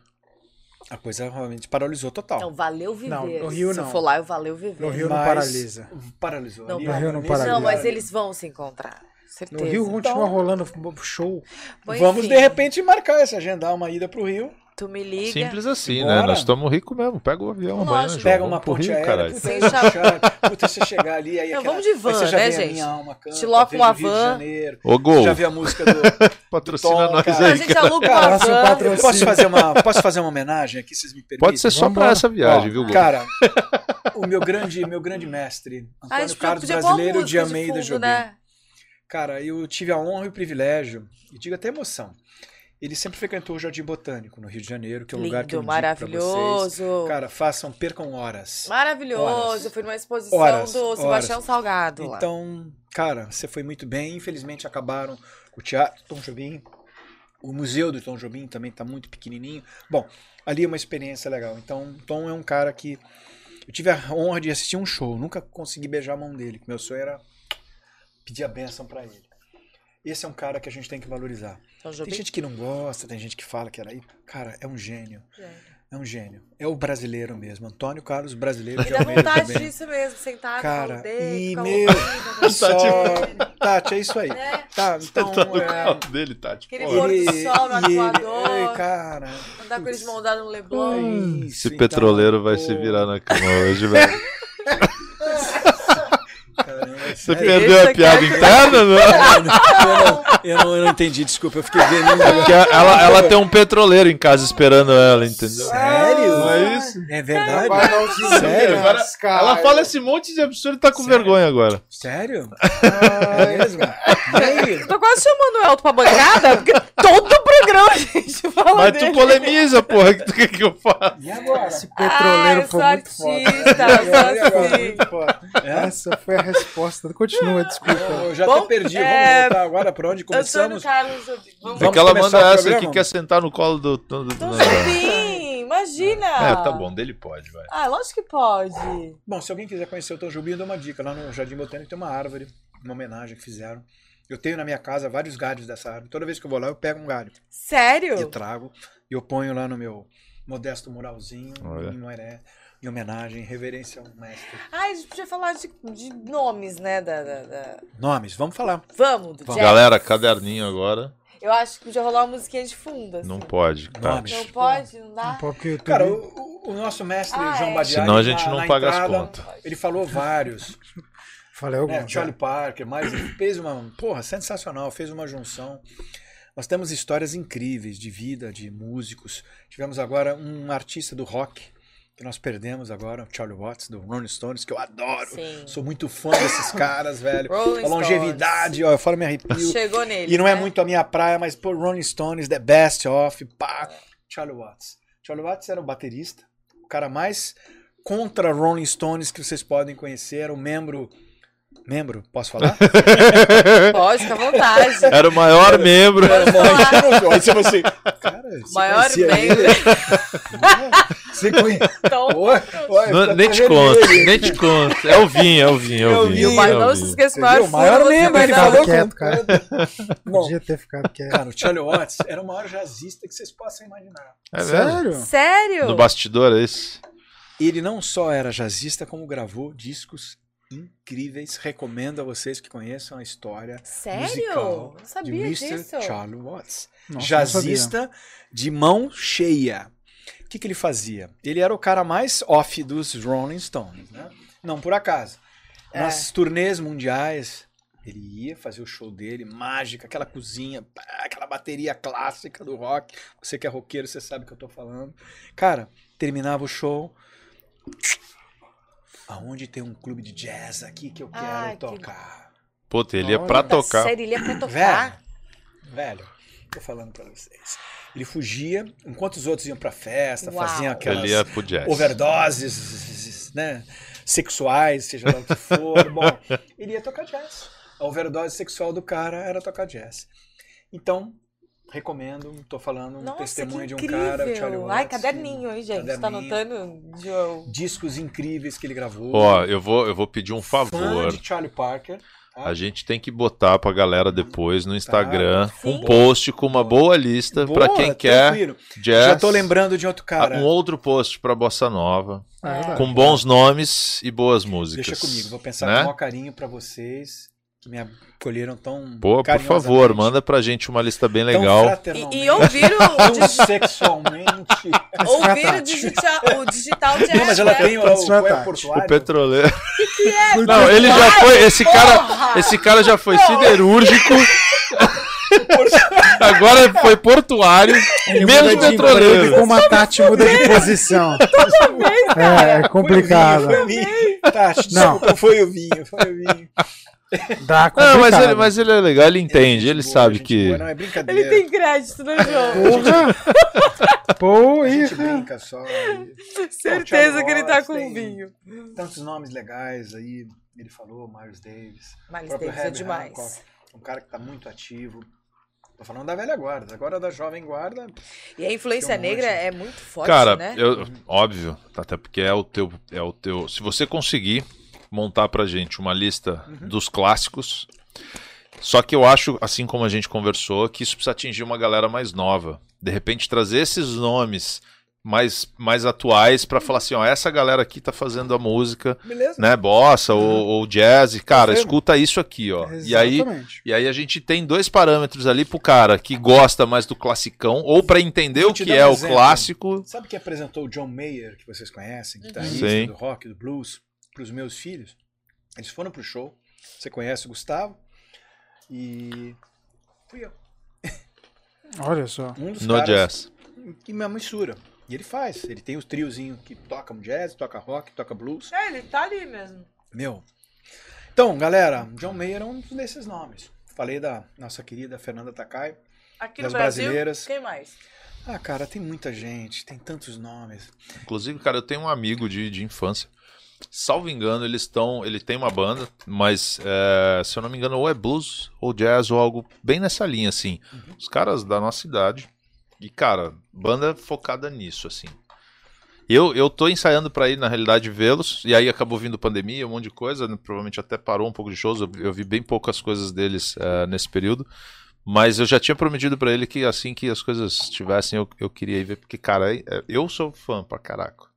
a coisa realmente paralisou total. Não, valeu viver. Não, no Rio Se não. eu for lá, eu valeu viver. No Rio não Mas paralisa. Paralisou. Não, Ali, no Rio não nesse paralisa. Não, lugar mas ali. eles vão se encontrar. Certeza. No Rio continua rolando show. Bom, Vamos, enfim, de repente, marcar essa, agendar uma ida pro Rio. Tu me liga. Simples assim, Bora. né? Nós estamos ricos mesmo. Pega o avião amanhã. Lógico. João. Pega Vamos uma pro ponte Rio, aérea. caralho. Puta, Sem puta, você chegar ali, aí Não, aquela, vamos de van, aí você já né, vê a gente? minha alma canta, Te loca vejo uma o Rio de van. Janeiro, Ô, Gol, já vi a música do patrocina Tom, nós cara. A aí, gente cara. aluga Cara, uma nosso van. patrocínio. Posso fazer uma homenagem aqui, vocês me permitem? Pode ser só Vambora. pra essa viagem, Ó, viu, Gol? Cara, o meu grande mestre, Ah, a Antônio gente Carlos podia pôr uma Brasileiro de música Almeida fundo, Jobim. né? Cara, eu tive a honra e o privilégio, e digo até emoção. Ele sempre frequentou o Jardim Botânico, no Rio de Janeiro, que é um lugar que eu Lindo, indico pra vocês. maravilhoso. Cara, percam horas. Maravilhoso. Horas. Eu fui numa exposição Horas, do Sebastião Salgado lá. Então, cara, você foi muito bem. Infelizmente acabaram o Teatro Tom Jobim. O Museu do Tom Jobim também tá muito pequenininho. Bom, ali é uma experiência legal. Então, Tom é um cara que... Eu tive a honra de assistir um show. Nunca consegui beijar a mão dele. Meu sonho era pedir a bênção pra ele. Esse é um cara que a gente tem que valorizar. Tom Jobim? Tem gente que não gosta, tem gente que fala que era aí. Cara, é um gênio. É um gênio. É o brasileiro mesmo. Antônio Carlos Brasileiro Me de dá Almeida vontade também. disso mesmo, sentar Cara, no dele, e ficar meu... ouvindo. Só... Tati, é isso aí. Né? Tá, então... Tá no colo dele, Tati. Aquele Pô, pôr do sol no arcoador. Cara... Andar com eles de mão dada no Leblon. Isso, Esse petroleiro vai se virar na cama hoje, velho. Caramba, Você sério? perdeu Esse a aqui piada é- interna, não? Eu não entendi, desculpa, eu fiquei vendo. Porque ela tem um petroleiro em casa esperando ela, entendeu? Sério? Não é isso? É verdade? Sério? Agora, ela fala esse monte de absurdo e tá com vergonha agora. Sério? É mesmo? E aí? Eu tô quase chamando o Elton pra bancada, porque todo programa a gente fala Mas dele. tu polemiza, porra, que tu quer que eu faça? E agora? Esse petroleiro eu foi sou muito foda. artista, E agora? eu sou assim. Muito foda. É? Essa foi a resposta. Continua, desculpa. Eu já Bom, até perdi. é, Vamos voltar agora pra onde Antônio começamos? Carlos Jobim. Vamos É que ela começar manda o essa programa? que quer sentar no colo do... Tom Jobim, imagina. É, tá bom, dele pode, vai. Ah, lógico que pode. Bom, se alguém quiser conhecer o Tom Jobim, eu dou uma dica. Lá no Jardim Botânico tem uma árvore, uma homenagem que fizeram. Eu tenho na minha casa vários galhos dessa árvore. Toda vez que eu vou lá, eu pego um galho e Sério? trago. E eu ponho lá no meu modesto muralzinho, Olha. em Moiré. em homenagem, em reverência ao mestre. Ah, a gente podia falar de nomes, né? Nomes, vamos falar. Vamos, do jazz. Galera, caderninho agora. Eu acho que podia rolar uma musiquinha de fundo, assim. Não pode, cara. Nomes. Não pode? Não dá? Um pouco que Cara, o nosso mestre João Badiari, senão a gente não na paga as entrada, contas. ele falou vários. Falei alguns. Charlie Parker, mas ele fez uma... Porra, sensacional, fez uma junção. Nós temos histórias incríveis de vida, de músicos. Tivemos agora um artista do rock, que nós perdemos agora, o Charlie Watts, do Rolling Stones, que eu adoro. Sim. Sou muito fã desses caras, velho. Rolling A longevidade, ó, eu falo me arrepio. Chegou nele, E não é né? muito a minha praia, mas pô, Rolling Stones, The Best Of, pá. Charlie Watts. Charlie Watts era o baterista, o cara mais contra Rolling Stones que vocês podem conhecer, era o membro, posso falar? Pode, fica à vontade. Era o maior membro. Aí você assim, cara, você Maior conhecia membro. ele? Você conhece? Então, Nem te conto, nem te conto. É o vinho, é o vinho, é o vinho. mas é o não se vinho. esqueça o Entendeu? maior O maior membro, ele Ficado falou quieto, cara. Bom, Podia ter ficado quieto. cara, o Charlie Watts era o maior jazzista que vocês possam imaginar. É verdade. Sério? Sério? No bastidor é esse. Ele não só era jazzista, como gravou discos incríveis. Recomendo a vocês que conheçam a história Sério? musical Não de sabia Mr. disso. Charlie Watts. Nossa, Jazzista de mão cheia. O que ele fazia? Ele era o cara mais off dos Rolling Stones, né? Não por acaso. Nas turnês mundiais, ele ia fazer o show dele, mágica, aquela cozinha, pá, aquela bateria clássica do rock. Você que é roqueiro, você sabe o que eu tô falando. Cara, terminava o show. Aonde tem um clube de jazz aqui que eu quero Ai, que- tocar? Puta, ele ia pra Tá tocar. sério, ele ia pra tocar? Velho, tô falando pra vocês. Ele fugia, enquanto os outros iam pra festa, Uau. faziam aquelas Ele ia pro jazz. overdoses, né, sexuais, seja lá o que for. Bom, ele ia tocar jazz. A overdose sexual do cara era tocar jazz. Então, recomendo, tô falando um Nossa, testemunho que de um cara, o incrível. Charlie Watts. Ai, caderninho, hein, gente? Tá Caderninho. anotando, João? Discos incríveis que ele gravou. Ó, eu vou pedir um Fã favor. de Charlie Parker. Tá? A gente tem que botar pra galera depois no Instagram Sim. um post com uma boa lista pra Boa, quem quer tranquilo. jazz. Já tô lembrando de outro cara. Um outro post pra Bossa Nova. É verdade. Com bons nomes e boas músicas. Deixa comigo, vou pensar né? com o maior carinho pra vocês que me acolheram tão Pô, por carinhosamente, favor, manda pra gente uma lista bem tão legal. fraternalmente, E ouvir tão sexualmente. ouvir o digital jazz. Não, mas ela né? tem o Pode qual é tratar. o portuário. O petroleiro. Que é? Não, ele já foi. Esse cara já foi siderúrgico. Agora foi portuário. Ele Menos muda de petroleiro. emprego, como a Tati muda de posição. É complicado. Foi o vinho. Tati, Não. desculpa, foi o vinho, foi o vinho. Dá Não, complicado. mas ele é legal, ele entende, ele Gente sabe boa, que. gente boa, não é brincadeira. Ele tem crédito, né, João? Porra! Pô, A gente isso. brinca só. Certeza que ele tá Watts, com tem vinho. Tantos nomes legais aí. Ele falou, Miles Davis. Miles O próprio Davis é Herbie demais. Hancock, um cara que tá muito ativo. Tô falando da velha guarda. Agora da jovem guarda. E a influência Tem um monte. negra é muito forte, Cara, né? óbvio, até porque é o teu. Se você conseguir montar pra gente uma lista dos clássicos. Só que eu acho, assim como a gente conversou, que isso precisa atingir uma galera mais nova. De repente trazer esses nomes mais atuais pra falar assim, ó, essa galera aqui tá fazendo a música, Beleza. né, bossa ou jazz, e, cara, Confirmo. escuta isso aqui, ó. Exatamente. E aí a gente tem dois parâmetros ali pro cara que gosta mais do classicão, ou pra entender Vou o te que dar é um o exemplo. clássico. Sabe quem apresentou o John Mayer, que vocês conhecem, guitarrista Sim. do rock, do blues, pros meus filhos? Eles foram pro show. Você conhece o Gustavo? E fui eu. Olha só. Um dos No caras jazz. que me mistura. E ele faz. Ele tem os triozinhos que tocam jazz, toca rock, toca blues. É, ele tá ali mesmo. Meu. Então, galera, John Mayer é um desses nomes. Falei da nossa querida Fernanda Takai. Aqui Das no Brasil, brasileiras. quem mais? Ah, cara, tem muita gente, tem tantos nomes. Inclusive, cara, eu tenho um amigo de infância. Salvo engano, ele tem uma banda, mas se eu não me engano, ou é blues ou jazz ou algo bem nessa linha, assim. Os caras da nossa idade. E, cara, banda focada nisso, assim. Eu tô ensaiando pra ir, na realidade, vê-los, e aí acabou vindo pandemia, um monte de coisa, né? Provavelmente até parou um pouco de shows, eu vi bem poucas coisas deles nesse período, mas eu já tinha prometido pra ele que assim que as coisas estivessem, eu queria ir ver, porque, cara, eu sou fã pra caraca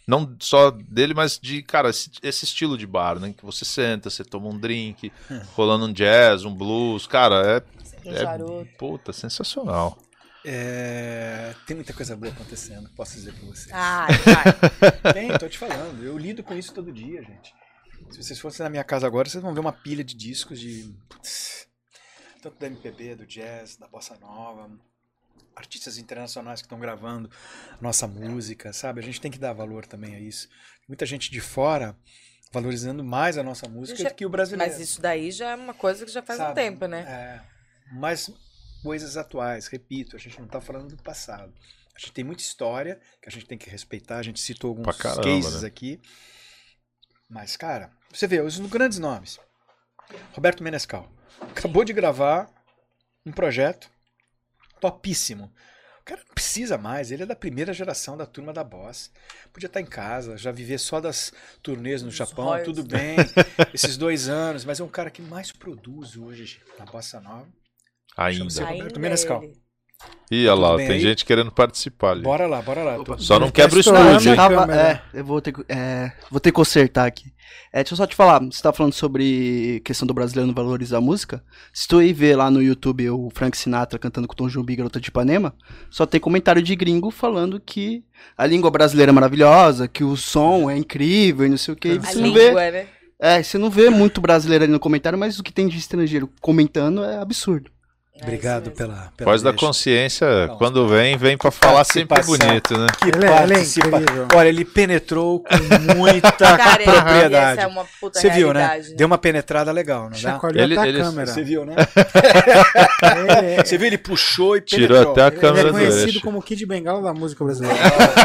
Não só dele, mas de, cara, esse estilo de bar, né? Que você senta, você toma um drink, rolando um jazz, um blues. Cara, puta, sensacional. Tem muita coisa boa acontecendo, posso dizer pra vocês. Vai. Tô te falando. Eu lido com isso todo dia, gente. Se vocês fossem na minha casa agora, vocês vão ver uma pilha de discos tanto da MPB, do jazz, da bossa nova, artistas internacionais que estão gravando nossa música, sabe? A gente tem que dar valor também a isso. Muita gente de fora valorizando mais a nossa música do que o brasileiro. Mas isso daí já é uma coisa que já faz um tempo, né? Mas coisas atuais, repito, a gente não está falando do passado. A gente tem muita história que a gente tem que respeitar, a gente citou alguns cases aqui. Mas, cara, você vê, os grandes nomes. Roberto Menescal acabou de gravar um projeto topíssimo. O cara não precisa mais, ele é da primeira geração da turma da Boss. Podia estar em casa, já viver só das turnês no Japão, tudo bem, esses 2 anos, mas é um cara que mais produz hoje na Bossa Nova. Ainda. Roberto Menescal. Ih, olha lá, tem gente querendo participar ali. Bora lá. Só não quebra o estúdio. Eu vou ter que consertar aqui. Deixa eu só te falar, você tá falando sobre questão do brasileiro não valorizar a música. Se tu aí ver lá no YouTube o Frank Sinatra cantando com o Tom Jobim e Garota de Ipanema, só tem comentário de gringo falando que a língua brasileira é maravilhosa, que o som é incrível e não sei o que. Você não vê, né? você não vê muito brasileiro ali no comentário, mas o que tem de estrangeiro comentando é absurdo. Obrigado pela Voz da consciência, quando vem pra falar sempre bonito, né? Que participação. Olha, ele penetrou com muita propriedade. Essa é uma puta Você viu, né? realidade, né? Deu uma penetrada legal, não dá? Chacoalhou até a câmera. Você viu, né? Você viu, ele puxou e penetrou. Tirou até a câmera do Ele é conhecido eixo. como Kid Bengala da música brasileira.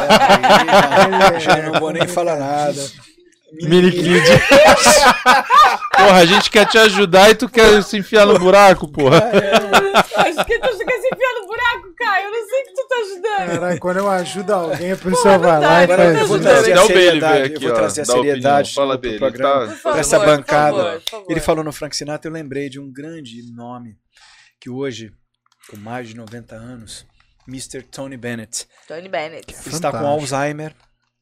Não vou nem falar nada. Mini Kid. Porra, a gente quer te ajudar e tu quer se enfiar no buraco, porra. Acho que tu quer se enfiar no buraco, Caio. Eu não sei que tu tá ajudando. Caralho, quando eu ajudo alguém, a pessoa vai lá e Agora faz eu vou isso. trazer Dá o Bailey ver aqui, eu vou trazer a seriedade Fala, pro Bailey. programa. Tá... Por Pra essa bancada. por favor. Ele falou no Frank Sinatra, eu lembrei de um grande nome que hoje, com mais de 90 anos, Mr. Tony Bennett. Tony Bennett. Ele está com Alzheimer,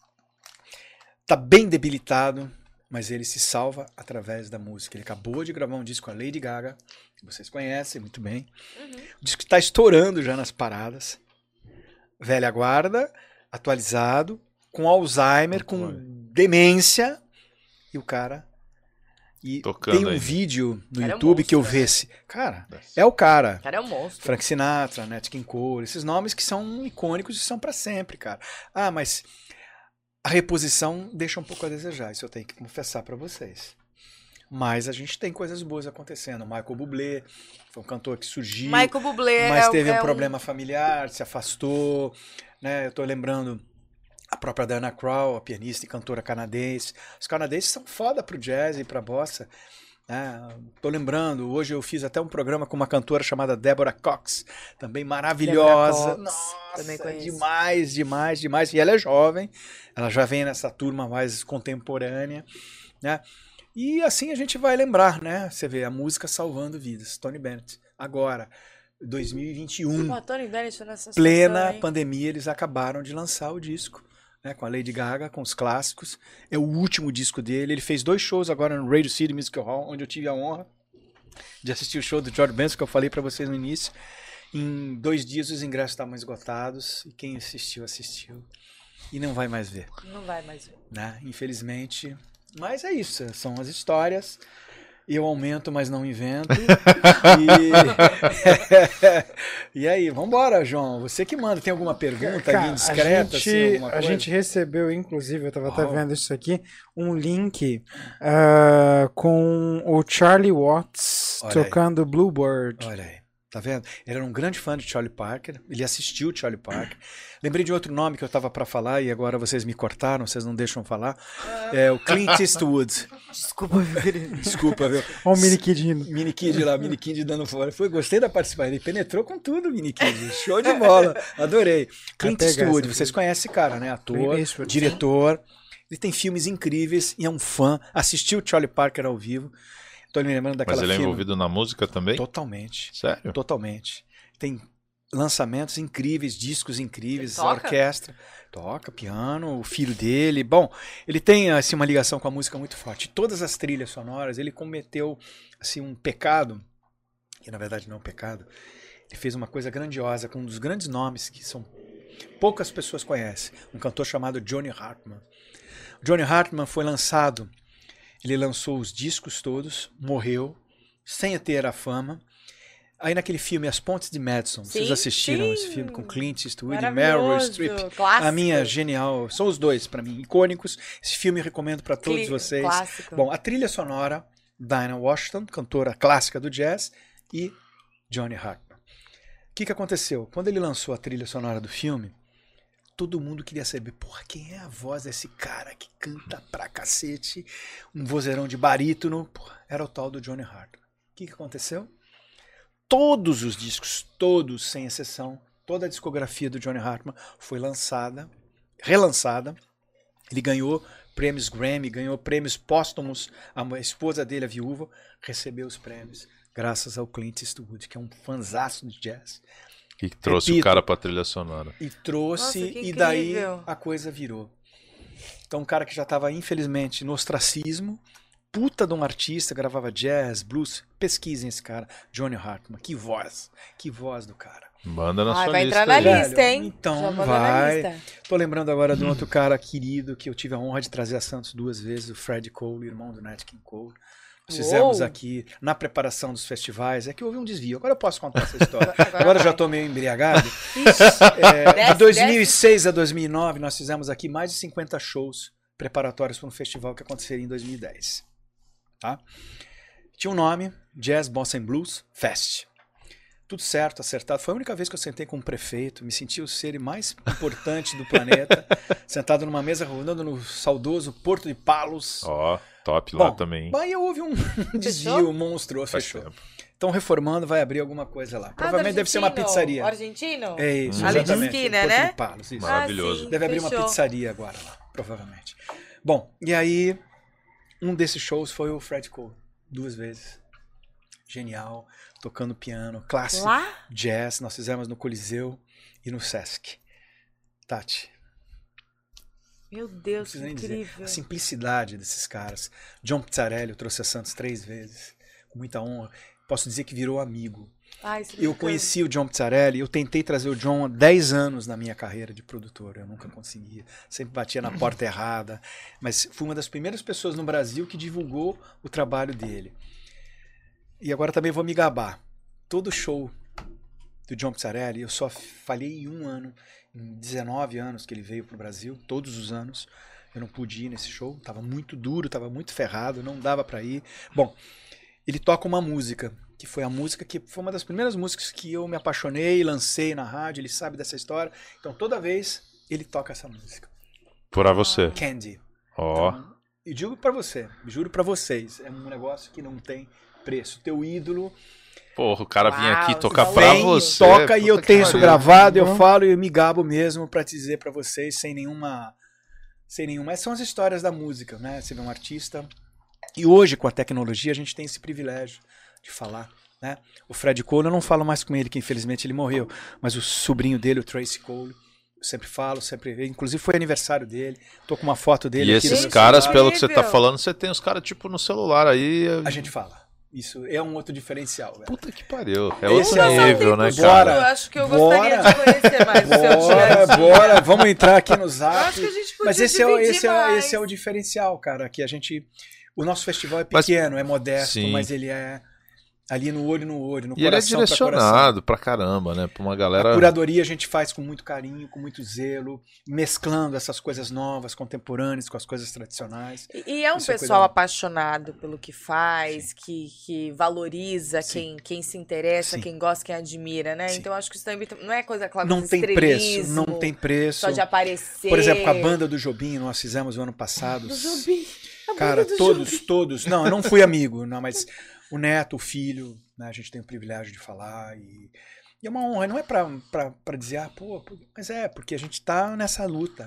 está bem debilitado, mas ele se salva através da música. Ele acabou de gravar um disco com a Lady Gaga, que vocês conhecem muito bem. O disco está estourando já nas paradas. Velha guarda, atualizado, com Alzheimer, com demência, e o cara... E tocando tem um aí. vídeo no Cara, YouTube é um que eu monstro, né? vi. Cara, é o cara. O cara é um monstro. Frank Sinatra, Nat King Cole, esses nomes que são icônicos e são pra sempre, cara. Ah, mas a reposição deixa um pouco a desejar, isso eu tenho que confessar pra vocês. Mas a gente tem coisas boas acontecendo. Michael Bublé foi um cantor que surgiu, Michael Bublé mas teve um problema familiar, se afastou, né? Eu tô lembrando a própria Diana Krall, a pianista e cantora canadense. Os canadenses são foda pro jazz e pra bossa. Tô lembrando, hoje eu fiz até um programa com uma cantora chamada Deborah Cox, também maravilhosa. Cox, Nossa, também conheço. demais. E ela é jovem, ela já vem nessa turma mais contemporânea, né? E assim a gente vai lembrar, né? Você vê a música salvando vidas. Tony Bennett. Agora, 2021, Pô, Tony Bennett nessa plena situação, hein? pandemia, eles acabaram de lançar o disco, né, com a Lady Gaga, com os clássicos. É o último disco dele. Ele fez 2 shows agora no Radio City Music Hall, onde eu tive a honra de assistir o show do George Benson, que eu falei pra vocês no início. Em 2 dias os ingressos estavam esgotados e quem assistiu, assistiu. E não vai mais ver, Não vai mais ver. né? Infelizmente. Mas é isso, são as histórias. Eu aumento, mas não invento. E aí, vambora, João. Você que manda. Tem alguma pergunta Cara, ali indiscreta? a gente recebeu, inclusive, eu tava até vendo isso aqui, um link com o Charlie Watts Olha tocando Bluebird. Olha aí, tá vendo? Ele era um grande fã de Charlie Parker, ele assistiu Charlie Parker. Lembrei de outro nome que eu tava pra falar e agora vocês me cortaram, vocês não deixam falar. É o Clint Eastwood. Desculpa, meu querido. Desculpa, viu? Olha o Mini Kid indo. Mini Kid lá, Mini Kid dando fora. Gostei da participação, ele penetrou com tudo, Mini Kid. Show de bola, adorei. Clint Eastwood, vocês conhecem esse cara, né? Ator, diretor. Ele tem filmes incríveis e é um fã. Assistiu Charlie Parker ao vivo. Tô me lembrando daquela Mas ele é filme. envolvido na música também? Totalmente. Sério? Totalmente. Tem lançamentos incríveis, discos incríveis, orquestra. Toca piano, o filho dele. Bom, ele tem assim, uma ligação com a música muito forte. Todas as trilhas sonoras, ele cometeu assim, um pecado, que na verdade não é um pecado. Ele fez uma coisa grandiosa com um dos grandes nomes que poucas pessoas conhecem. Um cantor chamado Johnny Hartman. Johnny Hartman foi lançado, ele lançou os discos todos, morreu, sem ter a fama. Aí naquele filme As Pontes de Madison, vocês assistiram esse filme com Clint Eastwood e Meryl Streep? Clássico. A minha genial, são os dois para mim, icônicos. Esse filme eu recomendo para todos vocês. Clássico. Bom, a trilha sonora, Dinah Washington, cantora clássica do jazz, e Johnny Hartman. O que aconteceu? Quando ele lançou a trilha sonora do filme, todo mundo queria saber, porra, quem é a voz desse cara que canta pra cacete, um vozeirão de barítono? Porra, era o tal do Johnny Hartman. O que aconteceu? Todos os discos, todos, sem exceção, toda a discografia do Johnny Hartman foi relançada. Ele ganhou prêmios Grammy, ganhou prêmios póstumos. A esposa dele, a viúva, recebeu os prêmios graças ao Clint Eastwood, que é um fanzaço de jazz. Que trouxe o cara pra trilha sonora. E trouxe, Nossa, e daí a coisa virou. Então um cara que já estava, infelizmente, no ostracismo, puta de um artista, gravava jazz, blues. Pesquisem esse cara, Johnny Hartman. Que voz do cara. Manda na sua vai lista. entrar na aí. lista, hein? Então Já vai. Tô lembrando agora de um outro cara querido que eu tive a honra de trazer a Santos 2 vezes, o Fred Cole, irmão do Nat King Cole. Nós fizemos aqui na preparação dos festivais. É que houve um desvio. Agora eu posso contar essa história. Agora eu já estou meio embriagado. De 2006 a 2009, nós fizemos aqui mais de 50 shows preparatórios para um festival que aconteceria em 2010. Tá? Tinha um nome, Jazz, Bossa and Blues Fest. Tudo certo, acertado. Foi a única vez que eu sentei com um prefeito, me senti o ser mais importante do planeta, sentado numa mesa rodando no saudoso Porto de Palos. Ó, top lá também. Aí houve um desvio, monstro, fechou. Estão reformando, vai abrir alguma coisa lá. Provavelmente deve ser uma pizzaria. Argentino? É isso, Ali de exatamente. esquina, Porto né? de Palos, isso. Maravilhoso. Sim, deve abrir uma fechou. pizzaria agora lá, provavelmente. Bom, e aí um desses shows foi o Fred Cole, 2 vezes. Genial, tocando piano, clássico, jazz. Nós fizemos no Coliseu e no Sesc. Tati. Meu Deus, que incrível. Dizer, a simplicidade desses caras. John Pizzarelli, eu trouxe a Santos 3 vezes, com muita honra. Posso dizer que virou amigo. Eu conheci o John Pizzarelli, eu tentei trazer o John há 10 anos na minha carreira de produtor, eu nunca conseguia, sempre batia na porta errada, mas fui uma das primeiras pessoas no Brasil que divulgou o trabalho dele. E agora também vou me gabar. Todo show do John Pizzarelli, eu só falhei em um ano, em 19 anos que ele veio para o Brasil, todos os anos, eu não pude ir nesse show, estava muito duro, estava muito ferrado, não dava para ir. Bom, ele toca uma música, que foi a música que foi uma das primeiras músicas que eu me apaixonei, lancei na rádio, ele sabe dessa história, então toda vez ele toca essa música. Pra você. Candy. Ó. Então, e digo para você, juro para vocês, é um negócio que não tem preço. Teu ídolo. Porra, o cara vinha aqui Uau, tocar você pra vem, você. toca e eu Puta que tenho isso pariu. gravado, eu falo e eu me gabo mesmo pra te dizer pra vocês sem nenhuma. Essas são as histórias da música, né? Você vê um artista. E hoje, com a tecnologia, a gente tem esse privilégio de falar, né? O Fred Cole, eu não falo mais com ele, que infelizmente ele morreu, mas o sobrinho dele, o Tracy Cole, eu sempre falo, inclusive foi aniversário dele, tô com uma foto dele E aqui. esses no meu caras, celular. pelo que você tá Incrível. falando, você tem os caras tipo no celular aí. A gente fala. Isso é um outro diferencial, velho. Puta que pariu. É Esse outro é o nível, né, tempo. cara? Eu acho que eu gostaria de conhecer mais o seu dia a dia. Bora, vamos entrar aqui no Eu Zap. acho que a gente podia Mas esse dividir mais. esse é o diferencial, cara, que a gente... O nosso festival é pequeno, é modesto, sim. mas ele é ali no olho, no E ele é coração pra coração. direcionado pra caramba, né? Pra uma galera. A curadoria a gente faz com muito carinho, com muito zelo, mesclando essas coisas novas, contemporâneas, com as coisas tradicionais. E é um Isso é pessoal cuidado. apaixonado pelo que faz, que valoriza Sim. quem se interessa, Sim. quem gosta, quem admira, né? Sim. Então acho que isso também não é coisa, claro, Não tem preço, não tem preço. Só de aparecer. Por exemplo, com a banda do Jobim, nós fizemos o ano passado. Do Jobim. A Cara, banda do todos. Não, eu não fui amigo, não, mas o neto, o filho, né, a gente tem o privilégio de falar e é uma honra. Não é pra dizer, pô, mas é, porque a gente tá nessa luta.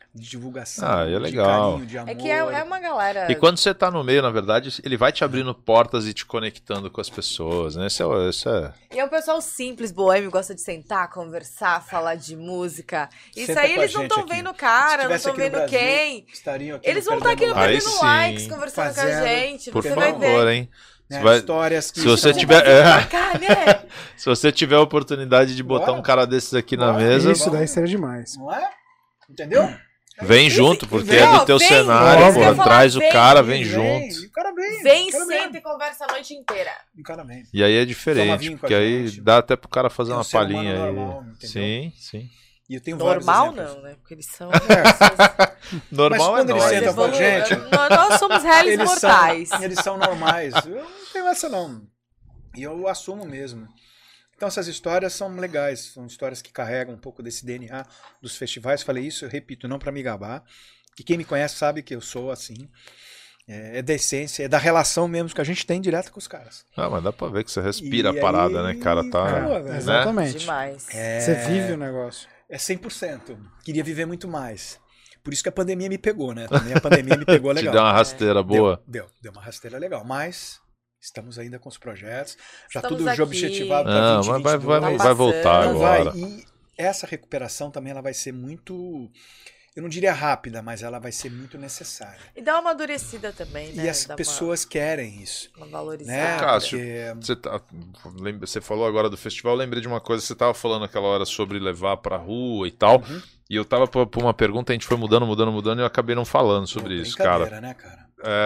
de divulgação, é legal. de carinho, de amor. É que é uma galera... E quando você tá no meio, na verdade, ele vai te abrindo portas e te conectando com as pessoas, né? Isso é... E é um pessoal simples, boêmio, gosta de sentar, conversar, falar de música. Isso Senta aí com a eles não gente estão aqui. vendo o cara, Se não tivesse estão aqui no vendo Brasil, quem. estariam aqui Eles no vão estar aqui no Perdendo Aí Perdendo sim. Likes, conversando com a Fazendo, gente. Por Você favor, vai ver. hein? né, Você vai- histórias que Se você são- tiver... Bacana, Se você tiver a oportunidade de botar Bora. um cara desses aqui na Bora. mesa, Isso daí seria demais. Não é? Entendeu? vem junto, porque é Ó, do teu vem. cenário, Isso que eu porra. ia falar, Traz o vem, cara, vem junto. O cara vem. Vem, o cara senta e conversa a noite inteira. O cara vem. E aí é Toma diferente, vinho com porque a aí gente. dá até pro cara fazer É um uma ser humano palhinha aí. normal, entendeu? Sim, sim. E eu tenho vários Normal exemplos. não, né? Porque eles são... Normal quando é eles nóis. sentam com a gente- Nós somos réis mortais. Eles são normais. Eu não tenho essa não. E eu assumo mesmo. Então essas histórias são legais. São histórias que carregam um pouco desse DNA dos festivais. Falei isso, eu repito, não para me gabar. Que quem me conhece sabe que eu sou assim. É da essência, é da relação mesmo que a gente tem direto com os caras. Ah, mas dá pra ver que você respira E a parada, aí, né, cara? Tá, acabou, É, velho. exatamente. Demais. Você vive o negócio. É 100%. Queria viver muito mais. Por isso que a pandemia me pegou, né? Também a pandemia me pegou Te legal. dá uma rasteira boa. Deu uma rasteira legal, mas estamos ainda com os projetos. Já Estamos tudo aqui. objetivado para Não, 2022. mas vai Tá voltar passando. Não vai. agora. E essa recuperação também ela vai ser muito, eu não diria rápida, mas ela vai ser muito necessária. E dá uma amadurecida também, né? E as Dá pessoas querem isso. uma valorizada. Né? Cássio, Porque Você falou agora do festival, eu lembrei de uma coisa, você tava falando aquela hora sobre levar pra rua e tal, e eu tava por uma pergunta, a gente foi mudando, e eu acabei não falando sobre isso, cara. brincadeira, né, cara?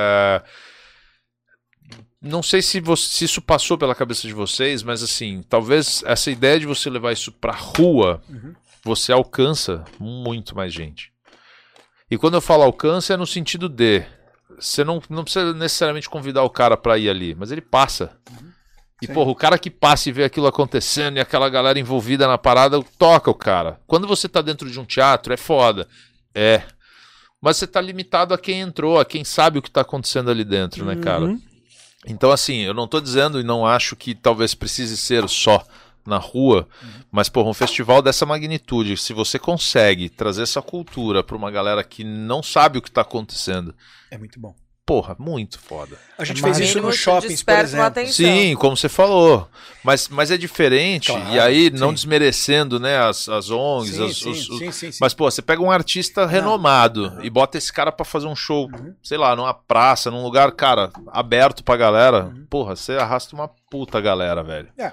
Não sei se isso passou pela cabeça de vocês, mas assim, talvez essa ideia de você levar isso pra rua, você alcança muito mais gente. E quando eu falo alcança, é no sentido de você não precisa necessariamente convidar o cara pra ir ali, mas ele passa. E, Sim. porra, o cara que passa e vê aquilo acontecendo e aquela galera envolvida na parada, toca o cara. Quando você tá dentro de um teatro, é foda. É. Mas você tá limitado a quem entrou, a quem sabe o que tá acontecendo ali dentro, né, cara? Então, assim, eu não tô dizendo e não acho que talvez precise ser só na rua, mas, porra, um festival dessa magnitude, se você consegue trazer essa cultura pra uma galera que não sabe o que tá acontecendo, É muito bom. porra, muito foda. A gente É fez mais- isso Mínimo nos te shoppings, por desperta uma exemplo. atenção. Sim, como você falou. Mas é diferente. Claro, e aí, não sim. desmerecendo, né, as ONGs. Sim. Mas, pô, você pega um artista renomado e bota esse cara pra fazer um show, sei lá, numa praça, num lugar, cara, aberto pra galera. Porra, você arrasta uma puta galera, velho. É.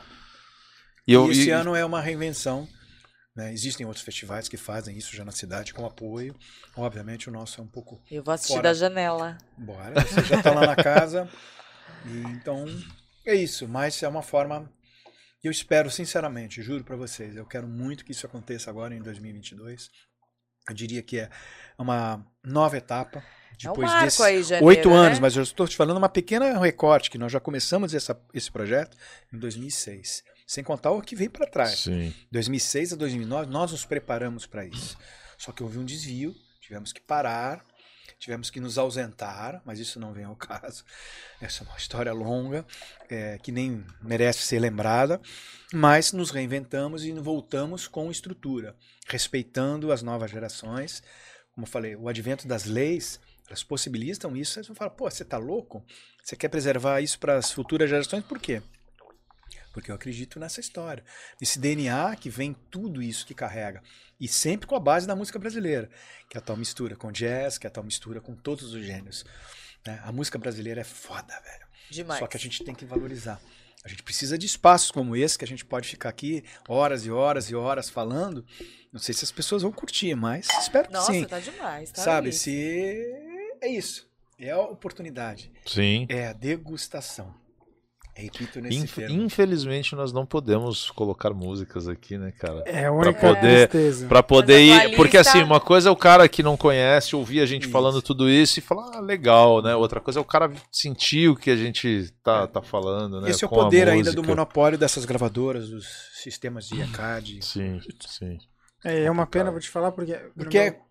E, E esse ano é uma reinvenção. Né? Existem outros festivais que fazem isso já na cidade com apoio. Obviamente o nosso é um pouco... Eu vou assistir Fora. da janela. Bora, você já tá lá na casa. E então, é isso. Mas é uma forma... Eu espero, sinceramente, juro pra vocês, eu quero muito que isso aconteça agora em 2022. Eu diria que é uma nova etapa. Depois marco desses aí, janeiro, 8 anos, né? mas eu estou te falando uma pequena recorte, que nós já começamos esse projeto em 2006. Sem contar o que veio para trás. Sim. 2006 a 2009, nós nos preparamos para isso. Só que houve um desvio, tivemos que parar, tivemos que nos ausentar, mas isso não vem ao caso. Essa é uma história longa, que nem merece ser lembrada, mas nos reinventamos e voltamos com estrutura, respeitando as novas gerações. Como eu falei, o advento das leis, elas possibilitam isso. Eles vão falar, pô, você tá louco? Você quer preservar isso para as futuras gerações? Por quê? Porque eu acredito nessa história. Esse DNA que vem tudo isso que carrega. E sempre com a base da música brasileira. Que é a tal mistura com jazz, que é a tal mistura com todos os gêneros. Né? A música brasileira é foda, velho. Demais. Só que a gente tem que valorizar. A gente precisa de espaços como esse, que a gente pode ficar aqui horas e horas e horas falando. Não sei se as pessoas vão curtir, mas espero que Nossa, sim. tá demais. Tá Sabe, isso. se é isso. É a oportunidade. Sim. É a degustação. Repito nesse termo. Infelizmente, nós não podemos colocar músicas aqui, né, cara? É a única poder- tristeza. Pra poder Mas a tua ir. Porque lista- assim, uma coisa é o cara que não conhece, ouvir a gente Isso. falando tudo isso e falar, legal, né? Outra coisa é o cara sentir o que a gente tá falando, né? Esse é o com a poder ainda do música. monopólio dessas gravadoras, dos sistemas de ECAD. Sim, sim. É uma pena, vou te falar, porque... Porque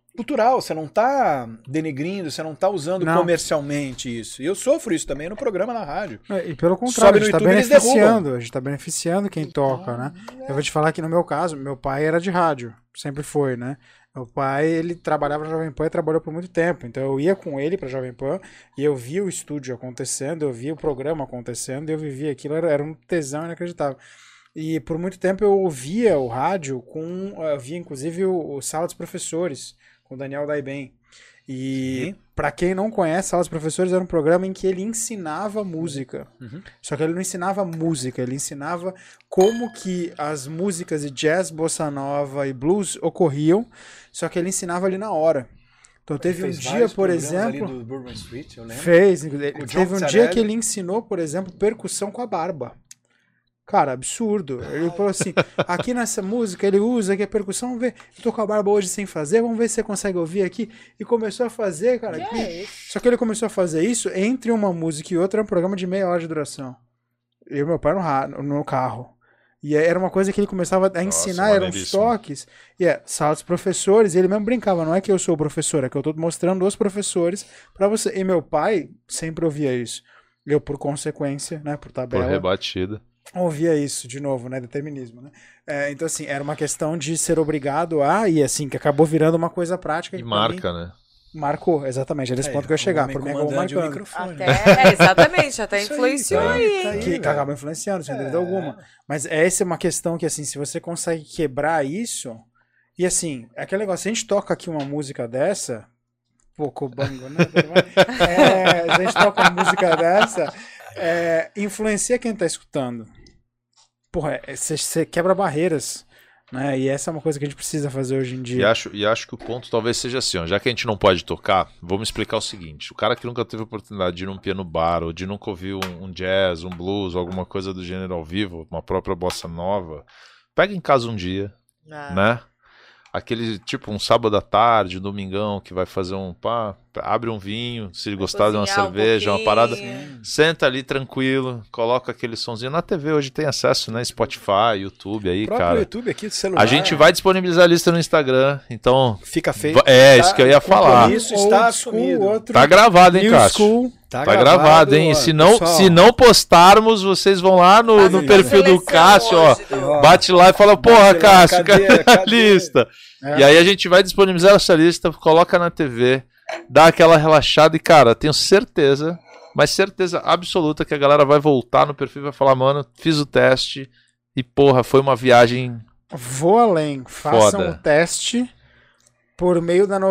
cultural, você não tá denegrindo, você não tá usando comercialmente isso. E eu sofro isso também no programa na rádio. E pelo contrário, a gente tá beneficiando quem toca, né? Eu vou te falar que no meu caso, meu pai era de rádio, sempre foi, né? Meu pai, ele trabalhava na Jovem Pan e trabalhou por muito tempo, então eu ia com ele pra Jovem Pan e eu via o estúdio acontecendo, eu via o programa acontecendo e eu vivia aquilo, era um tesão inacreditável. E por muito tempo eu ouvia o rádio eu via inclusive o Sala dos Professores, com o Daniel Daiben. E pra quem não conhece, Sala dos Professores era um programa em que ele ensinava música. Só que ele não ensinava música, ele ensinava como que as músicas de jazz, bossa nova e blues ocorriam, só que ele ensinava ali na hora. Então teve um dia, por exemplo... Ali do Bourbon Street, eu lembro. Teve um dia que ele ensinou, por exemplo, percussão com a barba. Cara, absurdo. Ele falou assim, aqui nessa música ele usa aqui a percussão, vamos ver, eu tô com a barba hoje sem fazer, vamos ver se você consegue ouvir aqui. E começou a fazer, cara. Só que ele começou a fazer isso entre uma música e outra, é um programa de meia hora de duração. Eu e meu pai no carro. E era uma coisa que ele começava a ensinar, eram uns toques. E Sala dos Professores, ele mesmo brincava, não é que eu sou o professor, é que eu tô mostrando os professores pra você. E meu pai sempre ouvia isso. Eu, por consequência, né, por tabela... Por rebatida. Ouvia isso, de novo, né? Determinismo, né? Então, assim, era uma questão de ser obrigado e assim, que acabou virando uma coisa prática. E marca, né? Marcou, exatamente. É nesse ponto que eu ia chegar. Por mim, acabou marcando. Exatamente, até influenciou aí. Que acaba influenciando, sem dúvida alguma. Mas essa é uma questão que, assim, se você consegue quebrar isso... E, assim, aquele negócio, se a gente toca aqui uma música dessa... Pouco bango, né? Se a gente toca uma música dessa... influencia quem tá escutando. Porra, você quebra barreiras, né? E essa é uma coisa que a gente precisa fazer hoje em dia. E acho que o ponto talvez seja assim, ó, já que a gente não pode tocar, vamos explicar o seguinte: o cara que nunca teve a oportunidade de ir num piano bar, ou de nunca ouvir um jazz, um blues, alguma coisa do gênero ao vivo, uma própria bossa nova, pega em casa um dia, né? Aquele tipo um sábado à tarde, um domingão, que vai fazer abre um vinho, se gostar de uma cerveja, uma parada, senta ali tranquilo, coloca aquele sonzinho. Na TV hoje tem acesso, né? Spotify, YouTube aí, cara. O próprio YouTube aqui do celular. A gente vai disponibilizar a lista no Instagram, então... Fica feito. Isso que eu ia falar. Isso está assumido. Tá gravado, hein, Cássio? Tá gravado, hein? Se não postarmos, vocês vão lá no perfil do Cássio, ó. Bate lá e fala, porra, Cássio, cadê a lista? E aí a gente vai disponibilizar essa lista, coloca na TV, dá aquela relaxada e, cara, tenho certeza, mas certeza absoluta que a galera vai voltar no perfil e vai falar, mano, fiz o teste e, porra, foi uma viagem... Vou além, façam o teste... Por meio da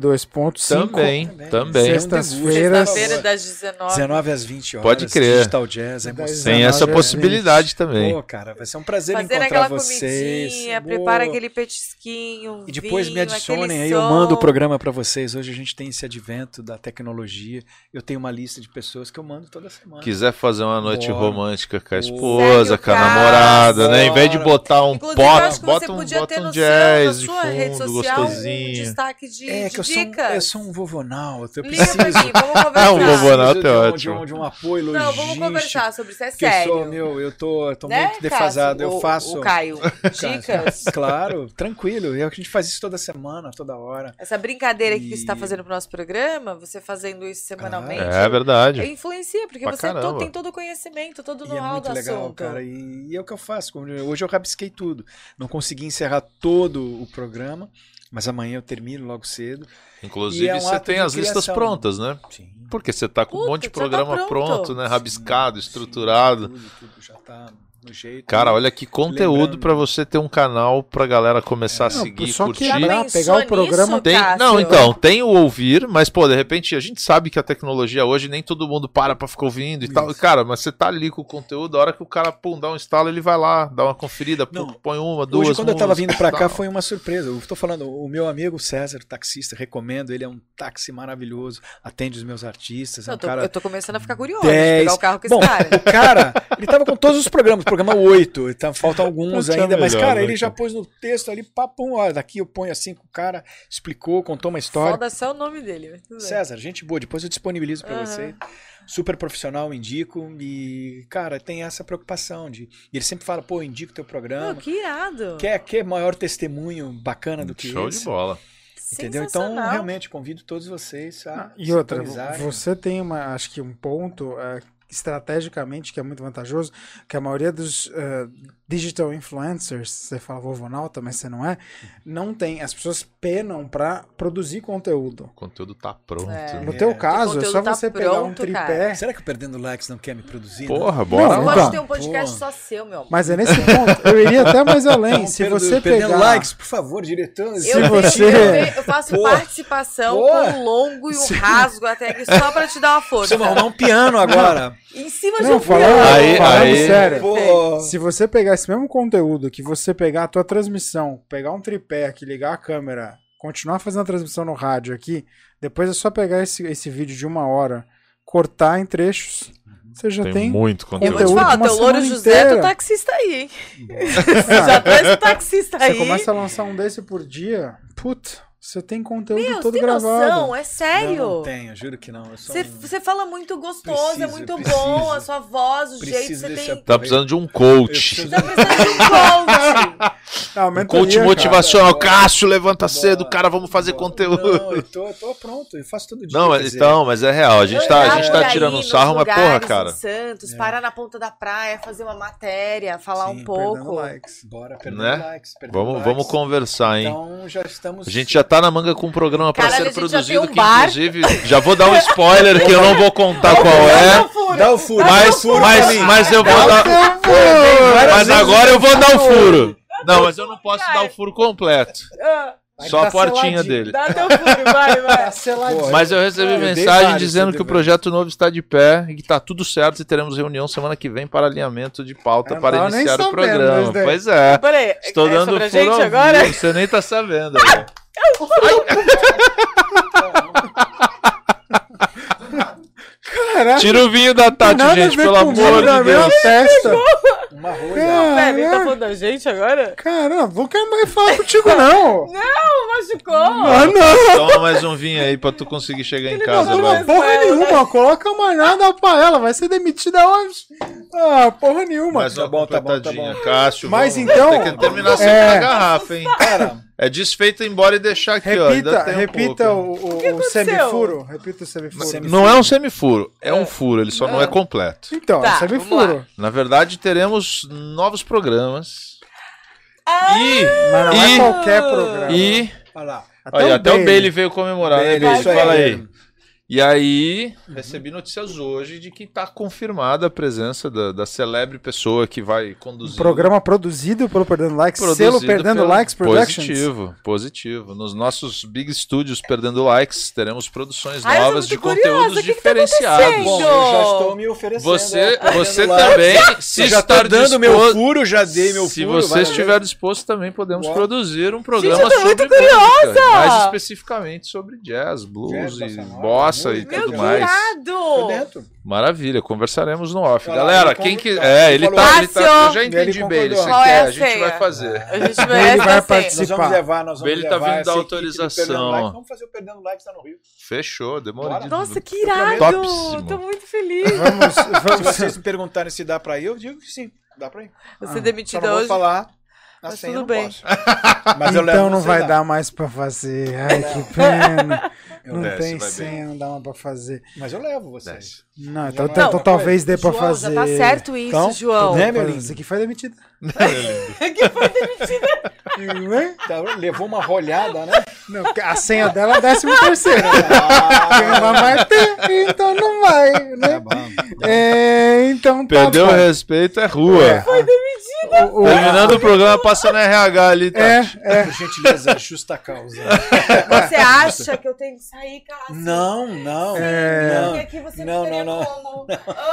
92.5. Também. Sexta-feira das 19 às 20 horas. Pode crer. Digital Jazz, emoção. Tem essa possibilidade também. Pô, cara, vai ser um prazer encontrar vocês. Prepara aquele petisquinho, e depois vinho, me adicionem aí, eu mando o programa pra vocês. Hoje a gente tem esse advento da tecnologia. Eu tenho uma lista de pessoas que eu mando toda semana. Quiser fazer uma noite romântica com a esposa, com a namorada, né? Em vez de botar um pop, bota um jazz de fundo, gostosinho. Destaque de dicas. Eu sou um vovonal. Eu liga pra mim, vamos conversar. Um vovonal é ótimo. De um apoio logístico. Não, vamos conversar sobre isso, é sério. Eu tô muito defasado. Cássio, eu faço... O Caio, dicas? Claro, tranquilo. E a gente faz isso toda semana, toda hora. Essa brincadeira que você tá fazendo pro nosso programa, você fazendo isso semanalmente... É verdade. Influencia, porque você tem todo o conhecimento, todo o know-how do assunto. É muito legal, cara. E é o que eu faço. Hoje eu rabisquei tudo. Não consegui encerrar todo o programa, mas amanhã eu termino logo cedo. Inclusive, você tem as listas prontas, né? Sim. Porque você tá com um monte de programa pronto, né? Rabiscado, estruturado. Tudo já tá no jeito. Cara, olha que conteúdo pra você ter um canal pra galera começar a seguir, só curtir. Pegar o programa... Tem o ouvir, mas, pô, de repente, a gente sabe que a tecnologia hoje, nem todo mundo para pra ficar ouvindo e tal. Cara, mas você tá ali com o conteúdo, a hora que o cara, dá um instalo, ele vai lá, dá uma conferida, põe uma, duas... Hoje, quando eu tava vindo pra cá, foi uma surpresa. Eu tô falando, o meu amigo César, taxista, recomendo, ele é um táxi maravilhoso, atende os meus artistas, eu tô começando a ficar curioso de pegar o carro com esse cara. O cara, ele tava com todos os programas, programa 8, então faltam alguns ainda, mas, cara, ele já pôs no texto ali, papum, olha, daqui eu ponho assim, o cara explicou, contou uma história. Foda só o nome dele. César, gente boa, depois eu disponibilizo pra você. Super profissional, indico, e, cara, tem essa preocupação de... E ele sempre fala, indico teu programa. Que irado. Quer maior testemunho bacana do que Show esse? de bola. Entendeu? Então, realmente, convido todos vocês a E outra, você tem acho que um ponto estrategicamente que é muito vantajoso, que a maioria dos digital influencers, você fala vovonauta, mas você não tem, as pessoas penam pra produzir conteúdo. O conteúdo tá pronto. No teu caso, é só você pegar um tripé. Cara. Será que o Perdendo Likes não quer me produzir? Porra, bora. Não, pode ter um podcast só seu, meu amor. Mas é nesse ponto, eu iria até mais além. Se você pegar... Perdendo Likes, por favor, diretor. Eu faço participação com o longo e o rasgo até aqui só pra te dar uma força. Você vai arrumar um piano agora. Em cima de um falando sério. Se você pegar esse mesmo conteúdo, que você pegar a tua transmissão, pegar um tripé aqui, ligar a câmera, continuar fazendo a transmissão no rádio aqui, depois é só pegar esse vídeo de 1 hora, cortar em trechos, você já tem muito conteúdo. Eu vou te falar, teu Louro José é teu taxista aí, hein? Já traz o taxista aí. Você começa a lançar um desse por dia, puta... Você tem conteúdo todo tem gravado. Noção? É sério? Não tenho, juro que não. Você fala muito gostoso, é muito bom, a sua voz, o jeito que você tem. Tá precisando de um coach. Tá precisando de um coach. Um coach motivacional. Cássio, levanta cedo, cara, vamos fazer conteúdo. Não, eu tô pronto, eu faço todo dia. Não, mas é real. A gente tá tirando um sarro, mas porra, cara. Santos, parar na ponta da praia, fazer uma matéria, falar um pouco. Bora, perdendo likes. Vamos conversar, hein? Então já estamos. A gente já tá na manga com um programa pra ser produzido, que bar. inclusive, já vou dar um spoiler que eu não vou contar qual é. Dá o furo. Mas eu vou dar. Mas agora eu vou dar o furo. Não, mas eu não posso dar o furo completo. Só a portinha dele. Dá teu furo, vai. Mas eu recebi mensagem dizendo que o projeto novo está de pé e que tá tudo certo e teremos reunião semana que vem para alinhamento de pauta para iniciar o programa. Pois é. Peraí, estou dando sobre furo a gente ao agora? vivo, você nem tá sabendo. Caraca, tira o vinho da Tati, gente, pelo amor de Deus. Testa. Uma rolha. Peraí, tá falando da gente agora? Caramba, vou querer mais falar contigo, não. Não, machucou. Ah, não. Toma mais um vinho aí pra tu conseguir chegar em casa, Não, vai. porra nenhuma, coloca mais nada pra ela, vai ser demitida hoje. Ah, porra nenhuma. Mais uma completadinha, Cássio. Mas então... Tem que terminar sempre na garrafa, hein. Cara... É desfeito embora e deixar aqui, ó. Repita o semifuro. Repita o semifuro. Não é um semifuro, é um furo, ele só não é completo. Então, é semifuro. Na verdade, teremos novos programas. Mas não é qualquer programa. Até o Bailey veio comemorar, né, Bailey? Fala aí. E aí, recebi notícias hoje de que está confirmada a presença da celebre pessoa que vai conduzir. Programa produzido pelo Perdendo Likes, selo Perdendo Likes Productions. Positivo. Nos nossos big studios Perdendo Likes, teremos produções novas de conteúdos diferenciados. Bom, eu já estou me oferecendo. Você também, se já está dando meu furo, já dei meu furo. Se você estiver disposto, também podemos produzir um programa sobre muito música, curiosa. mais especificamente sobre jazz, blues e bossa e tudo mais. Maravilha, conversaremos no off. Galera, quem quiser. Ele tá. Eu já entendi bem. Ele quer, a gente vai fazer. Ele vai participar. Nós vamos ele tá vindo dar autorização. Vamos fazer o Perdendo Likes lá no Rio. Fechou, demorou. Nossa, que irado. Topíssimo. Tô muito feliz. Se vocês me perguntarem se dá pra ir, eu digo que sim. Dá pra ir. Você demitida hoje. hoje. Vou falar. Mas tudo bem. Mas então não vai dar mais pra fazer. Ai, que pena. Não tem senha, não dá mais pra fazer. Mas eu levo vocês. Não, então talvez dê pra fazer. Já tá certo isso, então, João. Né, meu lindo? Esse aqui foi demitido. Que foi demitida. Levou uma rolhada, né? Não, a senha dela é 13º. Ela vai ter, então não vai, né? Então tá. Perdeu o respeito, é rua. Foi demitida. Terminando o programa, passa no RH ali, Tati. Por gentileza, justa causa. Você acha que eu tenho que sair, cara? Não. Aqui você não teria como.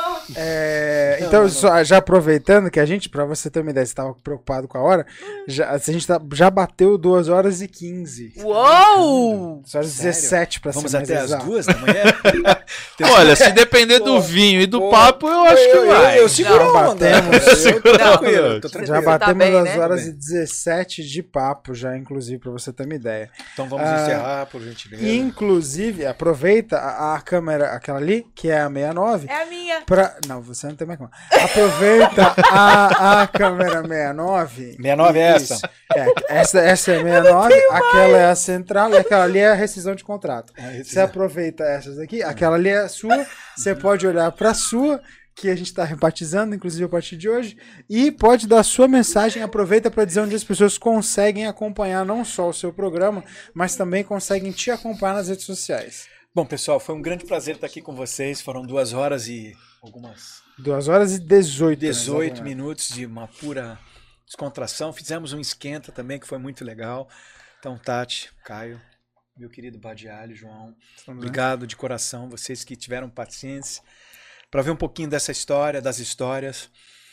Então, já aproveitando que a gente, pra você ter uma ideia, você tava preocupado com a hora, a gente já bateu 2h15. Uou! 2h17 pra Vamos ser mais até exato. as 2 da manhã? Olha, se depender do vinho e do papo, eu acho que vai. Eu seguro a onda. Batemos. Tô tranquilo. Já batemos bem, as né? horas e 17 de papo já, inclusive, pra você ter uma ideia. Então vamos encerrar, por gentileza. Inclusive, aproveita a câmera, aquela ali, que é a 69. É a minha. Não, você não tem mais como. Aproveita a câmera 69. 69 é essa? Isso. Essa é a 69, aquela é a central e aquela ali é a rescisão de contrato. Você aproveita essas aqui, aquela ali é a sua, você pode olhar pra sua, que a gente está rebatizando, inclusive a partir de hoje, e pode dar sua mensagem, aproveita para dizer onde as pessoas conseguem acompanhar não só o seu programa, mas também conseguem te acompanhar nas redes sociais. Bom, pessoal, foi um grande prazer estar aqui com vocês, foram 2 horas e algumas... 2 horas e 18. 18 minutos de uma pura descontração, fizemos um esquenta também, que foi muito legal. Então, Tati, Caio, meu querido Badialho, João, obrigado de coração, vocês que tiveram paciência, para ver um pouquinho dessa história, das histórias.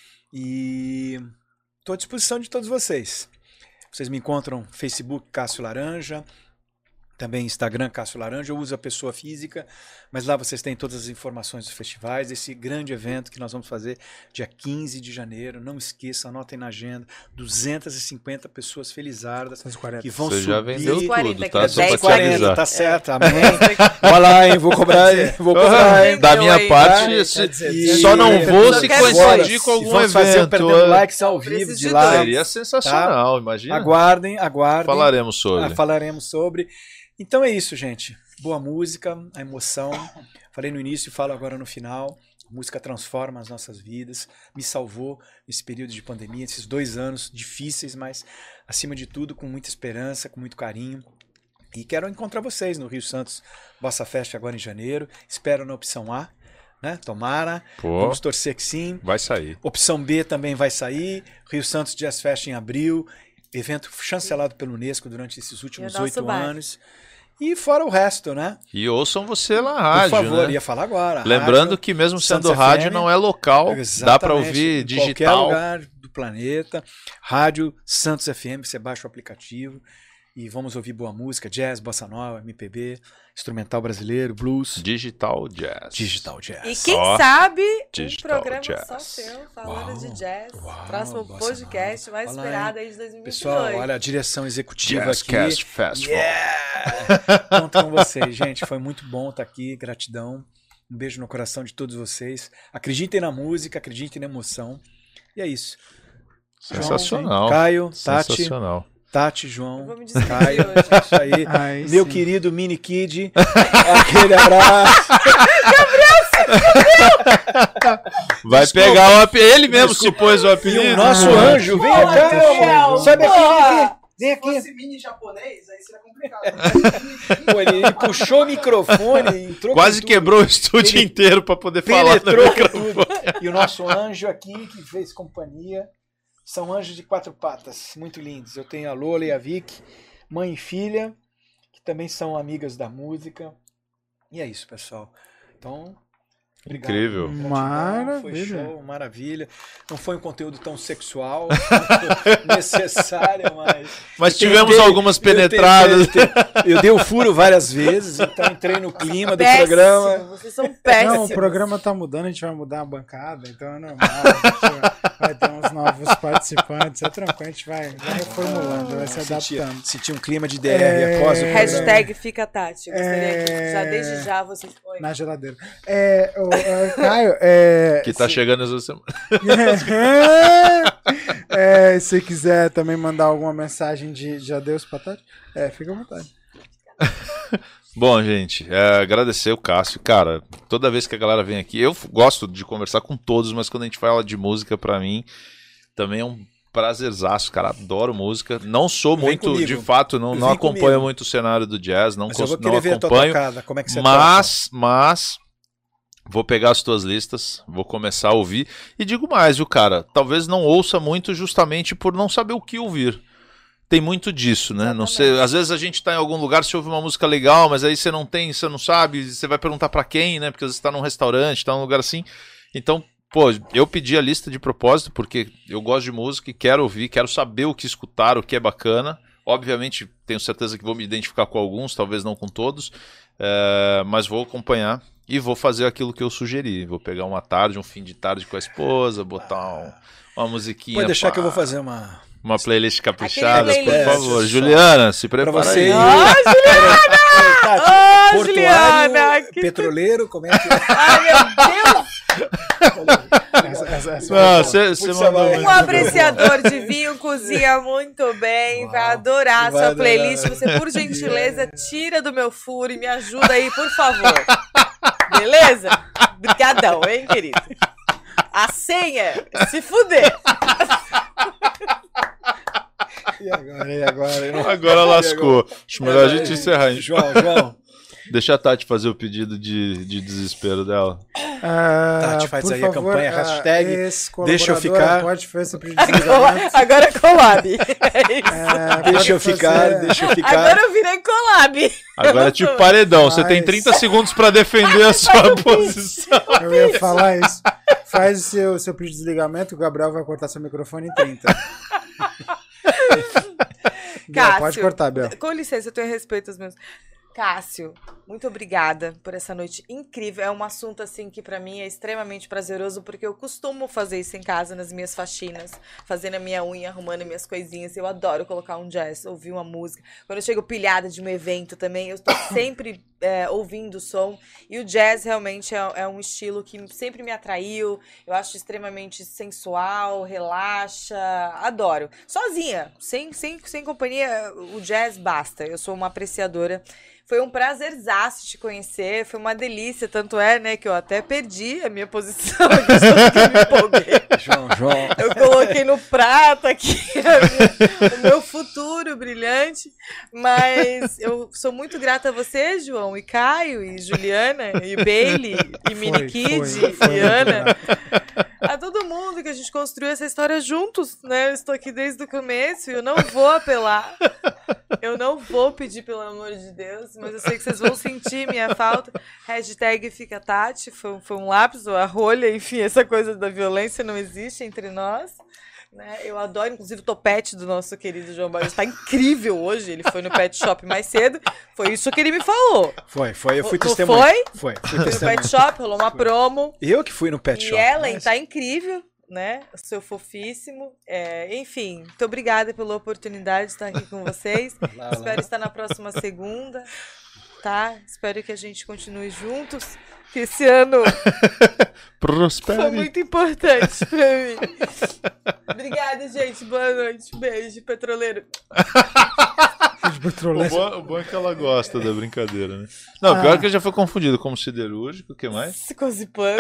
E estou à disposição de todos vocês. Vocês me encontram no Facebook Cássio Laranja, também Instagram Cássio Laranja. Eu uso a pessoa física, mas lá vocês têm todas as informações dos festivais, desse grande evento que nós vamos fazer dia 15 de janeiro. Não esqueçam, anotem na agenda, 250 pessoas felizardas que vão Você subir. já vendeu 40, tudo, que tá? é Só 10, pra te 40, avisar. tá certo, amém. Vai lá, hein, vou cobrar, hein, vou cobrar, hein. Da minha aí, parte, E- só não vou se Quer coincidir com E algum vamos fazer o evento. Perdendo Likes ao vivo Preciso de de lá. dois. Seria sensacional, imagina. Aguardem. Falaremos sobre. Falaremos sobre. Então é isso, gente. Boa música, a emoção. Falei no início e falo agora no final. A música transforma as nossas vidas. Me salvou nesse período de pandemia, esses 2 anos difíceis, mas acima de tudo com muita esperança, com muito carinho. E quero encontrar vocês no Rio Santos Bossa Fest agora em janeiro. Espero na opção A, né? Tomara. Pô. Vamos torcer que sim. Vai sair. Opção B também vai sair. Rio Santos Jazz Fest em abril. Evento chancelado pelo Unesco durante esses últimos E o nosso 8 bar. anos. E fora o resto, né? E ouçam você na rádio, Por favor, né? ia falar agora. Lembrando Rádio que mesmo sendo Santos rádio, FM, não é local, dá pra exatamente, ouvir em qualquer digital. lugar do planeta. Rádio Santos FM, você baixa o aplicativo e vamos ouvir boa música, jazz, bossa nova, MPB, instrumental brasileiro, blues, Digital Jazz. digital jazz. E quem Ó, sabe um Digital programa Jazz. só seu, falando Uau, de jazz. uau, Próximo bossa podcast nova. mais Olha lá, esperado aí de 2022. Pessoal, olha a direção executiva Jazzcast aqui. Festival. Yeah! Conto com vocês, gente. Foi muito bom estar aqui. Gratidão. Um beijo no coração de todos vocês. Acreditem na música, acreditem na emoção. E é isso. Sensacional. Caio, Sensacional. Tati, Eu João, vou me despedir Caio. hoje. É isso aí. Aí Meu sim. querido Mini Kid. Aquele abraço. Vai pegar o apelido. Ele mesmo se pôs o E apelido. o nosso anjo. Vem cá, meu amor. Sobe aqui. Vem aqui. Se fosse mini japonês, aí seria complicado. Pô, ele puxou o microfone, entrou Quase com tudo. quebrou o estúdio Ele inteiro pra poder falar no Penetrou com microfone. tudo. E o nosso anjo aqui, que fez companhia, são anjos de 4 patas, muito lindos. Eu tenho a Lola e a Vicky, mãe e filha, que também são amigas da música. E é isso, pessoal. Então, obrigado. Incrível. Gratidão, Maravilha. Foi show, maravilha. Não foi um conteúdo tão sexual quanto necessário, Mas eu tivemos tentei- algumas penetradas. Eu dei o furo várias vezes, então entrei no clima do Péssimo, programa. Vocês são péssimos. Não, o programa tá mudando, a gente vai mudar a bancada, então é normal. A gente vai ter uns novos participantes, é tranquilo, a gente vai reformulando, vai se adaptando. Senti um clima de DR após o programa. Hashtag fica Tati. Eu gostaria que já desde já vocês... Oi. Na geladeira. Caio, Que tá chegando essa semana. se quiser também mandar alguma mensagem de adeus pra Tati, fica à vontade. Bom, gente, agradecer o Cássio. Cara, toda vez que a galera vem aqui, eu gosto de conversar com todos, mas quando a gente fala de música, pra mim, também é um prazerzaço, cara. Adoro música. Não sou Vem muito, comigo. de fato, não Vem acompanho comigo. muito o cenário do jazz, não, Mas eu vou não querer ver a tua acompanho. tocada, como é que você Mas vou pegar as tuas listas, vou começar a ouvir. E digo mais, viu, cara? Talvez não ouça muito justamente por não saber o que ouvir. Tem muito disso, né? Não sei, às vezes a gente tá em algum lugar, você ouve uma música legal, mas aí você não tem, você não sabe, você vai perguntar pra quem, né? Porque às vezes tá num restaurante, tá num lugar assim. Então, pô, eu pedi a lista de propósito porque eu gosto de música e quero ouvir, quero saber o que escutar, o que é bacana. Obviamente, tenho certeza que vou me identificar com alguns, talvez não com todos, mas vou acompanhar e vou fazer aquilo que eu sugeri. Vou pegar uma tarde, um fim de tarde com a esposa, botar uma musiquinha. Pode deixar que eu vou fazer uma playlist caprichada, playlist. por favor. Juliana, se prepara você aí. Juliana! Juliana! Petroleiro, como é que é? Ai, meu Deus! Não, você mandou Um apreciador de vinho cozinha muito bem, vai adorar a sua playlist. Você, por gentileza, tira do meu furo e me ajuda aí, por favor. Beleza? Obrigadão, hein, querido? A senha, se fuder. E agora? Agora lascou. Acho melhor a gente encerrar, hein? João. Deixa a Tati fazer o pedido de desespero dela. Tati, faz aí a campanha, hashtag deixa eu ficar. Pode fazer seu pedido de desligamento. Agora é collab. Deixa eu ficar. Agora eu virei collab. Agora é tipo paredão. Você tem 30 segundos pra defender a sua posição. Eu ia falar isso. Faz o seu pedido de desligamento, o Gabriel vai cortar seu microfone em 30. Cássio, pode cortar, Bel. Com licença, eu tenho respeito aos meus... Cássio, muito obrigada por essa noite incrível. É um assunto assim que pra mim é extremamente prazeroso, porque eu costumo fazer isso em casa, nas minhas faxinas, fazendo a minha unha, arrumando minhas coisinhas. Eu adoro colocar um jazz, ouvir uma música. Quando eu chego pilhada de um evento também, eu tô sempre ouvindo o som. E o jazz realmente é um estilo que sempre me atraiu. Eu acho extremamente sensual, relaxa, adoro. Sozinha, sem companhia, o jazz basta. Eu sou uma apreciadora. Foi um prazerzaço te conhecer, foi uma delícia, tanto é, né, que eu até perdi a minha posição, que eu me empolguei. João. Eu coloquei no prato aqui o meu futuro brilhante, mas eu sou muito grata a você, João, e Caio, e Juliana, e Bailey, e Mini Kid, e Ana, a todo mundo que a gente construiu essa história juntos, né, eu estou aqui desde o começo e eu não vou apelar. Eu não vou pedir, pelo amor de Deus, mas eu sei que vocês vão sentir minha falta. Hashtag fica Tati, foi um lápis, ou a rolha, enfim, essa coisa da violência não existe entre nós. Né? Eu adoro, inclusive, o topete do nosso querido João Barros. Está incrível hoje, ele foi no pet shop mais cedo. Foi isso que ele me falou. Foi, eu fui testemunha. Foi no pet shop, rolou uma promo. Eu que fui no pet shop. E Ellen, tá incrível. Né? O seu fofíssimo. Enfim, muito obrigada pela oportunidade de estar aqui com vocês. Espero estar na próxima segunda, tá? Espero que a gente continue juntos. Que esse ano foi muito importante pra mim. Obrigada, gente. Boa noite. Beijo, petroleiro. O bom é que ela gosta da brincadeira, né? Não, pior que já foi confundido como siderúrgico, o que mais? Cozipano.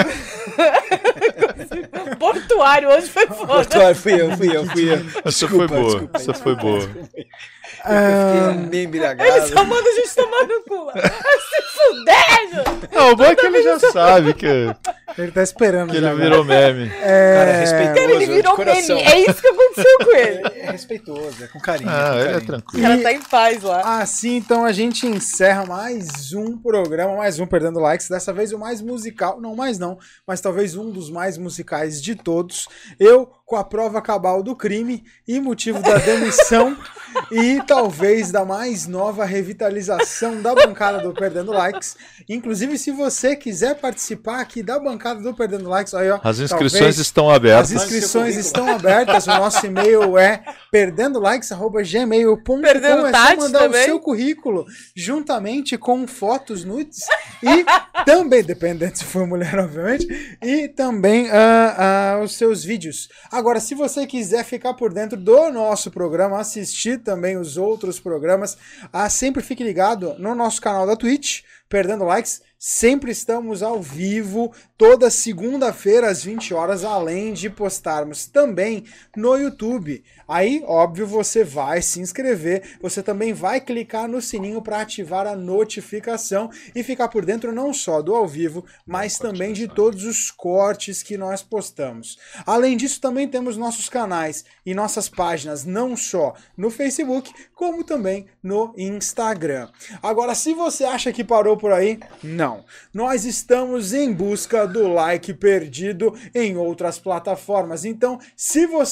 Portuário, hoje foi foda. Portuário, fui eu. Essa foi boa. Essa foi boa. Eu fiquei meio embriagado. Ele só manda a gente tomar no cu. Se fuder! Não, o bom é que ele já sabe que Ele tá esperando. ele virou meme. Cara, é respeitoso. Cara, ele virou meme. É isso que aconteceu com ele. É respeitoso, é com carinho. Ele é O tranquilo. cara tá em paz lá. Assim, então a gente encerra mais um programa, mais um Perdendo Likes, dessa vez o mais musical, mas talvez um dos mais musicais de todos. Eu, com a prova cabal do crime e motivo da demissão e talvez da mais nova revitalização da bancada do Perdendo Likes. Inclusive, se você quiser participar aqui da bancada do Perdendo Likes, aí, ó, As inscrições estão abertas. As inscrições estão abertas, o nosso e-mail é perdendolikes@gmail.com. Perdendo É só Tati mandar também. o seu currículo juntamente com fotos nudes e também, dependendo se for mulher, obviamente, e também os seus vídeos. Agora, se você quiser ficar por dentro do nosso programa, assistir também os outros programas, sempre fique ligado no nosso canal da Twitch, Perdendo Likes. Sempre estamos ao vivo, toda segunda-feira às 20 horas, além de postarmos também no YouTube. Aí, óbvio, você vai se inscrever, você também vai clicar no sininho para ativar a notificação e ficar por dentro não só do ao vivo, mas também de todos os cortes que nós postamos. Além disso, também temos nossos canais e nossas páginas, não só no Facebook, como também no Instagram. Agora, se você acha que parou por aí, não. Nós estamos em busca do like perdido em outras plataformas. Então, se você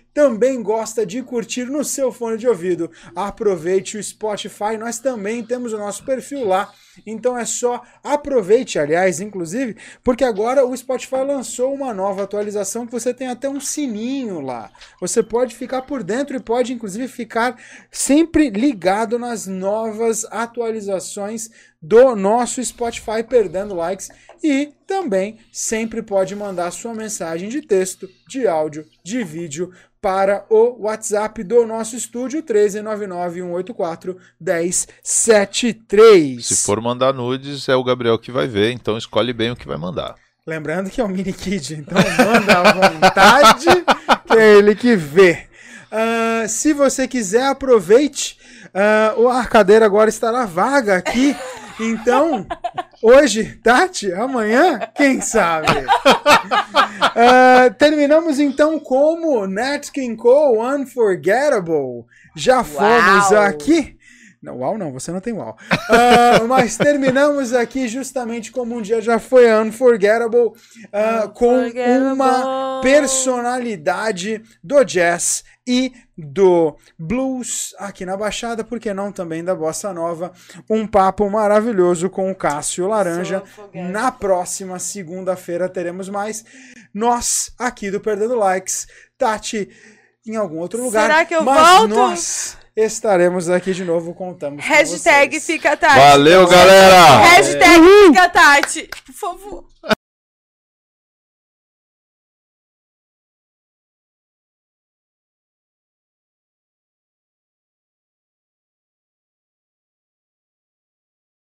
também gosta de curtir no seu fone de ouvido, aproveite o Spotify. Nós também temos o nosso perfil lá. Então é só aproveite, aliás, inclusive, porque agora o Spotify lançou uma nova atualização que você tem até um sininho lá. Você pode ficar por dentro e pode, inclusive, ficar sempre ligado nas novas atualizações do nosso Spotify Perdendo Likes e também sempre pode mandar sua mensagem de texto, de áudio, de vídeo para o WhatsApp do nosso estúdio, 13991841073. Se for mandar nudes, é o Gabriel que vai ver, então escolhe bem o que vai mandar. Lembrando que é o mini kid, então manda à vontade, que é ele que vê. Se você quiser, aproveite. A cadeira agora estará vaga aqui. Então, hoje, Tati, amanhã, quem sabe? Terminamos então como Nat King Cole, Unforgettable. Já fomos aqui. Não, uau não, você não tem uau. Mas terminamos aqui justamente como um dia já foi Unforgettable, com uma personalidade do jazz e do blues aqui na Baixada, por que não também da Bossa Nova. Um papo maravilhoso com o Cássio Laranja. Na próxima segunda-feira teremos mais. Nós aqui do Perdendo Likes, Tati em algum outro lugar. Será que eu mas volto? Nós estaremos aqui de novo, contamos Hashtag com vocês. Fica Tati. Valeu, galera! Hashtag Fica Tati. Por favor.